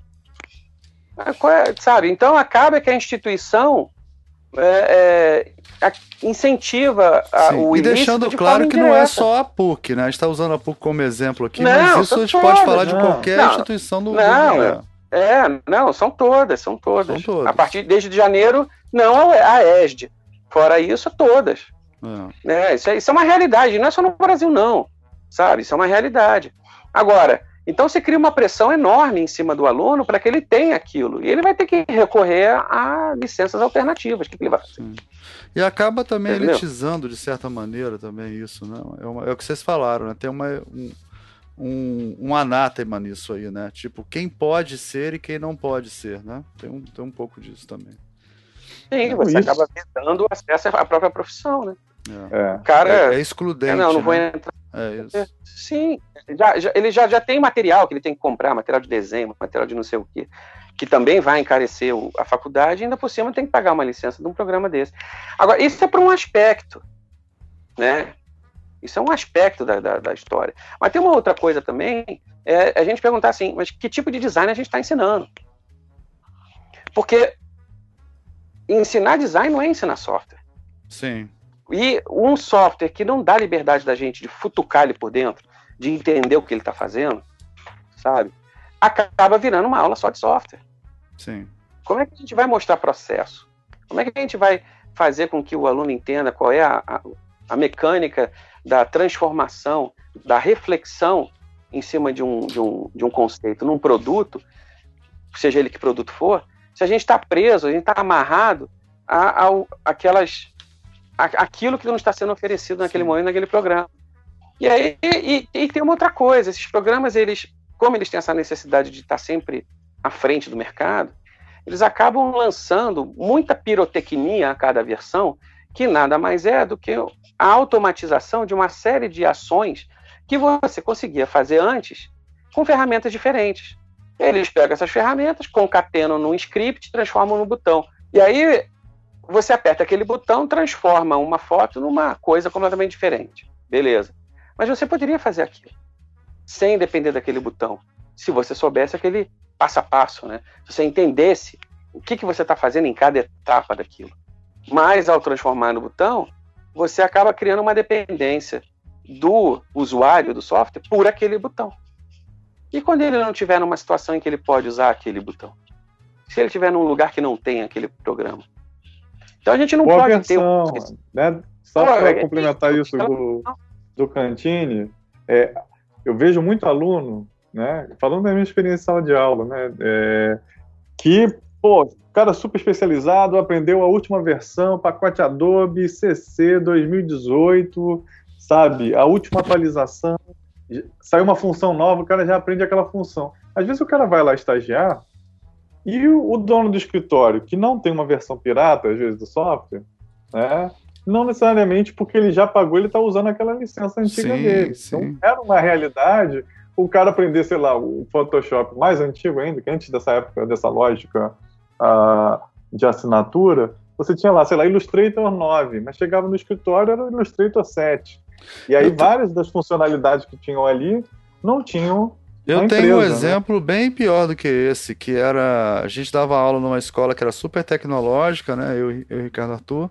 Sabe? Então acaba que a instituição é, é, incentiva a, o ilícito. E deixando de claro que não é só a P U C, né? A gente está usando a P U C como exemplo aqui, não, mas isso a gente todas, pode falar não. de qualquer não, instituição do não, é, é, não, são todas, são todas. São todas. A partir desde janeiro, não a E S D. Fora isso, todas. É. É, isso, é, isso é uma realidade, não é só no Brasil, não. Sabe? Isso é uma realidade. Agora, então você cria uma pressão enorme em cima do aluno para que ele tenha aquilo. E ele vai ter que recorrer a licenças alternativas. Que ele vai fazer? Sim. E acaba também Entendeu? elitizando, de certa maneira, também isso. Né? É, uma, é o que vocês falaram, né? Tem uma, um, um, um anátema nisso aí, né? Tipo, quem pode ser e quem não pode ser, né? Tem um, tem um pouco disso também. Sim, você Isso. acaba vedando acesso à própria profissão, né? É. Cara, é, é excludente. É, não, não né? vou entrar. É isso. Sim, já, já, ele já, já tem material que ele tem que comprar, material de desenho, material de não sei o quê, que também vai encarecer o, a faculdade, e ainda por cima tem que pagar uma licença de um programa desse. Agora, isso é para um aspecto, né? Isso é um aspecto da, da, da história. Mas tem uma outra coisa também, é a gente perguntar assim, mas que tipo de design a gente está ensinando? Porque ensinar design não é ensinar software. Sim. E um software que não dá liberdade da gente de futucar ele por dentro, de entender o que ele está fazendo, sabe? Acaba virando uma aula só de software. Sim. Como é que a gente vai mostrar processo? Como é que a gente vai fazer com que o aluno entenda qual é a, a, a mecânica da transformação, da reflexão em cima de um, de, um, de um conceito num produto, seja ele que produto for, se a gente está preso, a gente está amarrado a, a, a aquelas, a, aquilo que não está sendo oferecido naquele Sim. momento, naquele programa. E aí e, e tem uma outra coisa, esses programas, eles, como eles têm essa necessidade de estar sempre à frente do mercado, eles acabam lançando muita pirotecnia a cada versão, que nada mais é do que a automatização de uma série de ações que você conseguia fazer antes com ferramentas diferentes. Eles pegam essas ferramentas, concatenam num script, transformam no botão. E aí você aperta aquele botão, transforma uma foto numa coisa completamente diferente. Beleza. Mas você poderia fazer aquilo sem depender daquele botão, se você soubesse aquele passo a passo, né? Se você entendesse o que, que você está fazendo em cada etapa daquilo. Mas ao transformar no botão, você acaba criando uma dependência do usuário do software por aquele botão. E quando ele não estiver numa situação em que ele pode usar aquele botão? Se ele estiver num lugar que não tem aquele programa? Então a gente não Boa pode versão, ter... Né? Só para é, complementar é, isso do, do Cantini, é, eu vejo muito aluno, né, falando da minha experiência em sala de aula, né, é, que, pô, cara super especializado, aprendeu a última versão, pacote Adobe, C C dois mil e dezoito, sabe, a última atualização, saiu uma função nova, o cara já aprende aquela função. Às vezes o cara vai lá estagiar e o, o dono do escritório, que não tem uma versão pirata, às vezes, do software, né, não necessariamente porque ele já pagou, ele está usando aquela licença antiga sim, dele. Sim. Então, era uma realidade o cara aprender, sei lá, o Photoshop mais antigo ainda, que antes dessa época, dessa lógica uh, de assinatura, você tinha lá, sei lá, Illustrator nove, mas chegava no escritório, era o Illustrator sete. E aí, tô... várias das funcionalidades que tinham ali não tinham. Eu tenho um exemplo, né, bem pior do que esse, que era, a gente dava aula numa escola que era super tecnológica, né, eu, eu e o Ricardo Arthur,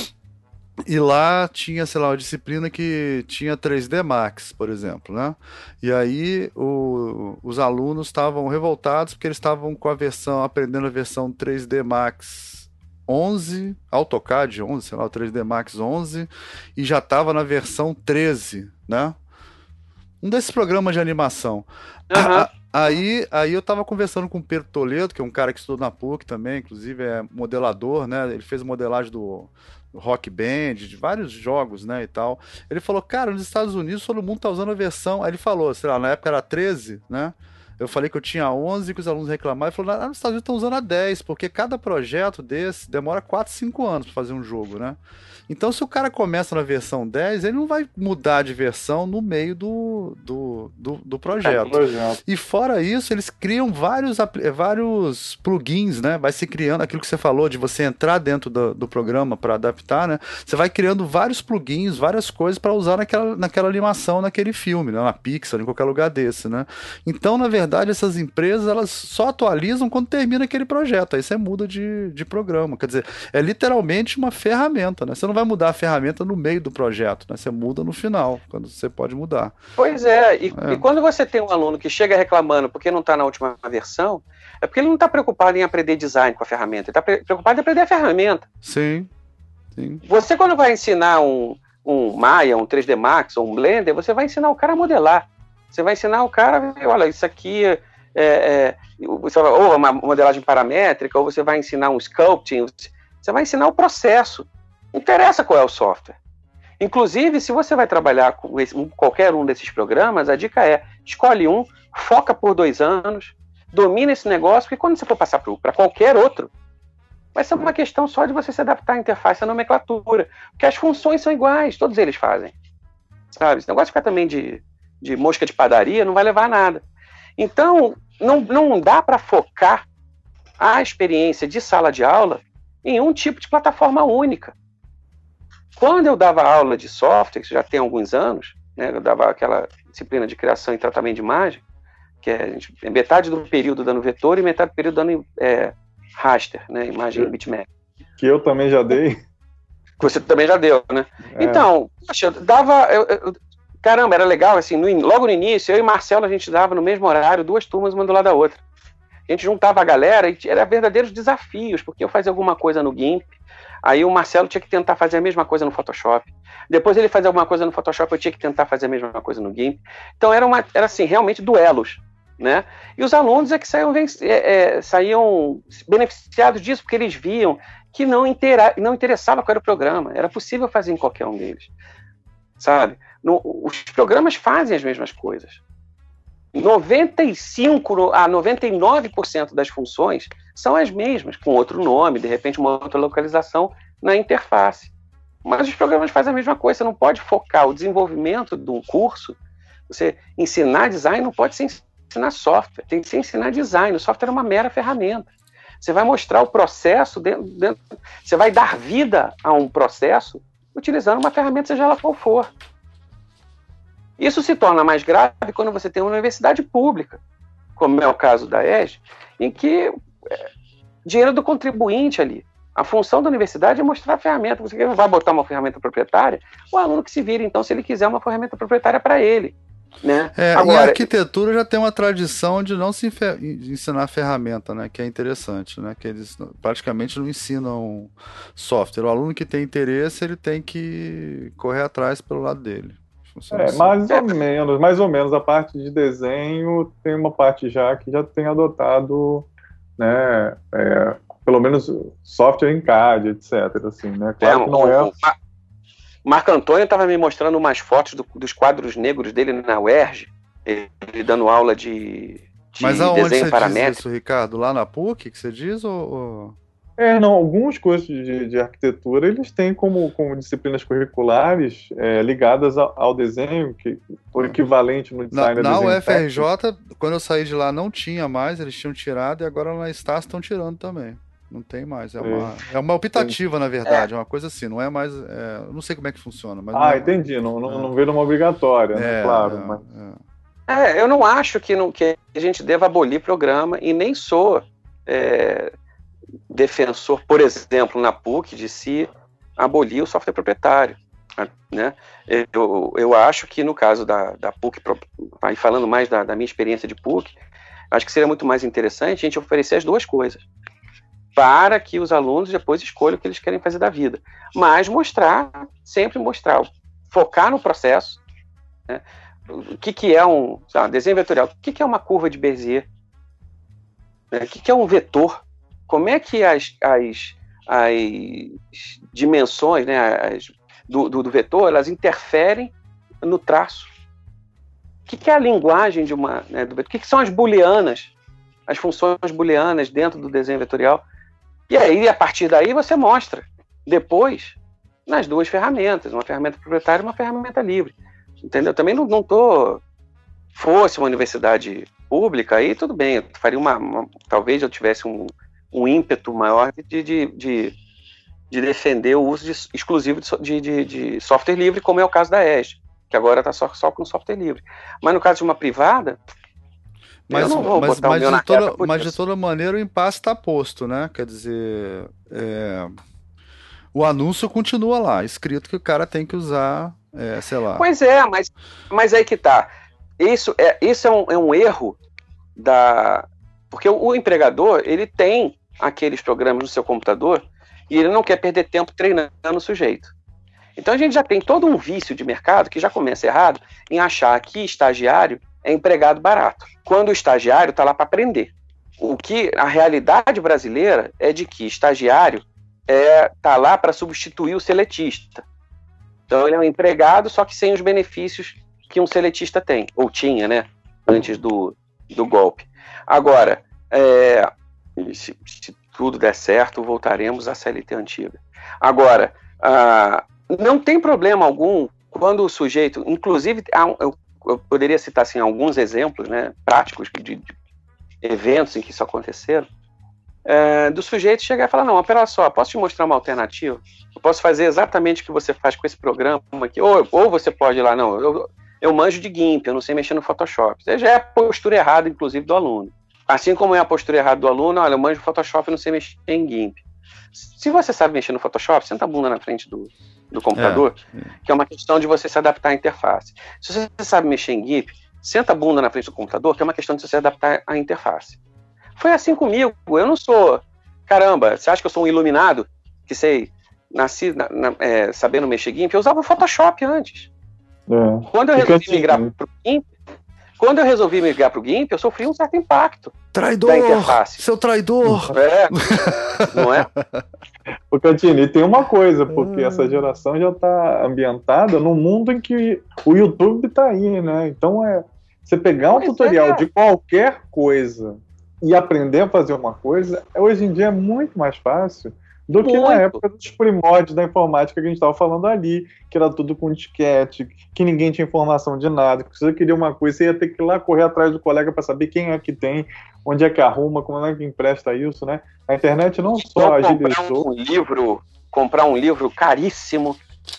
e lá tinha, sei lá, uma disciplina que tinha três D Max, por exemplo, né? E aí o, os alunos estavam revoltados porque eles estavam com a versão, aprendendo a versão três D Max onze, AutoCAD onze, sei lá, o três D Max onze, e já estava na versão treze, né? Um desses programas de animação. Uhum. Aí, aí eu tava conversando com o Pedro Toledo, que é um cara que estudou na P U C também, inclusive é modelador, né? Ele fez modelagem do Rock Band, de vários jogos, né, e tal. Ele falou, cara, nos Estados Unidos todo mundo tá usando a versão... Aí ele falou, sei lá, na época era treze, né? Eu falei que eu tinha onze, que os alunos reclamaram. Ele falou, ah, nos Estados Unidos estão usando a dez, porque cada projeto desse demora quatro, cinco anos para fazer um jogo, né? Então, se o cara começa na versão dez, ele não vai mudar de versão no meio do, do, do, do projeto. É, projeto. E fora isso, eles criam vários, vários plugins, né? Vai se criando aquilo que você falou, de você entrar dentro do, do programa para adaptar, né? Você vai criando vários plugins, várias coisas para usar naquela, naquela animação, naquele filme, né? Na Pixar, em qualquer lugar desse, né? Então, na verdade, essas empresas, elas só atualizam quando termina aquele projeto. Aí você muda de, de programa. Quer dizer, é literalmente uma ferramenta, né? Você não vai mudar a ferramenta no meio do projeto, né? Você muda no final, quando você pode mudar. Pois é, e, é. e quando você tem um aluno que chega reclamando porque não está na última versão, é porque ele não está preocupado em aprender design com a ferramenta, ele está preocupado em aprender a ferramenta. Sim, sim. Você, quando vai ensinar um, um Maya, um três D Max ou um Blender, você vai ensinar o cara a modelar. Você vai ensinar o cara, olha, isso aqui é, é você vai, ou uma modelagem paramétrica, ou você vai ensinar um sculpting, você vai ensinar o processo. Não interessa qual é o software. Inclusive, se você vai trabalhar com esse, qualquer um desses programas, a dica é, escolhe um, foca por dois anos, domina esse negócio, porque quando você for passar para qualquer outro, vai ser uma questão só de você se adaptar à interface, à nomenclatura, porque as funções são iguais, todos eles fazem. Sabe? Esse negócio de ficar também de, de mosca de padaria não vai levar a nada. Então, não, não dá para focar a experiência de sala de aula em um tipo de plataforma única. Quando eu dava aula de software, que já tem alguns anos, né, eu dava aquela disciplina de criação e tratamento de imagem, que é metade do período dando vetor e metade do período dando é, raster, né, imagem bitmap. Que eu também já dei. Você também já deu, né? É. Então, poxa, eu dava... Eu, eu, caramba, era legal, assim, no, logo no início, eu e Marcelo, a gente dava no mesmo horário, duas turmas, uma do lado da outra. A gente juntava a galera e era verdadeiros desafios, porque eu fazia alguma coisa no GIMP, aí o Marcelo tinha que tentar fazer a mesma coisa no Photoshop. Depois ele fazia alguma coisa no Photoshop, eu tinha que tentar fazer a mesma coisa no GIMP. Então era, uma, era assim, realmente duelos, né? E os alunos é que saíam, é, é, saíam beneficiados disso, porque eles viam que não, intera, não interessava qual era o programa, era possível fazer em qualquer um deles, sabe? No, os programas fazem as mesmas coisas. noventa e cinco a noventa e nove por cento das funções são as mesmas, com outro nome, de repente uma outra localização na interface. Mas os programas fazem a mesma coisa, você não pode focar o desenvolvimento de um curso, você ensinar design não pode ser ensinar software, tem que ser ensinar design, o software é uma mera ferramenta. Você vai mostrar o processo, dentro, dentro, você vai dar vida a um processo utilizando uma ferramenta, seja ela qual for. Isso se torna mais grave quando você tem uma universidade pública, como é o caso da E S, em que é, dinheiro do contribuinte ali. A função da universidade é mostrar a ferramenta. Você vai botar uma ferramenta proprietária, o aluno que se vira, então, se ele quiser uma ferramenta proprietária para ele. Né? É, Agora, e a arquitetura já tem uma tradição de não se fe- ensinar ferramenta, né? Que é interessante, né? Que eles praticamente não ensinam software. O aluno que tem interesse, ele tem que correr atrás pelo lado dele. É, assim. mais ou menos, mais ou menos. A parte de desenho tem uma parte já que já tem adotado, né, é, pelo menos software em C A D, etcétera. Assim, né? Claro é, que não o, é... O Marco Antônio estava me mostrando umas fotos do, dos quadros negros dele na U E R J, ele dando aula de, de Mas aonde desenho você paramétrico. diz isso, Ricardo? Lá na PUC que você diz? Ou, ou... É, não, alguns cursos de, de arquitetura, eles têm como, como disciplinas curriculares é, ligadas ao, ao desenho, que o equivalente no design na, é na desenho U F R J, técnico. Quando eu saí de lá, não tinha mais, eles tinham tirado, e agora na Estácio estão tirando também. Não tem mais. É uma, é. É uma optativa, na verdade. É uma coisa assim. Não é mais. É, eu não sei como é que funciona. Mas ah, não é, entendi. Não, não, é. não veio uma obrigatória, né? É, claro. É, mas... é, eu não acho que, não, que a gente deva abolir programa e nem sou é, defensor, por exemplo, na PUC, de se abolir o software proprietário. Né? Eu, eu acho que no caso da, da PUC, aí falando mais da, da minha experiência de PUC, acho que seria muito mais interessante a gente oferecer as duas coisas, para que os alunos depois escolham o que eles querem fazer da vida. Mas mostrar, sempre mostrar, focar no processo, né? O que, que é um lá, desenho vetorial, o que, que é uma curva de Bezier, né? O que, que é um vetor, como é que as, as, as dimensões, né, as, do, do, do vetor, elas interferem no traço. O que, que é a linguagem de uma, né, do vetor, o que, que são as booleanas, as funções booleanas dentro do desenho vetorial. E aí, a partir daí, você mostra, depois, nas duas ferramentas, uma ferramenta proprietária e uma ferramenta livre. Entendeu? Também não estou... Fosse uma universidade pública, aí tudo bem, eu faria uma... uma talvez eu tivesse um, um ímpeto maior de, de, de, de defender o uso de, exclusivo de, de, de software livre, como é o caso da E S, que agora está só, só com software livre. Mas no caso de uma privada... Mas, mas, mas, de toda, mas de toda maneira o impasse está posto, né? Quer dizer, é, o anúncio continua lá, escrito que o cara tem que usar, é, sei lá. Pois é, mas, mas aí que tá. Isso é, isso é, um, é um erro da... Porque o, o empregador, ele tem aqueles programas no seu computador e ele não quer perder tempo treinando o sujeito. Então a gente já tem todo um vício de mercado que já começa errado em achar que estagiário é empregado barato, quando o estagiário está lá para aprender. O que a realidade brasileira é de que estagiário é, tá lá para substituir o seletista. Então ele é um empregado, só que sem os benefícios que um seletista tem, ou tinha, né, antes do, do golpe. Agora, é, se, se tudo der certo, voltaremos à C L T antiga. Agora, ah, não tem problema algum quando o sujeito, inclusive, eu eu poderia citar assim, alguns exemplos, né, práticos de, de eventos em que isso aconteceram, é, do sujeito chegar e falar, não, espera só, posso te mostrar uma alternativa? Eu posso fazer exatamente o que você faz com esse programa aqui, ou, ou você pode ir lá, não, eu, eu manjo de GIMP, eu não sei mexer no Photoshop. Isso já é a postura errada, inclusive, do aluno. Assim como é a postura errada do aluno, olha, eu manjo Photoshop e não sei mexer em GIMP. Se você sabe mexer no Photoshop, senta a bunda na frente do, do computador, é. que é uma questão de você se adaptar à interface. Se você sabe mexer em GIMP, senta a bunda na frente do computador, que é uma questão de você se adaptar à interface. Foi assim comigo, eu não sou, caramba, você acha que eu sou um iluminado, que sei, nasci na, na, é, sabendo mexer GIMP? Eu usava o Photoshop antes. É. Quando eu resolvi migrar para o GIMP, Quando eu resolvi migrar para o GIMP, eu sofri um certo impacto traidor, da interface. Seu traidor! É, não é? O Cantini, tem uma coisa, porque essa geração já está ambientada no mundo em que o YouTube está aí, né? Então, é você pegar um pois tutorial é. de qualquer coisa e aprender a fazer uma coisa, hoje em dia é muito mais fácil do Muito. que na época dos primórdios da informática que a gente estava falando ali, que era tudo com disquete, que ninguém tinha informação de nada, que se você queria uma coisa, você ia ter que ir lá correr atrás do colega para saber quem é que tem, onde é que arruma, como é que empresta isso, né? A internet não só agilizou... Comprar um livro, comprar um livro caríssimo,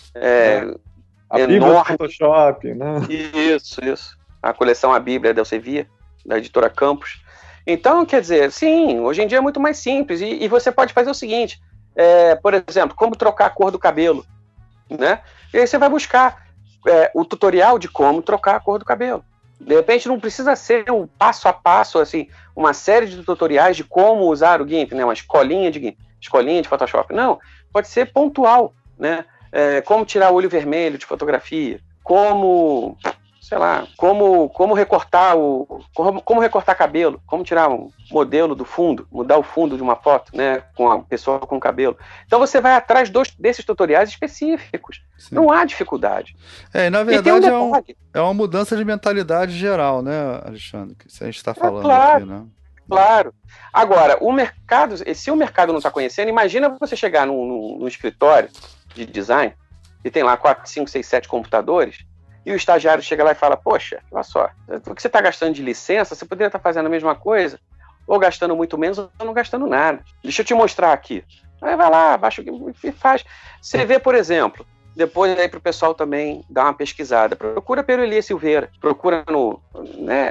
é, é. A Bíblia do Photoshop, né? Isso, isso. A coleção A Bíblia da Elsevier, da editora Campos. Então, quer dizer, sim, hoje em dia é muito mais simples, e, e você pode fazer o seguinte... É, por exemplo, como trocar a cor do cabelo, né? E aí você vai buscar é, o tutorial de como trocar a cor do cabelo. De repente não precisa ser um passo a passo, assim, uma série de tutoriais de como usar o GIMP, né? Uma escolinha de GIMP, escolinha de Photoshop. Não, pode ser pontual, né? É, como tirar o olho vermelho de fotografia, como... sei lá, como, como recortar o como, como recortar cabelo, como tirar um modelo do fundo, mudar o fundo de uma foto, né, com a pessoa com o cabelo. Então você vai atrás dos, desses tutoriais específicos. Sim. Não há dificuldade. É, e na verdade e um é, um, é uma mudança de mentalidade geral, né, Alexandre, que a gente está falando é, claro, aqui, né? Claro. Agora, o mercado, se o mercado não está conhecendo, imagina você chegar num, num, num escritório de design e tem lá quatro, cinco, seis, sete computadores. E o estagiário chega lá e fala, poxa, olha só, o que você está gastando de licença, você poderia estar fazendo a mesma coisa, ou gastando muito menos, ou não gastando nada. Deixa eu te mostrar aqui. Aí vai lá, baixa o que faz. Você vê, por exemplo, depois aí para o pessoal também dar uma pesquisada, procura pelo Elias Silveira, procura no, né,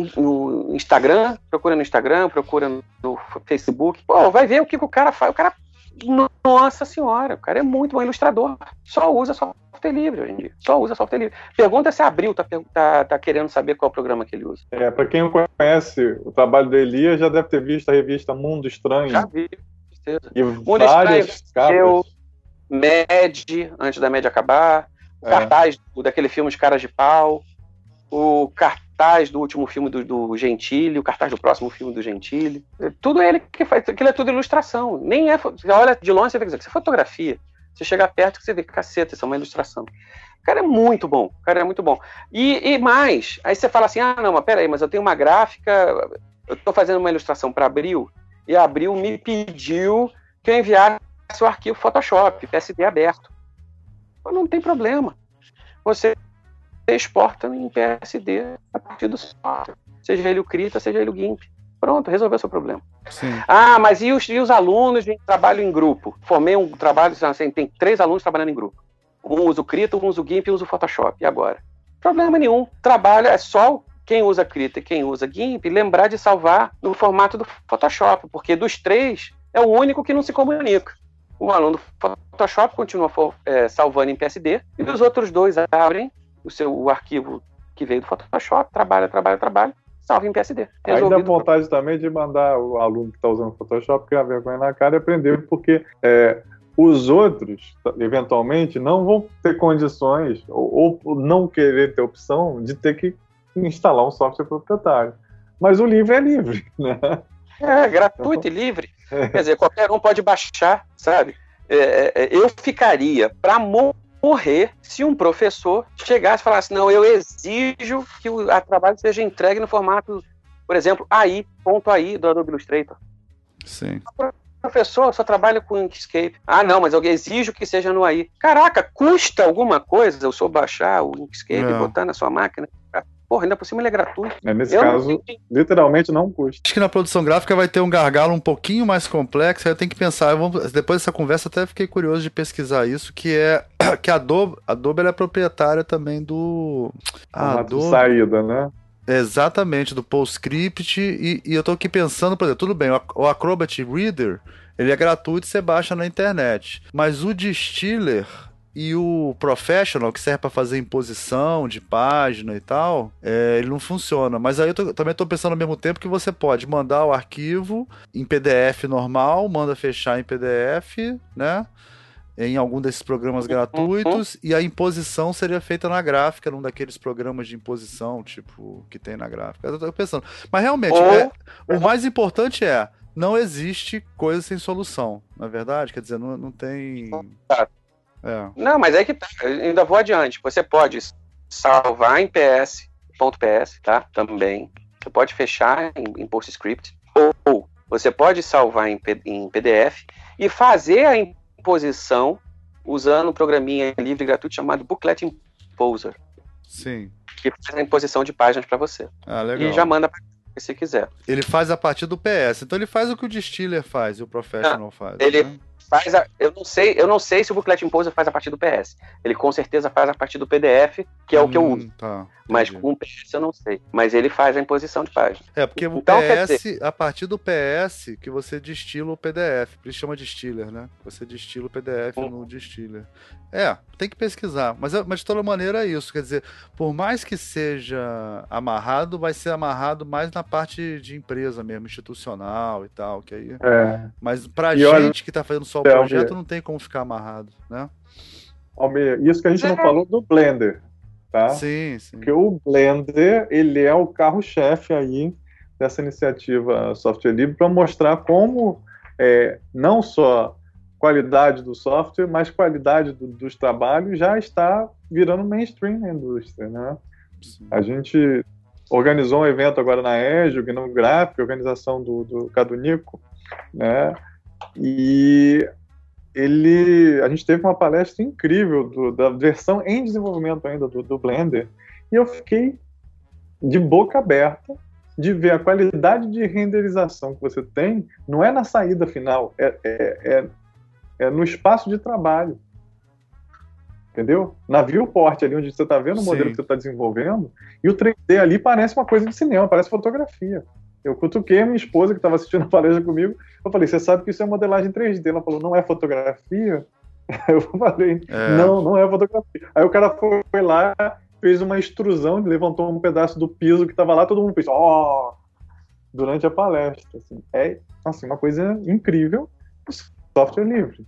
no Instagram, procura no Instagram, procura no Facebook, pô, vai ver o que, que o cara faz, o cara, nossa senhora, o cara é muito bom ilustrador, só usa só software livre hoje em dia. Só usa software livre. Pergunta se a Abril tá, tá, tá querendo saber qual programa que ele usa. É, para quem não conhece o trabalho do Elias, já deve ter visto a revista Mundo Estranho. Já vi, com certeza. E Mundo várias Estranho, eu, Med, antes da Med acabar, o é. cartaz do, daquele filme Os Caras de Pau, o cartaz do último filme do, do Gentili, o cartaz do próximo filme do Gentili. Tudo ele que faz, aquilo é tudo ilustração. Nem é, você olha de longe, você vê que isso é fotografia. Você chega perto que você vê, caceta, isso é uma ilustração. O cara é muito bom, o cara é muito bom. E, e mais, aí você fala assim, ah, não, mas peraí, mas eu tenho uma gráfica, eu estou fazendo uma ilustração para Abril, e a Abril me pediu que eu enviasse o arquivo Photoshop, P S D aberto. Mas não tem problema. Você exporta em P S D a partir do software, seja ele o Krita, seja ele o GIMP. Pronto, resolveu o seu problema. Sim. Ah, mas e os, e os alunos de trabalho em grupo? Formei um trabalho, assim, tem três alunos trabalhando em grupo. Um usa o Krita, um usa o GIMP e um usa o Photoshop. E agora? Problema nenhum. Trabalho é só quem usa Krita e quem usa GIMP lembrar de salvar no formato do Photoshop, porque dos três é o único que não se comunica. O aluno do Photoshop continua é, salvando em P S D e os outros dois abrem o seu o arquivo que veio do Photoshop, trabalha, trabalha, trabalha, salve em P S D. Aí dá vontade também de mandar o aluno que está usando o Photoshop criar vergonha na cara e aprender, porque é, os outros, eventualmente, não vão ter condições ou, ou não querer ter opção de ter que instalar um software proprietário. Mas o livre é livre, né? É, gratuito e livre. É. Quer dizer, qualquer um pode baixar, sabe? É, eu ficaria para morrer se um professor chegasse e falasse, não, eu exijo que o a trabalho seja entregue no formato, por exemplo, A I, ponto A I do Adobe Illustrator. Sim. Professor, só trabalho com Inkscape. Ah, não, mas eu exijo que seja no A I. Caraca, custa alguma coisa eu só baixar o Inkscape e botar na sua máquina? Porra, ainda por cima ele é gratuito. É, nesse eu caso, não literalmente não custa. Acho que na produção gráfica vai ter um gargalo um pouquinho mais complexo, aí eu tenho que pensar, eu vou, depois dessa conversa até fiquei curioso de pesquisar isso, que é que a Adobe, a Adobe ela é proprietária também do... A Adobe... saída, né? Exatamente, do PostScript, e, e eu tô aqui pensando, por exemplo, tudo bem, o Acrobat Reader, ele é gratuito e você baixa na internet, mas o Distiller, E o Professional, que serve para fazer imposição de página e tal, é, ele não funciona. Mas aí eu tô, também estou pensando ao mesmo tempo que você pode mandar o arquivo em P D F normal, manda fechar em P D F, né? Em algum desses programas gratuitos, e a imposição seria feita na gráfica, num daqueles programas de imposição, tipo, que tem na gráfica. Eu tô pensando. Mas realmente, Ou... é, o mais importante é, não existe coisa sem solução, na verdade? Quer dizer, não, não tem... É. Não, mas é que tá, eu ainda vou adiante. Você pode salvar em P S, ponto P S, tá? Também. Você pode fechar em, em PostScript, ou você pode salvar em, em P D F e fazer a imposição usando um programinha livre e gratuito chamado Booklet Imposer. Sim. Que faz a imposição de páginas para você. Ah, legal. E já manda para se quiser. Ele faz a partir do P S. Então ele faz o que o Distiller faz e o Professional ah, faz. Ele né? faz a, eu não sei, eu não sei se o Booklet Imposer faz a partir do P S. Ele com certeza faz a partir do P D F, que é hum, o que eu uso. Tá, mas com o P S eu não sei. Mas ele faz a imposição de página. É, porque o então, P S, dizer... a partir do P S, que você destila o P D F. Por isso chama Distiller, né? Você destila o P D F hum. no Distiller. É, tem que pesquisar. Mas, mas de toda maneira é isso. Quer dizer, por mais que seja amarrado, vai ser amarrado mais na parte de empresa mesmo, institucional e tal. Que aí... é. Mas pra e gente olha... que tá fazendo só o projeto, Almeida. Não tem como ficar amarrado, né? Almeida, isso que a gente não falou do Blender, tá? Sim, sim. Porque o Blender, ele é o carro-chefe aí dessa iniciativa Software Livre para mostrar como é, não só qualidade do software, mas qualidade do, dos trabalhos já está virando mainstream na indústria, né? Sim. A gente organizou um evento agora na EJA, o Gnome Graphic, organização do, do Cadu Nico, né? E ele, a gente teve uma palestra incrível do, da versão em desenvolvimento ainda do, do Blender, e eu fiquei de boca aberta de ver a qualidade de renderização que você tem, não é na saída final, é, é, é, é no espaço de trabalho. Entendeu? Na viewport ali, onde você está vendo o modelo Sim. que você está desenvolvendo, e o três D ali parece uma coisa de cinema, parece fotografia. Eu cutuquei a minha esposa, que estava assistindo a palestra comigo, eu falei, você sabe que isso é modelagem três D? Ela falou, não é fotografia? Eu falei, é. não, não é fotografia. Aí o cara foi, foi lá, fez uma extrusão, levantou um pedaço do piso que estava lá, todo mundo fez, ó, oh! durante a palestra. Assim, é assim, uma coisa incrível, software livre.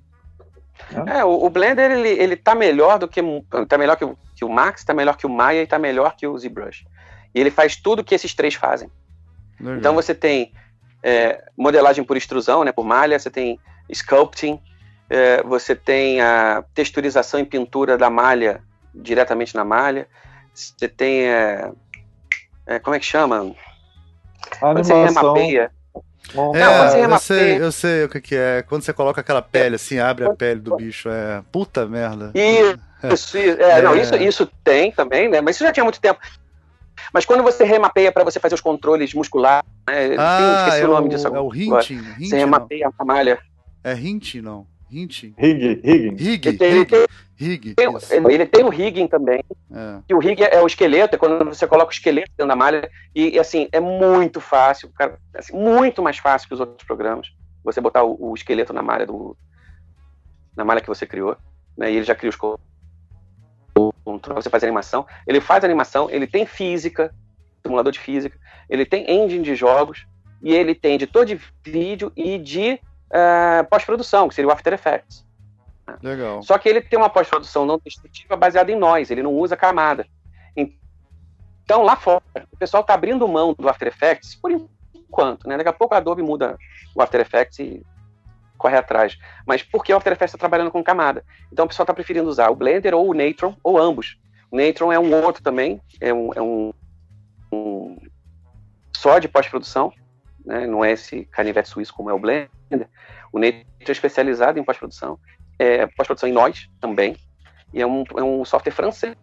É, o, o Blender, ele, ele tá melhor do que, tá melhor que o, que o Max, tá melhor que o Maya e tá melhor que o ZBrush. E ele faz tudo que esses três fazem. Legal. Então você tem é, modelagem por extrusão, né, por malha, você tem sculpting, é, você tem a texturização e pintura da malha diretamente na malha, você tem é, é, como é que chama? Quando você remapeia. É, não, eu sei, eu sei o que, que é. Quando você coloca aquela pele assim, abre a pele do bicho, é puta merda. Isso, isso, é, é. Não, isso, isso tem também, né? Mas isso já tinha muito tempo. Mas quando você remapeia para você fazer os controles musculares, né? Ah, esqueci é o nome o, disso agora. É o hinting, hinting você remapeia a malha. É hinting, não? Hinting? Rigging. Rigging. Rigging. Ele tem, rigging, tem, ele, ele tem o rigging também. É. E o rigging é o esqueleto, é quando você coloca o esqueleto dentro da malha. E, e assim, é muito fácil, cara, assim, muito mais fácil que os outros programas. Você botar o, o esqueleto na malha do, na malha que você criou, né? E ele já cria os controles, você faz animação. Ele faz animação, ele tem física, simulador de física, ele tem engine de jogos, e ele tem editor de vídeo e de uh, pós-produção, que seria o After Effects. Legal. Só que ele tem uma pós-produção não destrutiva baseada em noise, ele não usa camada. Então, lá fora, o pessoal está abrindo mão do After Effects por enquanto, né? Daqui a pouco a Adobe muda o After Effects e corre atrás. Mas porque o After Effects está trabalhando com camada. Então, o pessoal está preferindo usar o Blender ou o Natron, ou ambos. O Natron é um outro também, é um, é um, um só de pós-produção, né? Não é esse canivete suíço como é o Blender. O Natron é especializado em pós-produção. É, pós-produção em nós também, e é um, é um software francês.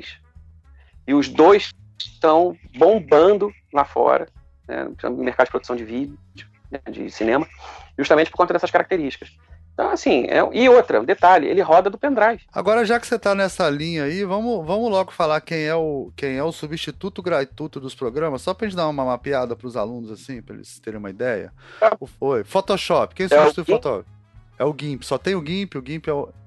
E os dois estão bombando lá fora, né, no mercado de produção de vídeo, né, de cinema, justamente por conta dessas características. Então, assim, é, e outra, um detalhe, ele roda do pendrive. Agora, já que você está nessa linha aí, vamos, vamos logo falar quem é, o, quem é o substituto gratuito dos programas, só para a gente dar uma mapeada para os alunos, assim, para eles terem uma ideia. É. Foi. Photoshop, quem substitui o Photoshop? É o GIMP, só tem o GIMP, o GIMP é o...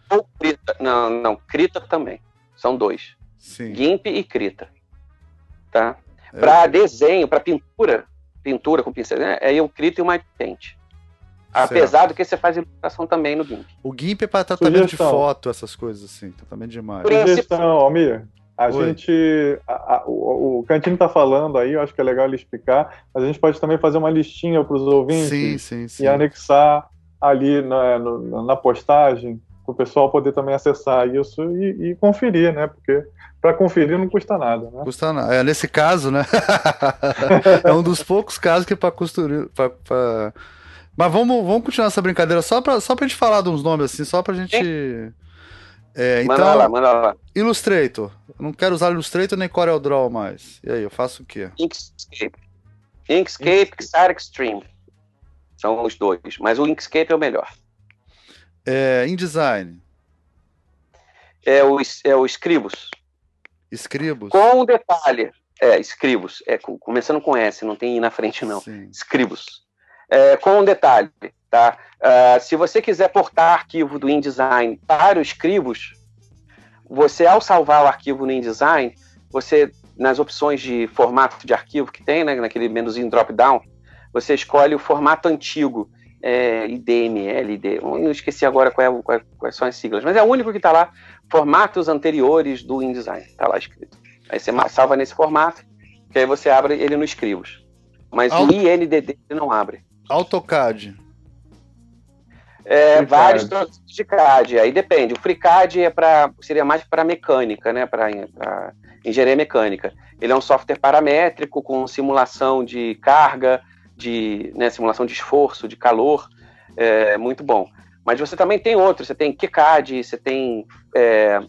Ou Krita. Não, não, Krita também. São dois. Sim. GIMP e Krita. Tá? Para eu... desenho, para pintura, pintura com pincel, né? É o Krita e o MyPaint. Apesar do que você faz ilustração também no GIMP. O GIMP é para tratamento Sugestão. de foto, essas coisas assim, tratamento de imagem. Sugestão, Almir. A Oi. gente, a, a, o, o Cantini está falando aí, eu acho que é legal ele explicar, mas a gente pode também fazer uma listinha para os ouvintes sim, sim, sim. e anexar ali na, no, na postagem, para o pessoal poder também acessar isso e, e conferir, né? Porque para conferir não custa nada, né? Custa nada. É, nesse caso, né? É um dos poucos casos que é para costurar. Pra, pra... Mas vamos, vamos continuar essa brincadeira só para só a gente falar de uns nomes assim, só para a gente. É, então, manda lá, manda lá. Illustrator. Eu não quero usar Illustrator nem CorelDRAW mais. E aí, eu faço o quê? Inkscape. Inkscape, Xara Extreme. São os dois, mas o Inkscape é o melhor. É, InDesign. É o, é o Scribus. Scribus. Com um detalhe. É, Scribus. É, começando com S, não tem I na frente, não. Sim. Scribus. É, com um detalhe. Tá? Uh, se você quiser portar arquivo do InDesign para o Scribus, você, ao salvar o arquivo no InDesign, você, nas opções de formato de arquivo que tem, né, naquele menuzinho drop-down, você escolhe o formato antigo, é, I D M L, I D, eu não esqueci agora qual é, qual, quais são as siglas, mas é o único que está lá, formatos anteriores do InDesign, está lá escrito. Aí você salva nesse formato, que aí você abre ele no Scribus. Mas Auto... o I N D D ele não abre. AutoCAD. É, vários produtos de C A D, aí depende. O FreeCAD é pra, seria mais para mecânica, né, para engenharia mecânica. Ele é um software paramétrico com simulação de carga, de, né, simulação de esforço, de calor, é muito bom. Mas você também tem outros, você tem KiCad, você tem... É,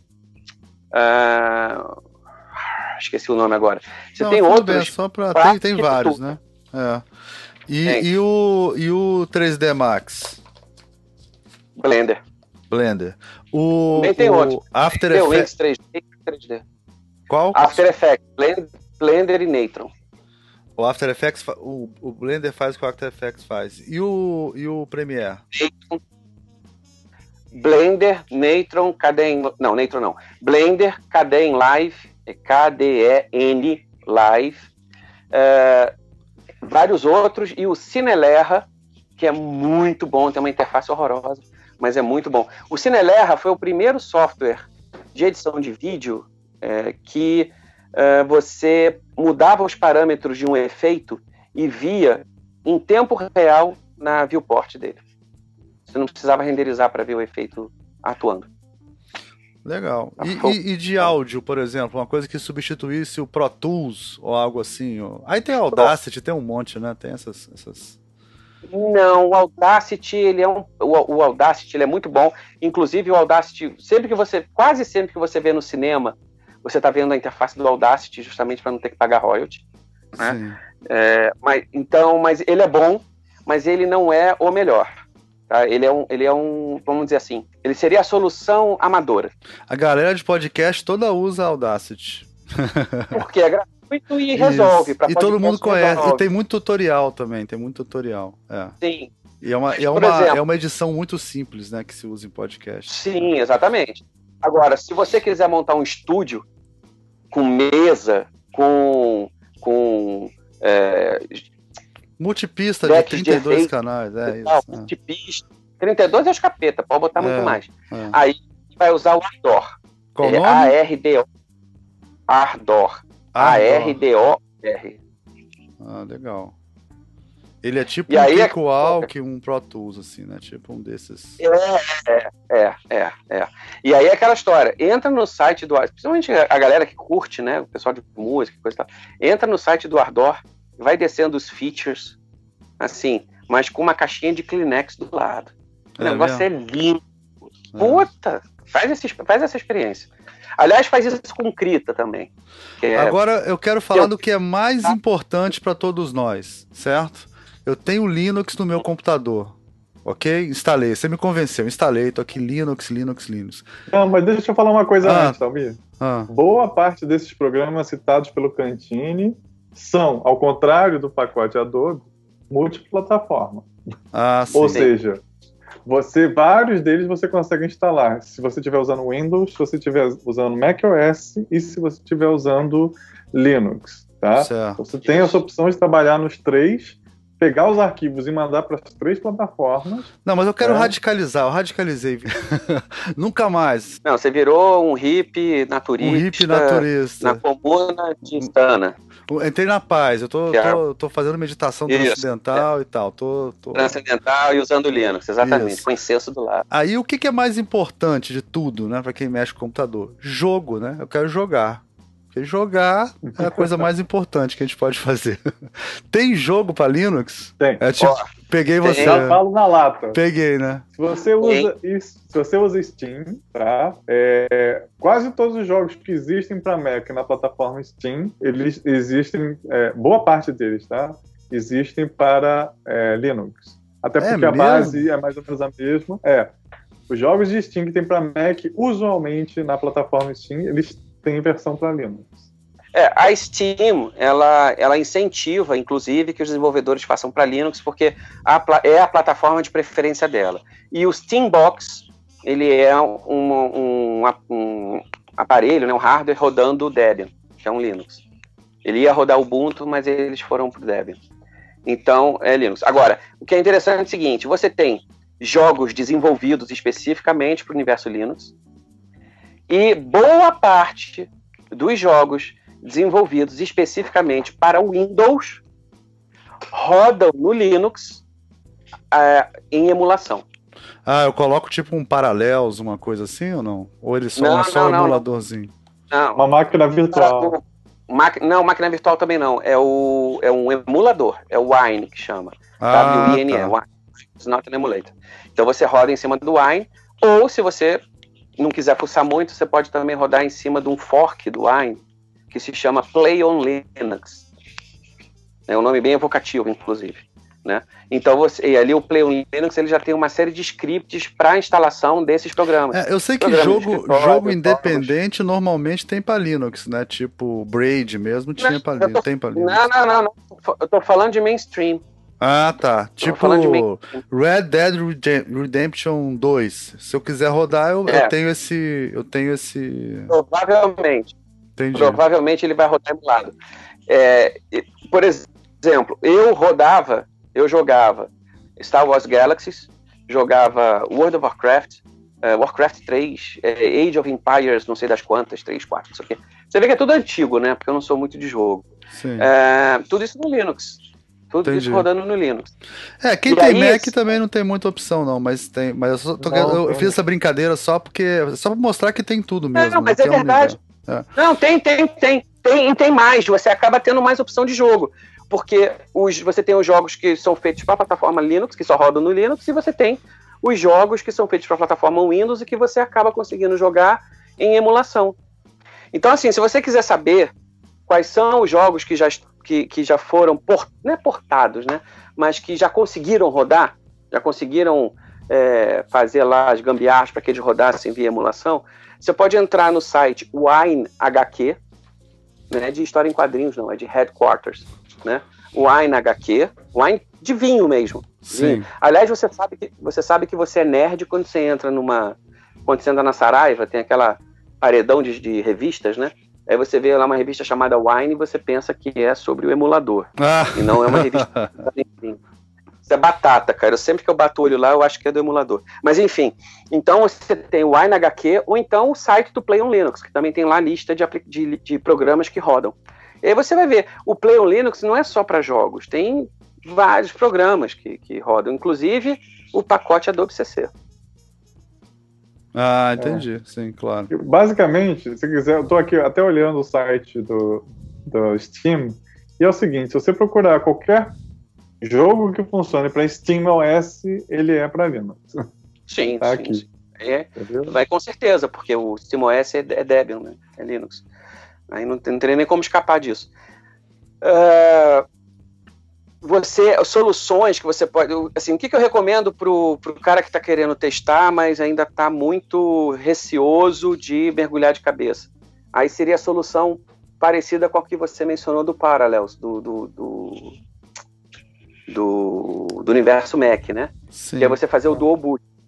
uh, esqueci o nome agora. Você Não, tem tudo outros... Bem, só pra, tem, tem vários, né? É. E, e, o, e o três D Max? Blender. Blender. O, Também tem o outro. After Effects. Effects. três D, três D. Qual? After Effects, Blender, Blender e Natron. O After Effects, o, o Blender faz o que o After Effects faz. E o, e o Premiere? Natron. Blender, Natron, Caden... Não, Natron não. Blender, Caden Live, é K D E N Live. Uh, vários outros. E o Cinelerra, que é muito bom, tem uma interface horrorosa, mas é muito bom. O Cinelerra foi o primeiro software de edição de vídeo é, que é, você mudava os parâmetros de um efeito e via em tempo real na viewport dele. Você não precisava renderizar para ver o efeito atuando. Legal. E, e, e de áudio, por exemplo, uma coisa que substituísse o Pro Tools ou algo assim? Ó. Aí tem Audacity, tem um monte, né? Tem essas... essas... Não, o Audacity, ele é um, o, o Audacity ele é muito bom. Inclusive o Audacity, sempre que você, quase sempre que você vê no cinema, você está vendo a interface do Audacity justamente para não ter que pagar royalty, né? É, mas então, mas ele é bom, mas ele não é o melhor. Tá? Ele é um, ele é um, vamos dizer assim, ele seria a solução amadora. A galera de podcast toda usa Audacity. Porque é gratuito e resolve. E todo mundo conhece. Resolve. E tem muito tutorial também, tem muito tutorial. É. Sim. E é uma, é, uma, exemplo, é uma edição muito simples, né, que se usa em podcast. Sim, exatamente. Agora, se você quiser montar um estúdio com mesa, com... com é, multipista de trinta e dois de canais, é tal, isso. Multipista. trinta e dois é os capeta, pode botar é, muito mais. É. Aí vai usar o Ardor. Qual é nome? A R D O. Ardor. A R D O R. Ah, legal. Ele é tipo e um aí Cakewalk, é... um Pro Tools, assim, né? Tipo um desses. É, é, é, é. E aí é aquela história. Entra no site do Ardor, principalmente a galera que curte, né? O pessoal de música, coisa e tal. Entra no site do Ardor, vai descendo os features, assim, mas com uma caixinha de Kleenex do lado. O é negócio mesmo? É lindo. É. Puta! Faz, esse, faz essa experiência. Aliás, faz isso com Krita também. É... Agora eu quero falar do que é mais tá? importante para todos nós, certo? Eu tenho Linux no meu computador, ok? Instalei, você me convenceu, instalei, tô aqui Linux, Linux, Linux. Não, mas deixa eu falar uma coisa ah, antes, Almir. Ah. Boa parte desses programas citados pelo Cantini são, ao contrário do pacote Adobe, multiplataforma. Ah, sim. Ou seja, Você, vários deles você consegue instalar. Se você estiver usando Windows, se você estiver usando macOS e se você estiver usando Linux, tá? Certo. Você tem essa opção de trabalhar nos três, pegar os arquivos e mandar para as três plataformas. Não, mas eu quero É. radicalizar, eu radicalizei. Nunca mais. Não, você virou um hippie naturista. Um hippie naturista. Na comuna de Istana. Entrei na paz, eu tô, tô, tô fazendo meditação Isso, transcendental é. e tal. Tô, tô... Transcendental e usando Linux, exatamente, Isso. com incenso do lado. Aí o que, que é mais importante de tudo, né, pra quem mexe com computador? Jogo, né? Eu quero jogar. Porque jogar é a coisa mais importante que a gente pode fazer. Tem jogo pra Linux? Tem. É tipo, Ó, peguei tem. você. Já falo na lata. Peguei, né? Se você usa isso, se você usa Steam, tá? É, quase todos os jogos que existem para Mac na plataforma Steam, eles existem, é, boa parte deles, tá? Existem para é, Linux. Até É porque a mesmo? base é mais ou menos a mesma. É. Os jogos de Steam que tem para Mac, usualmente na plataforma Steam, eles têm versão para Linux. É, a Steam, ela, ela incentiva, inclusive, que os desenvolvedores façam para Linux, porque a, é a plataforma de preferência dela. E o Steambox, ele é um, um, um, um aparelho, né, um hardware rodando o Debian, que é um Linux. Ele ia rodar o Ubuntu, mas eles foram para o Debian. Então, é Linux. Agora, o que é interessante é o seguinte, você tem jogos desenvolvidos especificamente para o universo Linux, e boa parte dos jogos desenvolvidos especificamente para o Windows rodam no Linux uh, em emulação. Ah, eu coloco tipo um Parallels, uma coisa assim ou não? Ou eles são Não, é só não, um não, emuladorzinho? Não, Uma máquina virtual. o, ma, não, máquina virtual também não. É, o, é um emulador. É o Wine que chama. Ah, W I N E. tá. Wine. It's not an emulator. Então você roda em cima do Wine, ou se você não quiser fuçar muito, você pode também rodar em cima de um fork do Wine, que se chama Play on Linux. É um nome bem evocativo, inclusive. Né? Então, você, e ali o Play on Linux ele já tem uma série de scripts para instalação desses programas. É, eu sei que Programas jogo, de jogo escritório, independente normalmente tem para Linux, né? Tipo, Braid mesmo tinha Não, para eu Linux. tô- Tem para Linux. Não, não, não, não. Eu tô falando de mainstream. Ah, tá. Tô Tipo falando de mainstream. Red Dead Redem- Redemption dois. Se eu quiser rodar, eu, É. eu tenho esse. Eu tenho esse. Provavelmente. Entendi. Provavelmente ele vai rodar emulado. É, e, por exemplo, eu rodava, eu jogava Star Wars Galaxies, jogava World of Warcraft, uh, Warcraft três, uh, Age of Empires, não sei das quantas, três, quatro, isso aqui. Você vê que é tudo antigo, né? Porque eu não sou muito de jogo. Sim. É, tudo isso no Linux. Tudo Entendi. isso rodando no Linux. É, quem E tem aí, Mac esse- também não tem muita opção, não, mas tem. Mas eu, só tô- Não, eu tem. fiz essa brincadeira só porque. Só pra mostrar que tem tudo mesmo. Não, mas né? é Que um verdade. universo. Não, tem, tem, tem, tem, e tem mais. Você acaba tendo mais opção de jogo. Porque os, você tem os jogos que são feitos para a plataforma Linux, que só rodam no Linux, e você tem os jogos que são feitos para a plataforma Windows e que você acaba conseguindo jogar em emulação. Então, assim, se você quiser saber quais são os jogos que já, que, que já foram, por, não é portados, né? Mas que já conseguiram rodar, já conseguiram é, fazer lá as gambiarras para que eles rodassem via emulação, você pode entrar no site Wine H Q, né, de história em quadrinhos, não, é de Headquarters, né? Wine H Q, Wine de vinho mesmo. Vinho. Sim. Aliás, você sabe, que, você sabe que você é nerd quando você entra numa... Quando você entra na Saraiva, tem aquela paredão de, de revistas, né? Aí você vê lá uma revista chamada Wine e você pensa que é sobre o emulador. Ah. E não é uma revista. Isso é batata, cara. Eu, sempre que eu bato o olho lá, eu acho que é do emulador. Mas enfim, então você tem o Wine H Q ou então o site do Play on Linux, que também tem lá a lista de, de, de programas que rodam. E aí você vai ver, o Play on Linux não é só para jogos, tem vários programas que, que rodam, inclusive o pacote Adobe C C. Ah, entendi. Sim, claro. Basicamente, se quiser, eu tô aqui até olhando o site do, do Steam, e é o seguinte, se você procurar qualquer jogo que funcione para SteamOS, ele é para Linux. Sim, Tá sim, aqui. sim. É, Entendeu? vai com certeza, porque o SteamOS é, é Debian, né? É Linux. Aí não, tem, não teria nem como escapar disso. Uh, você, soluções que você pode... Assim, o que, que eu recomendo pro, pro cara que está querendo testar, mas ainda está muito receoso de mergulhar de cabeça? Aí seria a solução parecida com a que você mencionou do Parallels, do, do, do, do, do universo Mac, né? Sim. Que é você fazer o dual boot.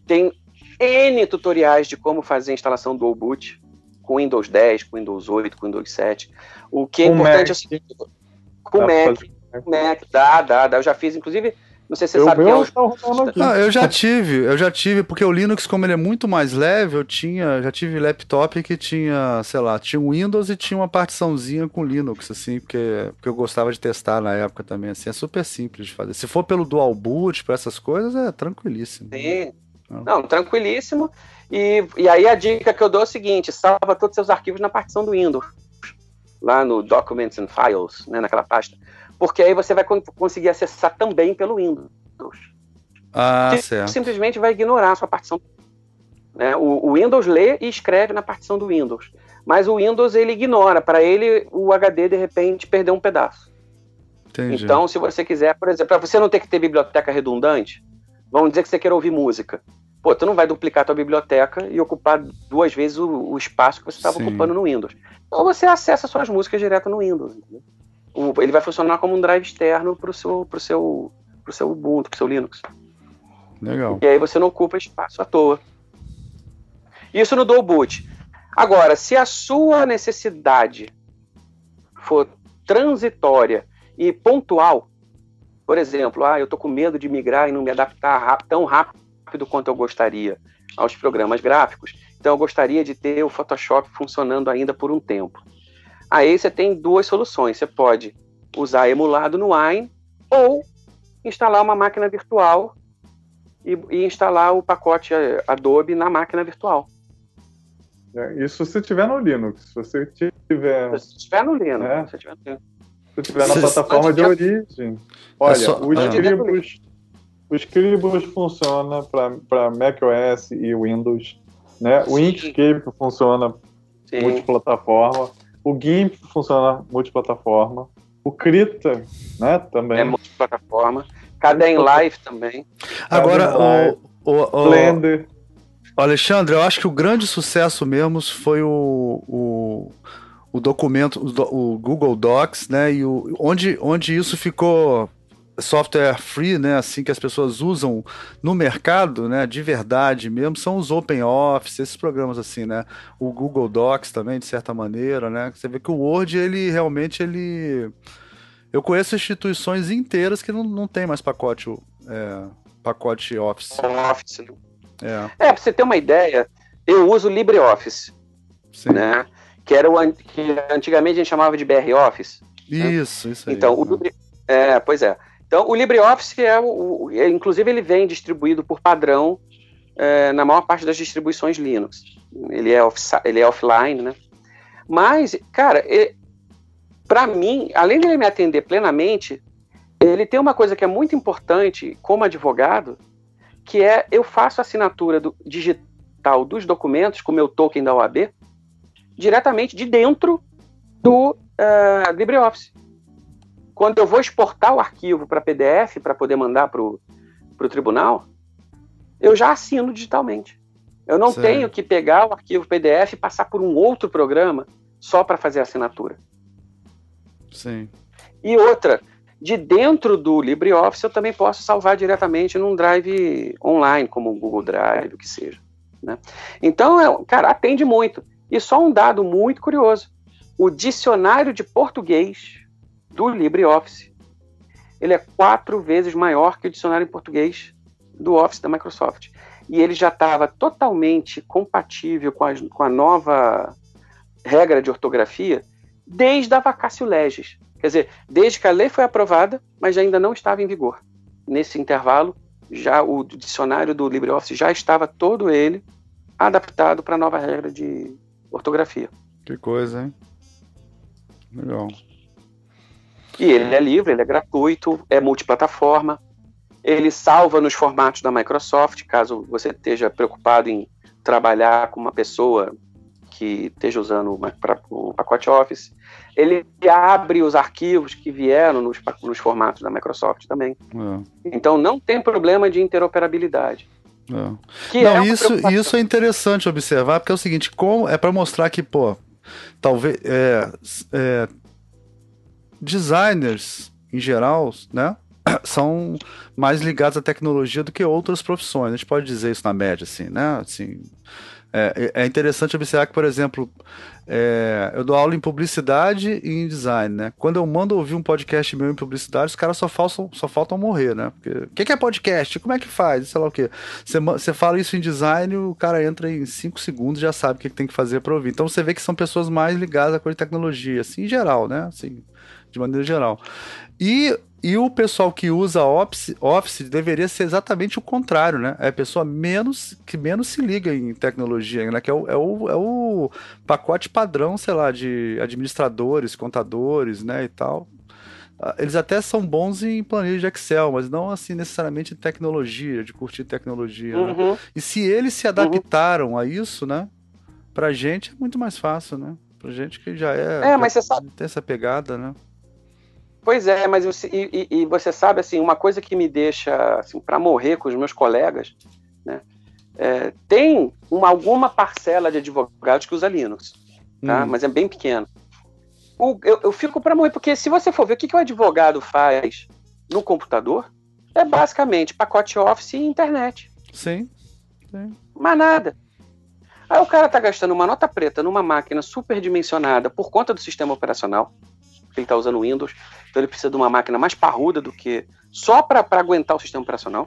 Tem N tutoriais de como fazer a instalação do boot com Windows dez, com Windows oito, com Windows sete. O que é Com importante Mac. é o seguinte, com Mac, Mac, dá, dá, dá. Eu já fiz, inclusive, não sei se você Eu sabe que é meu os... tá rodando aqui. Ah, eu já tive, eu já tive, porque o Linux, como ele é muito mais leve, eu tinha, já tive laptop que tinha, sei lá, tinha um Windows e tinha uma partiçãozinha com Linux, assim, porque, porque eu gostava de testar na época também, assim, é super simples de fazer. Se for pelo dual boot, para essas coisas, é tranquilíssimo. Sim. Não, tranquilíssimo. E, e aí a dica que eu dou é o seguinte, salva todos os seus arquivos na partição do Windows, lá no Documents and Files, né, naquela pasta. Porque aí você vai con- conseguir acessar também pelo Windows. Ah, Você certo. simplesmente vai ignorar a sua partição. Né? O, o Windows lê e escreve na partição do Windows. Mas o Windows, ele ignora. Para ele, o H D, de repente, perdeu um pedaço. Entendi. Então, se você quiser, por exemplo, para você não ter que ter biblioteca redundante, vamos dizer que você quer ouvir música. Pô, tu não vai duplicar tua biblioteca e ocupar duas vezes o, o espaço que você estava Sim. ocupando no Windows. Então você acessa suas músicas direto no Windows. Entendeu? O, ele vai funcionar como um drive externo para o seu, pro seu, pro seu Ubuntu, para o seu Linux. Legal. E aí você não ocupa espaço à toa. Isso no dual boot. Agora, se a sua necessidade for transitória e pontual, por exemplo, ah, eu estou com medo de migrar e não me adaptar rap- tão rápido quanto eu gostaria aos programas gráficos, então eu gostaria de ter o Photoshop funcionando ainda por um tempo. Aí você tem duas soluções. Você pode usar emulado no Wine ou instalar uma máquina virtual e, e instalar o pacote Adobe na máquina virtual. É, isso se tiver no Linux. Se você tiver, Se estiver no Linux. É. Se tiver no Linux. se tiver na Se- plataforma de origem. Olha, só- o ah. Scribus, o Scribus funciona para macOS e Windows. Né? O Sim. Inkscape funciona Sim. multiplataforma. O GIMP funciona multiplataforma. O Krita, né, também. É multiplataforma. Cadê em Live também. Agora, Live, o, o, o, Blender. Alexandre, eu acho que o grande sucesso mesmo foi o, o, o documento, o, do- o Google Docs, né? E o, onde, onde isso ficou software free, né? Assim que as pessoas usam no mercado, né? De verdade mesmo, são os OpenOffice, esses programas assim, né? O Google Docs também, de certa maneira, né? Você vê que o Word, ele realmente, ele... Eu conheço instituições inteiras que não, não tem mais pacote, é, pacote Office. Office. Né? É, É, pra você ter uma ideia, eu uso o LibreOffice, sim. né? Que era o an- que antigamente a gente chamava de B R Office. Isso, isso aí. Então, o né? Libre... é, pois é. Então, o LibreOffice é o, o- é, inclusive ele vem distribuído por padrão é, na maior parte das distribuições Linux. Ele é, off, ele é offline, né? Mas, cara, para mim, além de ele me atender plenamente, ele tem uma coisa que é muito importante como advogado, que é eu faço a assinatura do, digital dos documentos com o meu token da O A B diretamente de dentro do uh, LibreOffice. Quando eu vou exportar o arquivo para P D F para poder mandar para o tribunal, eu já assino digitalmente. Eu não Sério? tenho que pegar o arquivo P D F e passar por um outro programa só para fazer a assinatura. Sim. E outra, de dentro do LibreOffice eu também posso salvar diretamente num drive online, como o Google Drive, o que seja. Né? Então, é, cara, atende muito. E só um dado muito curioso. O dicionário de português do LibreOffice, ele é quatro vezes maior que o dicionário em português do Office da Microsoft. E ele já estava totalmente compatível com a, com a nova regra de ortografia desde a vacatio legis. Quer dizer, desde que a lei foi aprovada, mas ainda não estava em vigor. Nesse intervalo, já o dicionário do LibreOffice já estava todo ele adaptado para a nova regra de ortografia. Que coisa, hein? Legal. E ele é livre, ele é gratuito, é multiplataforma, ele salva nos formatos da Microsoft, caso você esteja preocupado em trabalhar com uma pessoa que esteja usando o pacote Office. Ele abre os arquivos que vieram nos, nos formatos da Microsoft também. É. Então não tem problema de interoperabilidade. É. Que Não, é uma isso, preocupação. isso é interessante observar, porque é o seguinte, como, é para mostrar que, pô, talvez é, é, designers em geral, né, são mais ligados à tecnologia do que outras profissões. A gente pode dizer isso na média, assim, né? Assim, é, é interessante observar que, por exemplo, é, eu dou aula em publicidade e em design, né? Quando eu mando ouvir um podcast meu em publicidade, os caras só faltam, só faltam morrer, né? Porque, o que, que é podcast? Como é que faz? Sei lá o quê. Você, você fala isso em design, o cara entra em cinco segundos e já sabe o que, que tem que fazer para ouvir. Então você vê que são pessoas mais ligadas à coisa de tecnologia, assim, em geral, né? Assim, de maneira geral. E, e o pessoal que usa Office, Office deveria ser exatamente o contrário, né? É a pessoa menos, que menos se liga em tecnologia, né? Que é o, é, o, é o pacote padrão, sei lá, de administradores, contadores, né, e tal. Eles até são bons em planilha de Excel, mas não assim necessariamente em tecnologia, de curtir tecnologia, Uhum. né? E se eles se adaptaram uhum. a isso, né? Pra gente é muito mais fácil, né? Pra gente que já é, é já mas você sabe... tem essa pegada, né? Pois é, mas você, e, e você sabe, assim, uma coisa que me deixa assim, para morrer com os meus colegas, né? É, tem uma, alguma parcela de advogados que usa Linux, tá? Hum. Mas é bem pequeno. O, eu, eu fico para morrer, porque se você for ver o que, que o advogado faz no computador, é basicamente pacote Office e internet. Sim. Sim. Mais nada. Aí o cara tá gastando uma nota preta numa máquina superdimensionada por conta do sistema operacional, porque ele está usando o Windows, então ele precisa de uma máquina mais parruda do que só para aguentar o sistema operacional.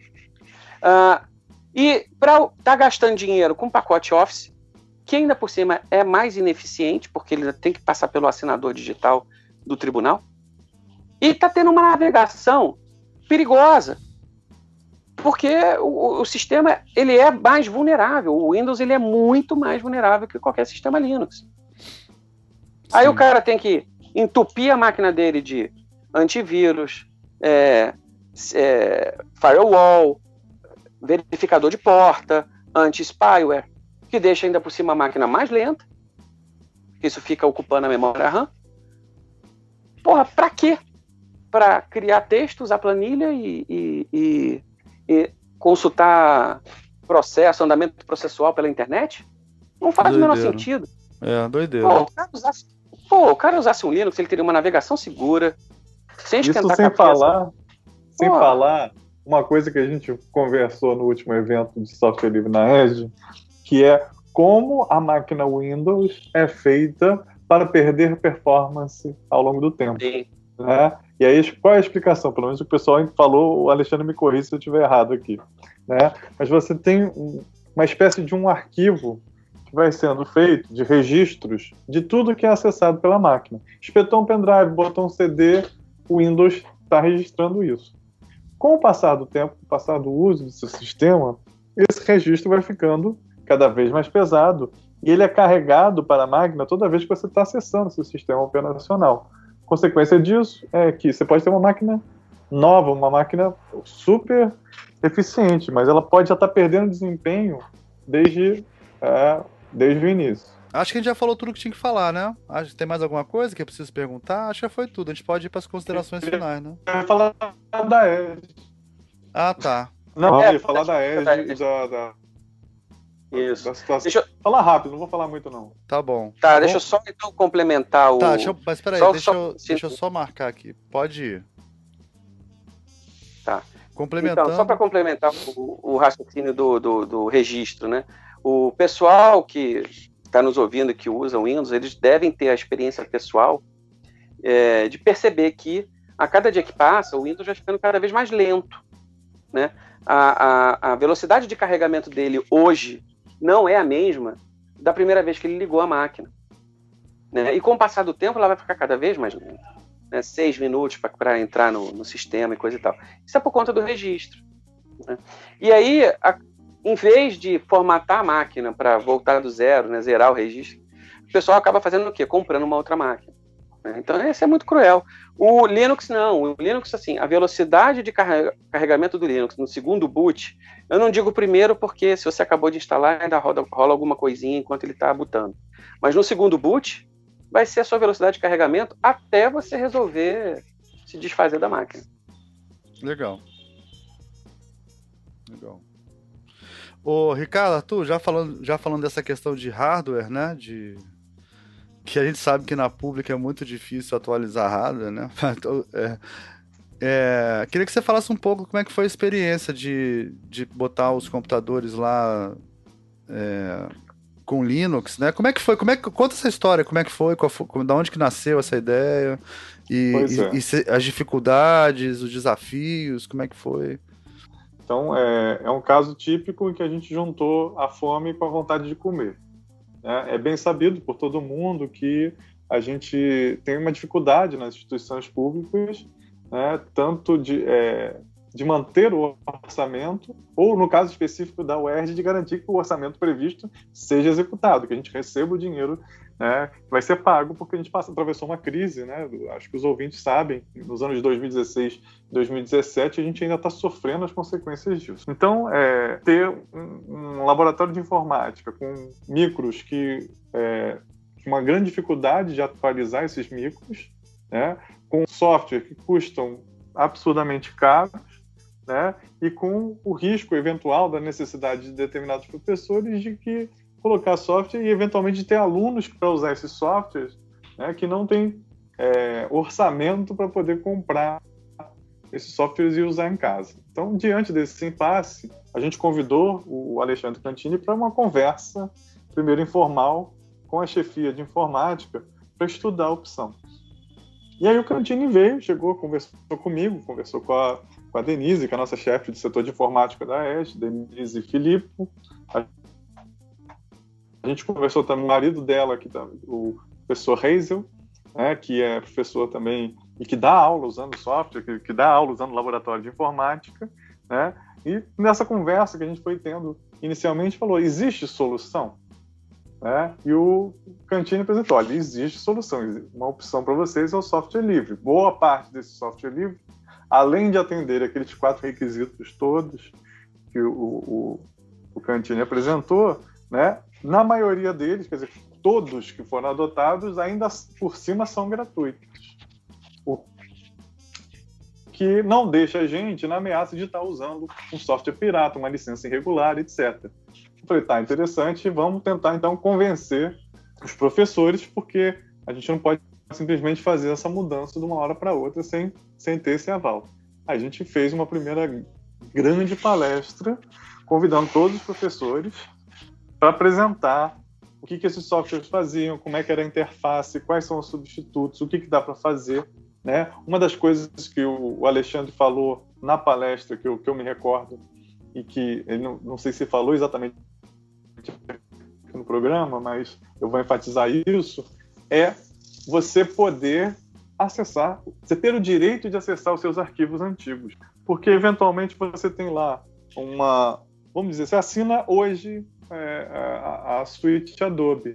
Uh, e para estar tá gastando dinheiro com pacote Office, que ainda por cima é mais ineficiente, porque ele tem que passar pelo assinador digital do tribunal, e está tendo uma navegação perigosa, porque o, o sistema ele é mais vulnerável. O Windows ele é muito mais vulnerável que qualquer sistema Linux. Sim. Aí o cara tem que entupir a máquina dele de antivírus, é, é, firewall, verificador de porta, anti-spyware, que deixa ainda por cima a máquina mais lenta, isso fica ocupando a memória RAM. Porra, pra quê? Pra criar texto, usar planilha e, e, e, e consultar processo, andamento processual pela internet? Não faz doideira. O menor sentido. É, doideira. Pô, o cara usasse, pô, o cara usasse um Linux, ele teria uma navegação segura, sem esquentar Isso sem a cabeça. falar, sem Pô. falar, uma coisa que a gente conversou no último evento de software livre na Edge, que é como a máquina Windows é feita para perder performance ao longo do tempo. Sim. Né? E aí, qual é a explicação? Pelo menos o pessoal falou, o Alexandre me corrija se eu estiver errado aqui. Né? Mas você tem um, uma espécie de um arquivo que vai sendo feito de registros de tudo que é acessado pela máquina. Espetou um pendrive, botou um C D, o Windows está registrando isso. Com o passar do tempo, com o passar do uso desse sistema, esse registro vai ficando cada vez mais pesado e ele é carregado para a máquina toda vez que você está acessando seu sistema operacional. Consequência disso é que você pode ter uma máquina nova, uma máquina super eficiente, mas ela pode já estar perdendo desempenho desde, é, desde o início. Acho que a gente já falou tudo que tinha que falar, né? Acho que tem mais alguma coisa que eu preciso perguntar? Acho que já foi tudo. A gente pode ir para as considerações finais, né? Eu ia falar da Edge. Ah, tá. Não, é, eu ia falar da Edge, da, da, Isso. da situação. Deixa eu... Falar rápido, não vou falar muito, não. Tá bom. Tá, bom. Deixa eu só então complementar o... Tá, deixa eu... mas peraí, só, deixa, só... eu... deixa eu só marcar aqui. Pode ir. Tá. Complementando... Então, só para complementar o, o raciocínio do, do, do registro, né? O pessoal que está nos ouvindo, que usa o Windows, eles devem ter a experiência pessoal é, de perceber que a cada dia que passa, o Windows vai ficando cada vez mais lento, né? A, a, a velocidade de carregamento dele hoje não é a mesma da primeira vez que ele ligou a máquina, né? E com o passar do tempo, ela vai ficar cada vez mais lenta, né? Seis minutos para entrar no, no sistema e coisa e tal. Isso é por conta do registro, né? E aí, a, em vez de formatar a máquina para voltar do zero, né, zerar o registro, o pessoal acaba fazendo o quê? Comprando uma outra máquina. Né? Então, isso é muito cruel. O Linux, não. O Linux, assim, a velocidade de carrega, carregamento do Linux no segundo boot, eu não digo primeiro porque se você acabou de instalar, ainda roda, rola alguma coisinha enquanto ele está bootando. Mas no segundo boot, vai ser a sua velocidade de carregamento até você resolver se desfazer da máquina. Legal. Legal. Ô, Ricardo, Arthur, já falando, já falando dessa questão de hardware, né, de... que a gente sabe que na pública é muito difícil atualizar hardware, né, é... É, queria que você falasse um pouco como é que foi a experiência de, de botar os computadores lá é, com Linux, né? Como é que foi? Como é que, conta essa história, como é que foi, qual foi, da onde que nasceu essa ideia e, Pois é. e, e se, as dificuldades, os desafios, como é que foi? Então, é, é um caso típico em que a gente juntou a fome com a vontade de comer. É, é bem sabido por todo mundo que a gente tem uma dificuldade nas instituições públicas, né, tanto de, é, de manter o orçamento, ou, no caso específico da U E R J, de garantir que o orçamento previsto seja executado, que a gente receba o dinheiro, né, que vai ser pago, porque a gente passa, atravessou uma crise, né, acho que os ouvintes sabem, nos anos dois mil e dezesseis, dois mil e dezessete, a gente ainda está sofrendo as consequências disso. Então, é, ter um, um laboratório de informática com micros que... É, uma grande dificuldade de atualizar esses micros, né, com software que custam absurdamente caros, né, e com o risco eventual da necessidade de determinados professores de que colocar software e eventualmente ter alunos para usar esses softwares, né, que não têm é, orçamento para poder comprar esses softwares e usar em casa. Então, diante desse impasse, a gente convidou o Alexandre Cantini para uma conversa, primeiro informal, com a chefia de informática, para estudar a opção. E aí o Cantini veio, chegou, conversou comigo, conversou com a, com a Denise, que é a nossa chefe do setor de informática da E S, Denise e Filippo. A gente conversou também com o marido dela, que tá, o professor Hazel, né, que é professor também e que dá aula usando software, que, que dá aula usando laboratório de informática, né? E nessa conversa que a gente foi tendo inicialmente, falou, existe solução? É, e o Cantini apresentou, olha, existe solução, uma opção para vocês é o software livre. Boa parte desse software livre, além de atender aqueles quatro requisitos todos que o, o, o Cantini apresentou, né, na maioria deles, quer dizer, todos que foram adotados ainda por cima são gratuitos. O que não deixa a gente na ameaça de estar usando um software pirata, uma licença irregular, etcétera. Eu falei, tá, interessante, vamos tentar então convencer os professores, porque a gente não pode simplesmente fazer essa mudança de uma hora para outra sem, sem ter esse aval. A gente fez uma primeira grande palestra, convidando todos os professores para apresentar o que, que esses softwares faziam, como é que era a interface, quais são os substitutos, o que, que dá para fazer, né? Uma das coisas que o Alexandre falou na palestra, que eu, que eu me recordo, e que ele não, não sei se falou exatamente no programa, mas eu vou enfatizar isso, é você poder acessar, você ter o direito de acessar os seus arquivos antigos. Porque, eventualmente, você tem lá uma... Vamos dizer, você assina hoje é, a, a suíte Adobe.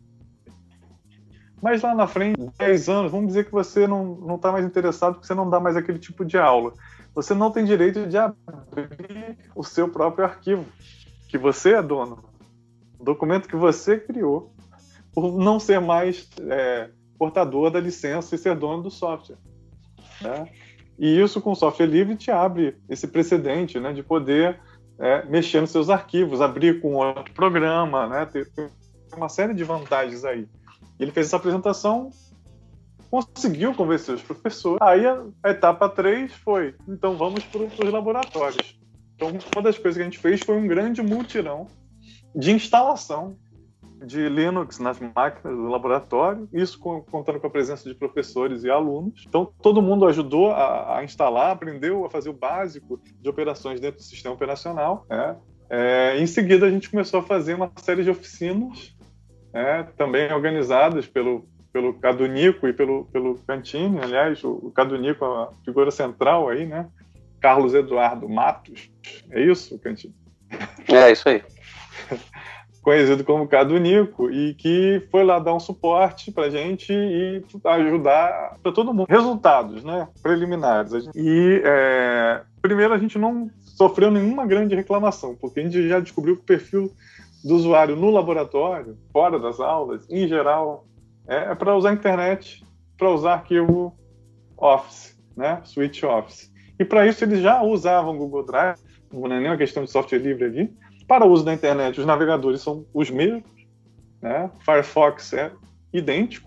Mas lá na frente, dez anos, vamos dizer que você não está mais interessado porque você não dá mais aquele tipo de aula. Você não tem direito de abrir o seu próprio arquivo, que você é dono. O documento que você criou, por não ser mais é, portador da licença e ser dono do software, né? E isso, com software livre, te abre esse precedente, né, de poder é, mexer nos seus arquivos, abrir com outro programa, né, ter uma série de vantagens aí. E ele fez essa apresentação, conseguiu convencer os professores. Aí a, a etapa três foi, então vamos para os laboratórios. Então, uma das coisas que a gente fez foi um grande mutirão de instalação de Linux nas máquinas do laboratório, isso com, contando com a presença de professores e alunos. Então, todo mundo ajudou a, a instalar, aprendeu a fazer o básico de operações dentro do sistema operacional, né? É, em seguida, a gente começou a fazer uma série de oficinas, né, também organizadas pelo, pelo Cadu Nico e pelo, pelo Cantini. Aliás, o, o Cadu Nico é a figura central aí, né? Carlos Eduardo Matos, é isso, Cantini? É, isso aí. Conhecido como Cadu Nico, e que foi lá dar um suporte pra gente e ajudar para todo mundo. Resultados, né, preliminares. E, é, primeiro, a gente não sofreu nenhuma grande reclamação, porque a gente já descobriu que o perfil do usuário no laboratório, fora das aulas, em geral, é para usar a internet, para usar arquivo Office, né, Suite Office. E para isso eles já usavam Google Drive, não é nem uma questão de software livre ali. Para o uso da internet, os navegadores são os mesmos, né? Firefox é idêntico,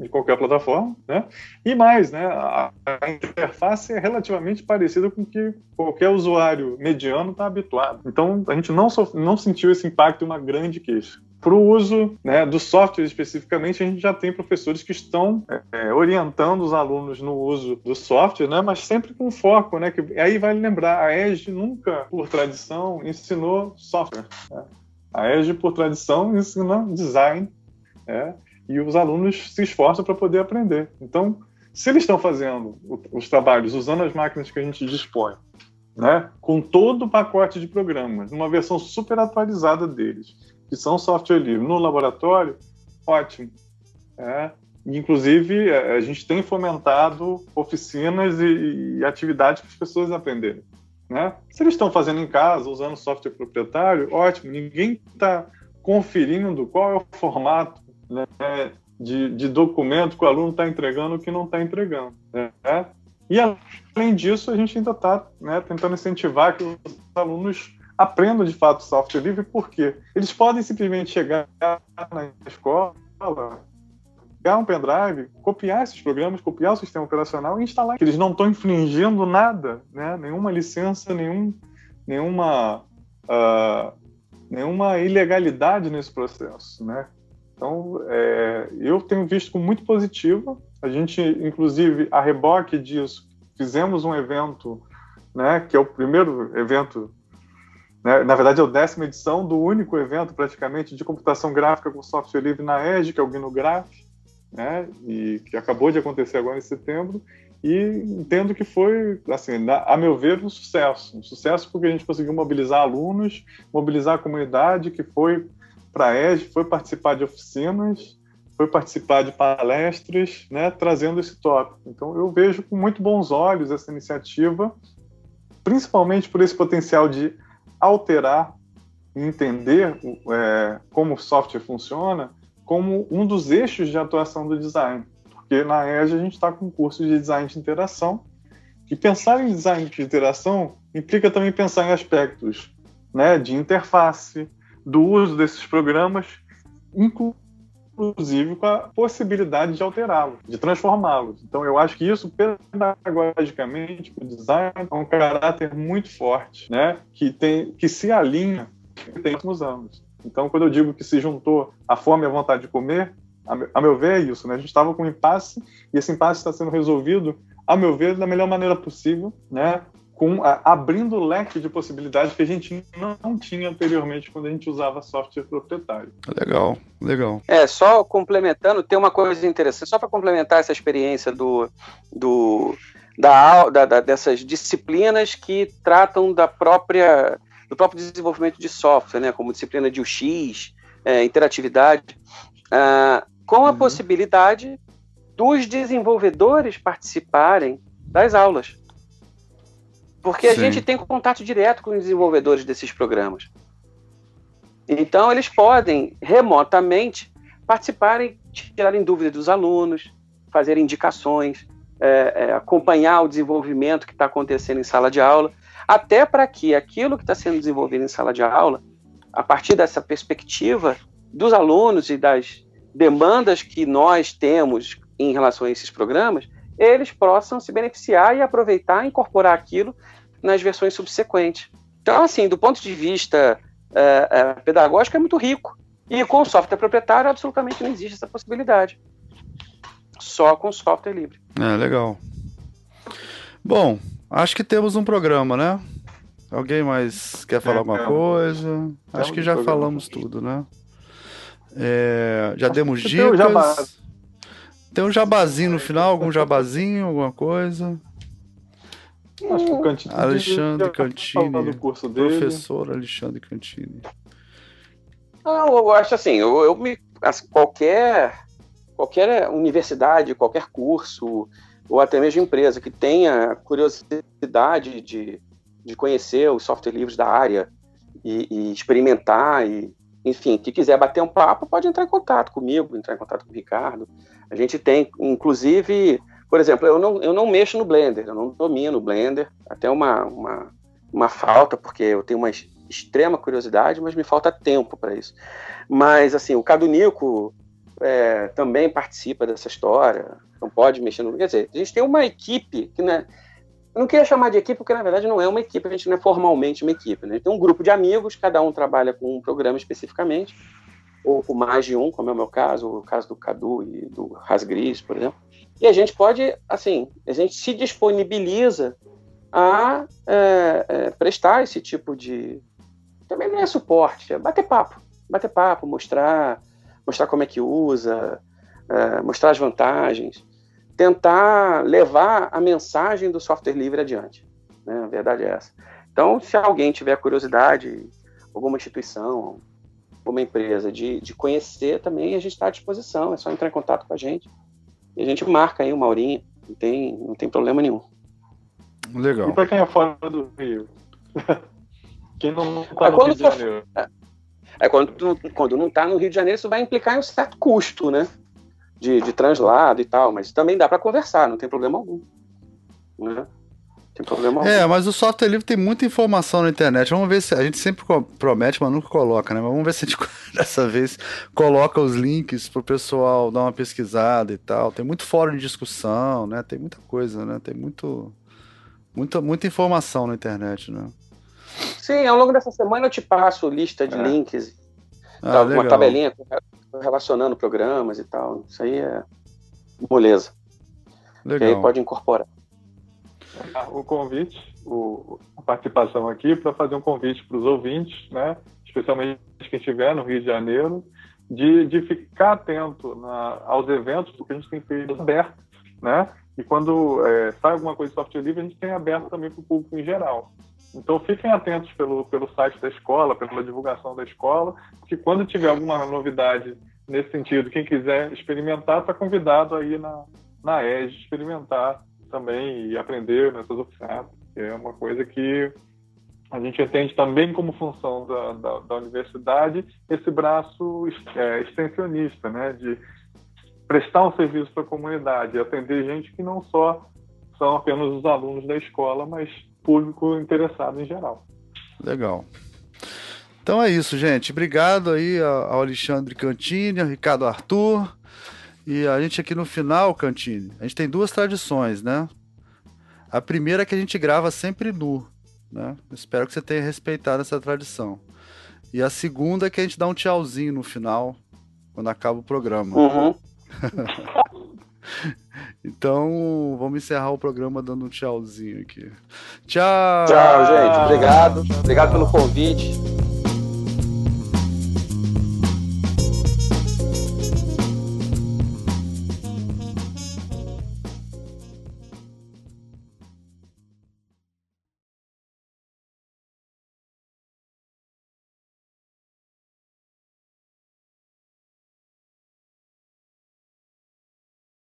de qualquer plataforma, né? E mais, né, a, a interface é relativamente parecida com o que qualquer usuário mediano está habituado. Então, a gente não, sof- não sentiu esse impacto de uma grande queixa. Para o uso, né, do software especificamente, a gente já tem professores que estão é, orientando os alunos no uso do software, né, mas sempre com foco, né, que aí vale lembrar, a E G nunca, por tradição, ensinou software. Né? A E G, por tradição, ensina design, né, e os alunos se esforçam para poder aprender. Então, se eles estão fazendo os trabalhos usando as máquinas que a gente dispõe, né, com todo o pacote de programas, numa versão super atualizada deles, que são software livre, no laboratório, ótimo. É, inclusive, a gente tem fomentado oficinas e, e atividades para as pessoas aprenderem. Né? Se eles estão fazendo em casa, usando software proprietário, ótimo. Ninguém está conferindo qual é o formato, né, de, de documento que o aluno está entregando ou que não está entregando. Né? E, além disso, a gente ainda está, né, tentando incentivar que os alunos aprendam de fato software livre, porque eles podem simplesmente chegar na escola, pegar um pendrive, copiar esses programas, copiar o sistema operacional e instalar. Eles não estão infringindo nada, né? Nenhuma licença, nenhum, nenhuma, uh, nenhuma ilegalidade nesse processo, né? Então, é, eu tenho visto como muito positivo. A gente, inclusive, a reboque disso, fizemos um evento, né, que é o primeiro evento, né, na verdade é a décima edição do único evento praticamente de computação gráfica com software livre na E G, que é o GnuGraph, né, e que acabou de acontecer agora em setembro, e entendo que foi, assim, a meu ver, um sucesso. Um sucesso porque a gente conseguiu mobilizar alunos, mobilizar a comunidade que foi para a E G, foi participar de oficinas, foi participar de palestras, né, trazendo esse tópico. Então, eu vejo com muito bons olhos essa iniciativa, principalmente por esse potencial de alterar e entender é, como o software funciona como um dos eixos de atuação do design. Porque na E G a gente está com um curso de design de interação, e pensar em design de interação implica também pensar em aspectos, né, de interface, do uso desses programas, inclusive com a possibilidade de alterá-los, de transformá-los. Então, eu acho que isso, pedagogicamente, o design é um caráter muito forte, né, que, tem, que se alinha com os últimos anos. Então, quando eu digo que se juntou a fome e a vontade de comer, a meu ver é isso, né? A gente estava com um impasse, e esse impasse está sendo resolvido, a meu ver, da melhor maneira possível, né? Com, a, abrindo o leque de possibilidades que a gente não, não tinha anteriormente quando a gente usava software proprietário. Legal, legal. É, só complementando, tem uma coisa interessante, só para complementar essa experiência do, do, da, da, da, dessas disciplinas que tratam da própria, do próprio desenvolvimento de software, né, como disciplina de U X, é, interatividade, ah, com a uhum. possibilidade dos desenvolvedores participarem das aulas. Porque Sim. a gente tem contato direto com os desenvolvedores desses programas. Então, eles podem, remotamente, participarem, tirarem dúvidas dos alunos, fazer indicações, é, é, acompanhar o desenvolvimento que está acontecendo em sala de aula, até para que aquilo que está sendo desenvolvido em sala de aula, a partir dessa perspectiva dos alunos e das demandas que nós temos em relação a esses programas, eles possam se beneficiar e aproveitar e incorporar aquilo nas versões subsequentes. Então, assim, do ponto de vista é, é, pedagógico, é muito rico. E com o software proprietário, absolutamente não existe essa possibilidade. Só com software livre. É, legal. Bom, acho que temos um programa, né? Alguém mais quer falar é, alguma é, coisa? É, acho que já programa. falamos tudo, né? É, já demos dicas. Tem um, jabá. tem um jabazinho no final, algum jabazinho, alguma coisa? Acho que o Cantini, Alexandre Cantini, curso dele. Professor Alexandre Cantini. Não, eu acho assim, eu, eu me, assim, qualquer, qualquer universidade, qualquer curso, ou até mesmo empresa que tenha curiosidade de, de conhecer os software livres da área e, e experimentar e enfim, que quiser bater um papo, pode entrar em contato comigo, entrar em contato com o Ricardo. A gente tem, inclusive, por exemplo, eu não, eu não mexo no Blender, eu não domino o Blender, até uma, uma, uma falta, porque eu tenho uma extrema curiosidade, mas me falta tempo para isso. Mas, assim, o Cadu Nico, é, também participa dessa história, não pode mexer no... Quer dizer, a gente tem uma equipe que, né, eu não queria chamar de equipe porque, na verdade, não é uma equipe, a gente não é formalmente uma equipe, né? A gente tem um grupo de amigos, cada um trabalha com um programa especificamente, ou com mais de um, como é o meu caso, o caso do Cadu e do Rasgris, por exemplo. E a gente pode, assim, a gente se disponibiliza a é, é, prestar esse tipo de... Também não é suporte, é bater papo. Bater papo, mostrar, mostrar como é que usa, é, mostrar as vantagens, tentar levar a mensagem do software livre adiante, né? A verdade é essa. Então, se alguém tiver curiosidade, alguma instituição, alguma empresa, de, de conhecer também, a gente está à disposição, é só entrar em contato com a gente. E a gente marca aí uma horinha, não tem, não tem problema nenhum. Legal. E para quem é fora do Rio? Quem não está é no Rio de for, Janeiro? É, é quando, tu, quando não está no Rio de Janeiro, isso vai implicar em um certo custo, né? De, de translado e tal, mas também dá para conversar, não tem problema algum. Né? Não tem problema algum. É, mas o software livre tem muita informação na internet. Vamos ver se a gente sempre promete, mas nunca coloca, né? Mas vamos ver se a gente dessa vez coloca os links pro pessoal dar uma pesquisada e tal. Tem muito fórum de discussão, né? Tem muita coisa, né? Tem muito, muita, muita informação na internet, né? Sim, ao longo dessa semana eu te passo lista de é. links, ah, tá, legal. Uma tabelinha relacionando programas e tal. Isso aí é moleza. Legal. E aí pode incorporar. O convite, o, a participação aqui para fazer um convite para os ouvintes, né, especialmente quem estiver no Rio de Janeiro, de, de ficar atento na, aos eventos, porque a gente tem feito aberto, né? E quando é, sai alguma coisa de software livre, a gente tem aberto também para o público em geral. Então fiquem atentos pelo, pelo site da escola, pela divulgação da escola, porque quando tiver alguma novidade nesse sentido, quem quiser experimentar, está convidado aí na, na E S experimentar também e aprender nessas oficinas, que é uma coisa que a gente entende também como função da, da, da universidade, esse braço é, extensionista, né, de prestar um serviço para a comunidade, atender gente que não só são apenas os alunos da escola, mas público interessado em geral. Legal. Então é isso, gente. Obrigado aí ao Alexandre Cantini, ao Ricardo Arthur. E a gente aqui no final, Cantini, a gente tem duas tradições, né? A primeira é que a gente grava sempre nu, né? Espero que você tenha respeitado essa tradição. E a segunda é que a gente dá um tchauzinho no final, quando acaba o programa. Uhum. Então, vamos encerrar o programa dando um tchauzinho aqui. Tchau! Tchau, gente. Obrigado. Obrigado pelo convite.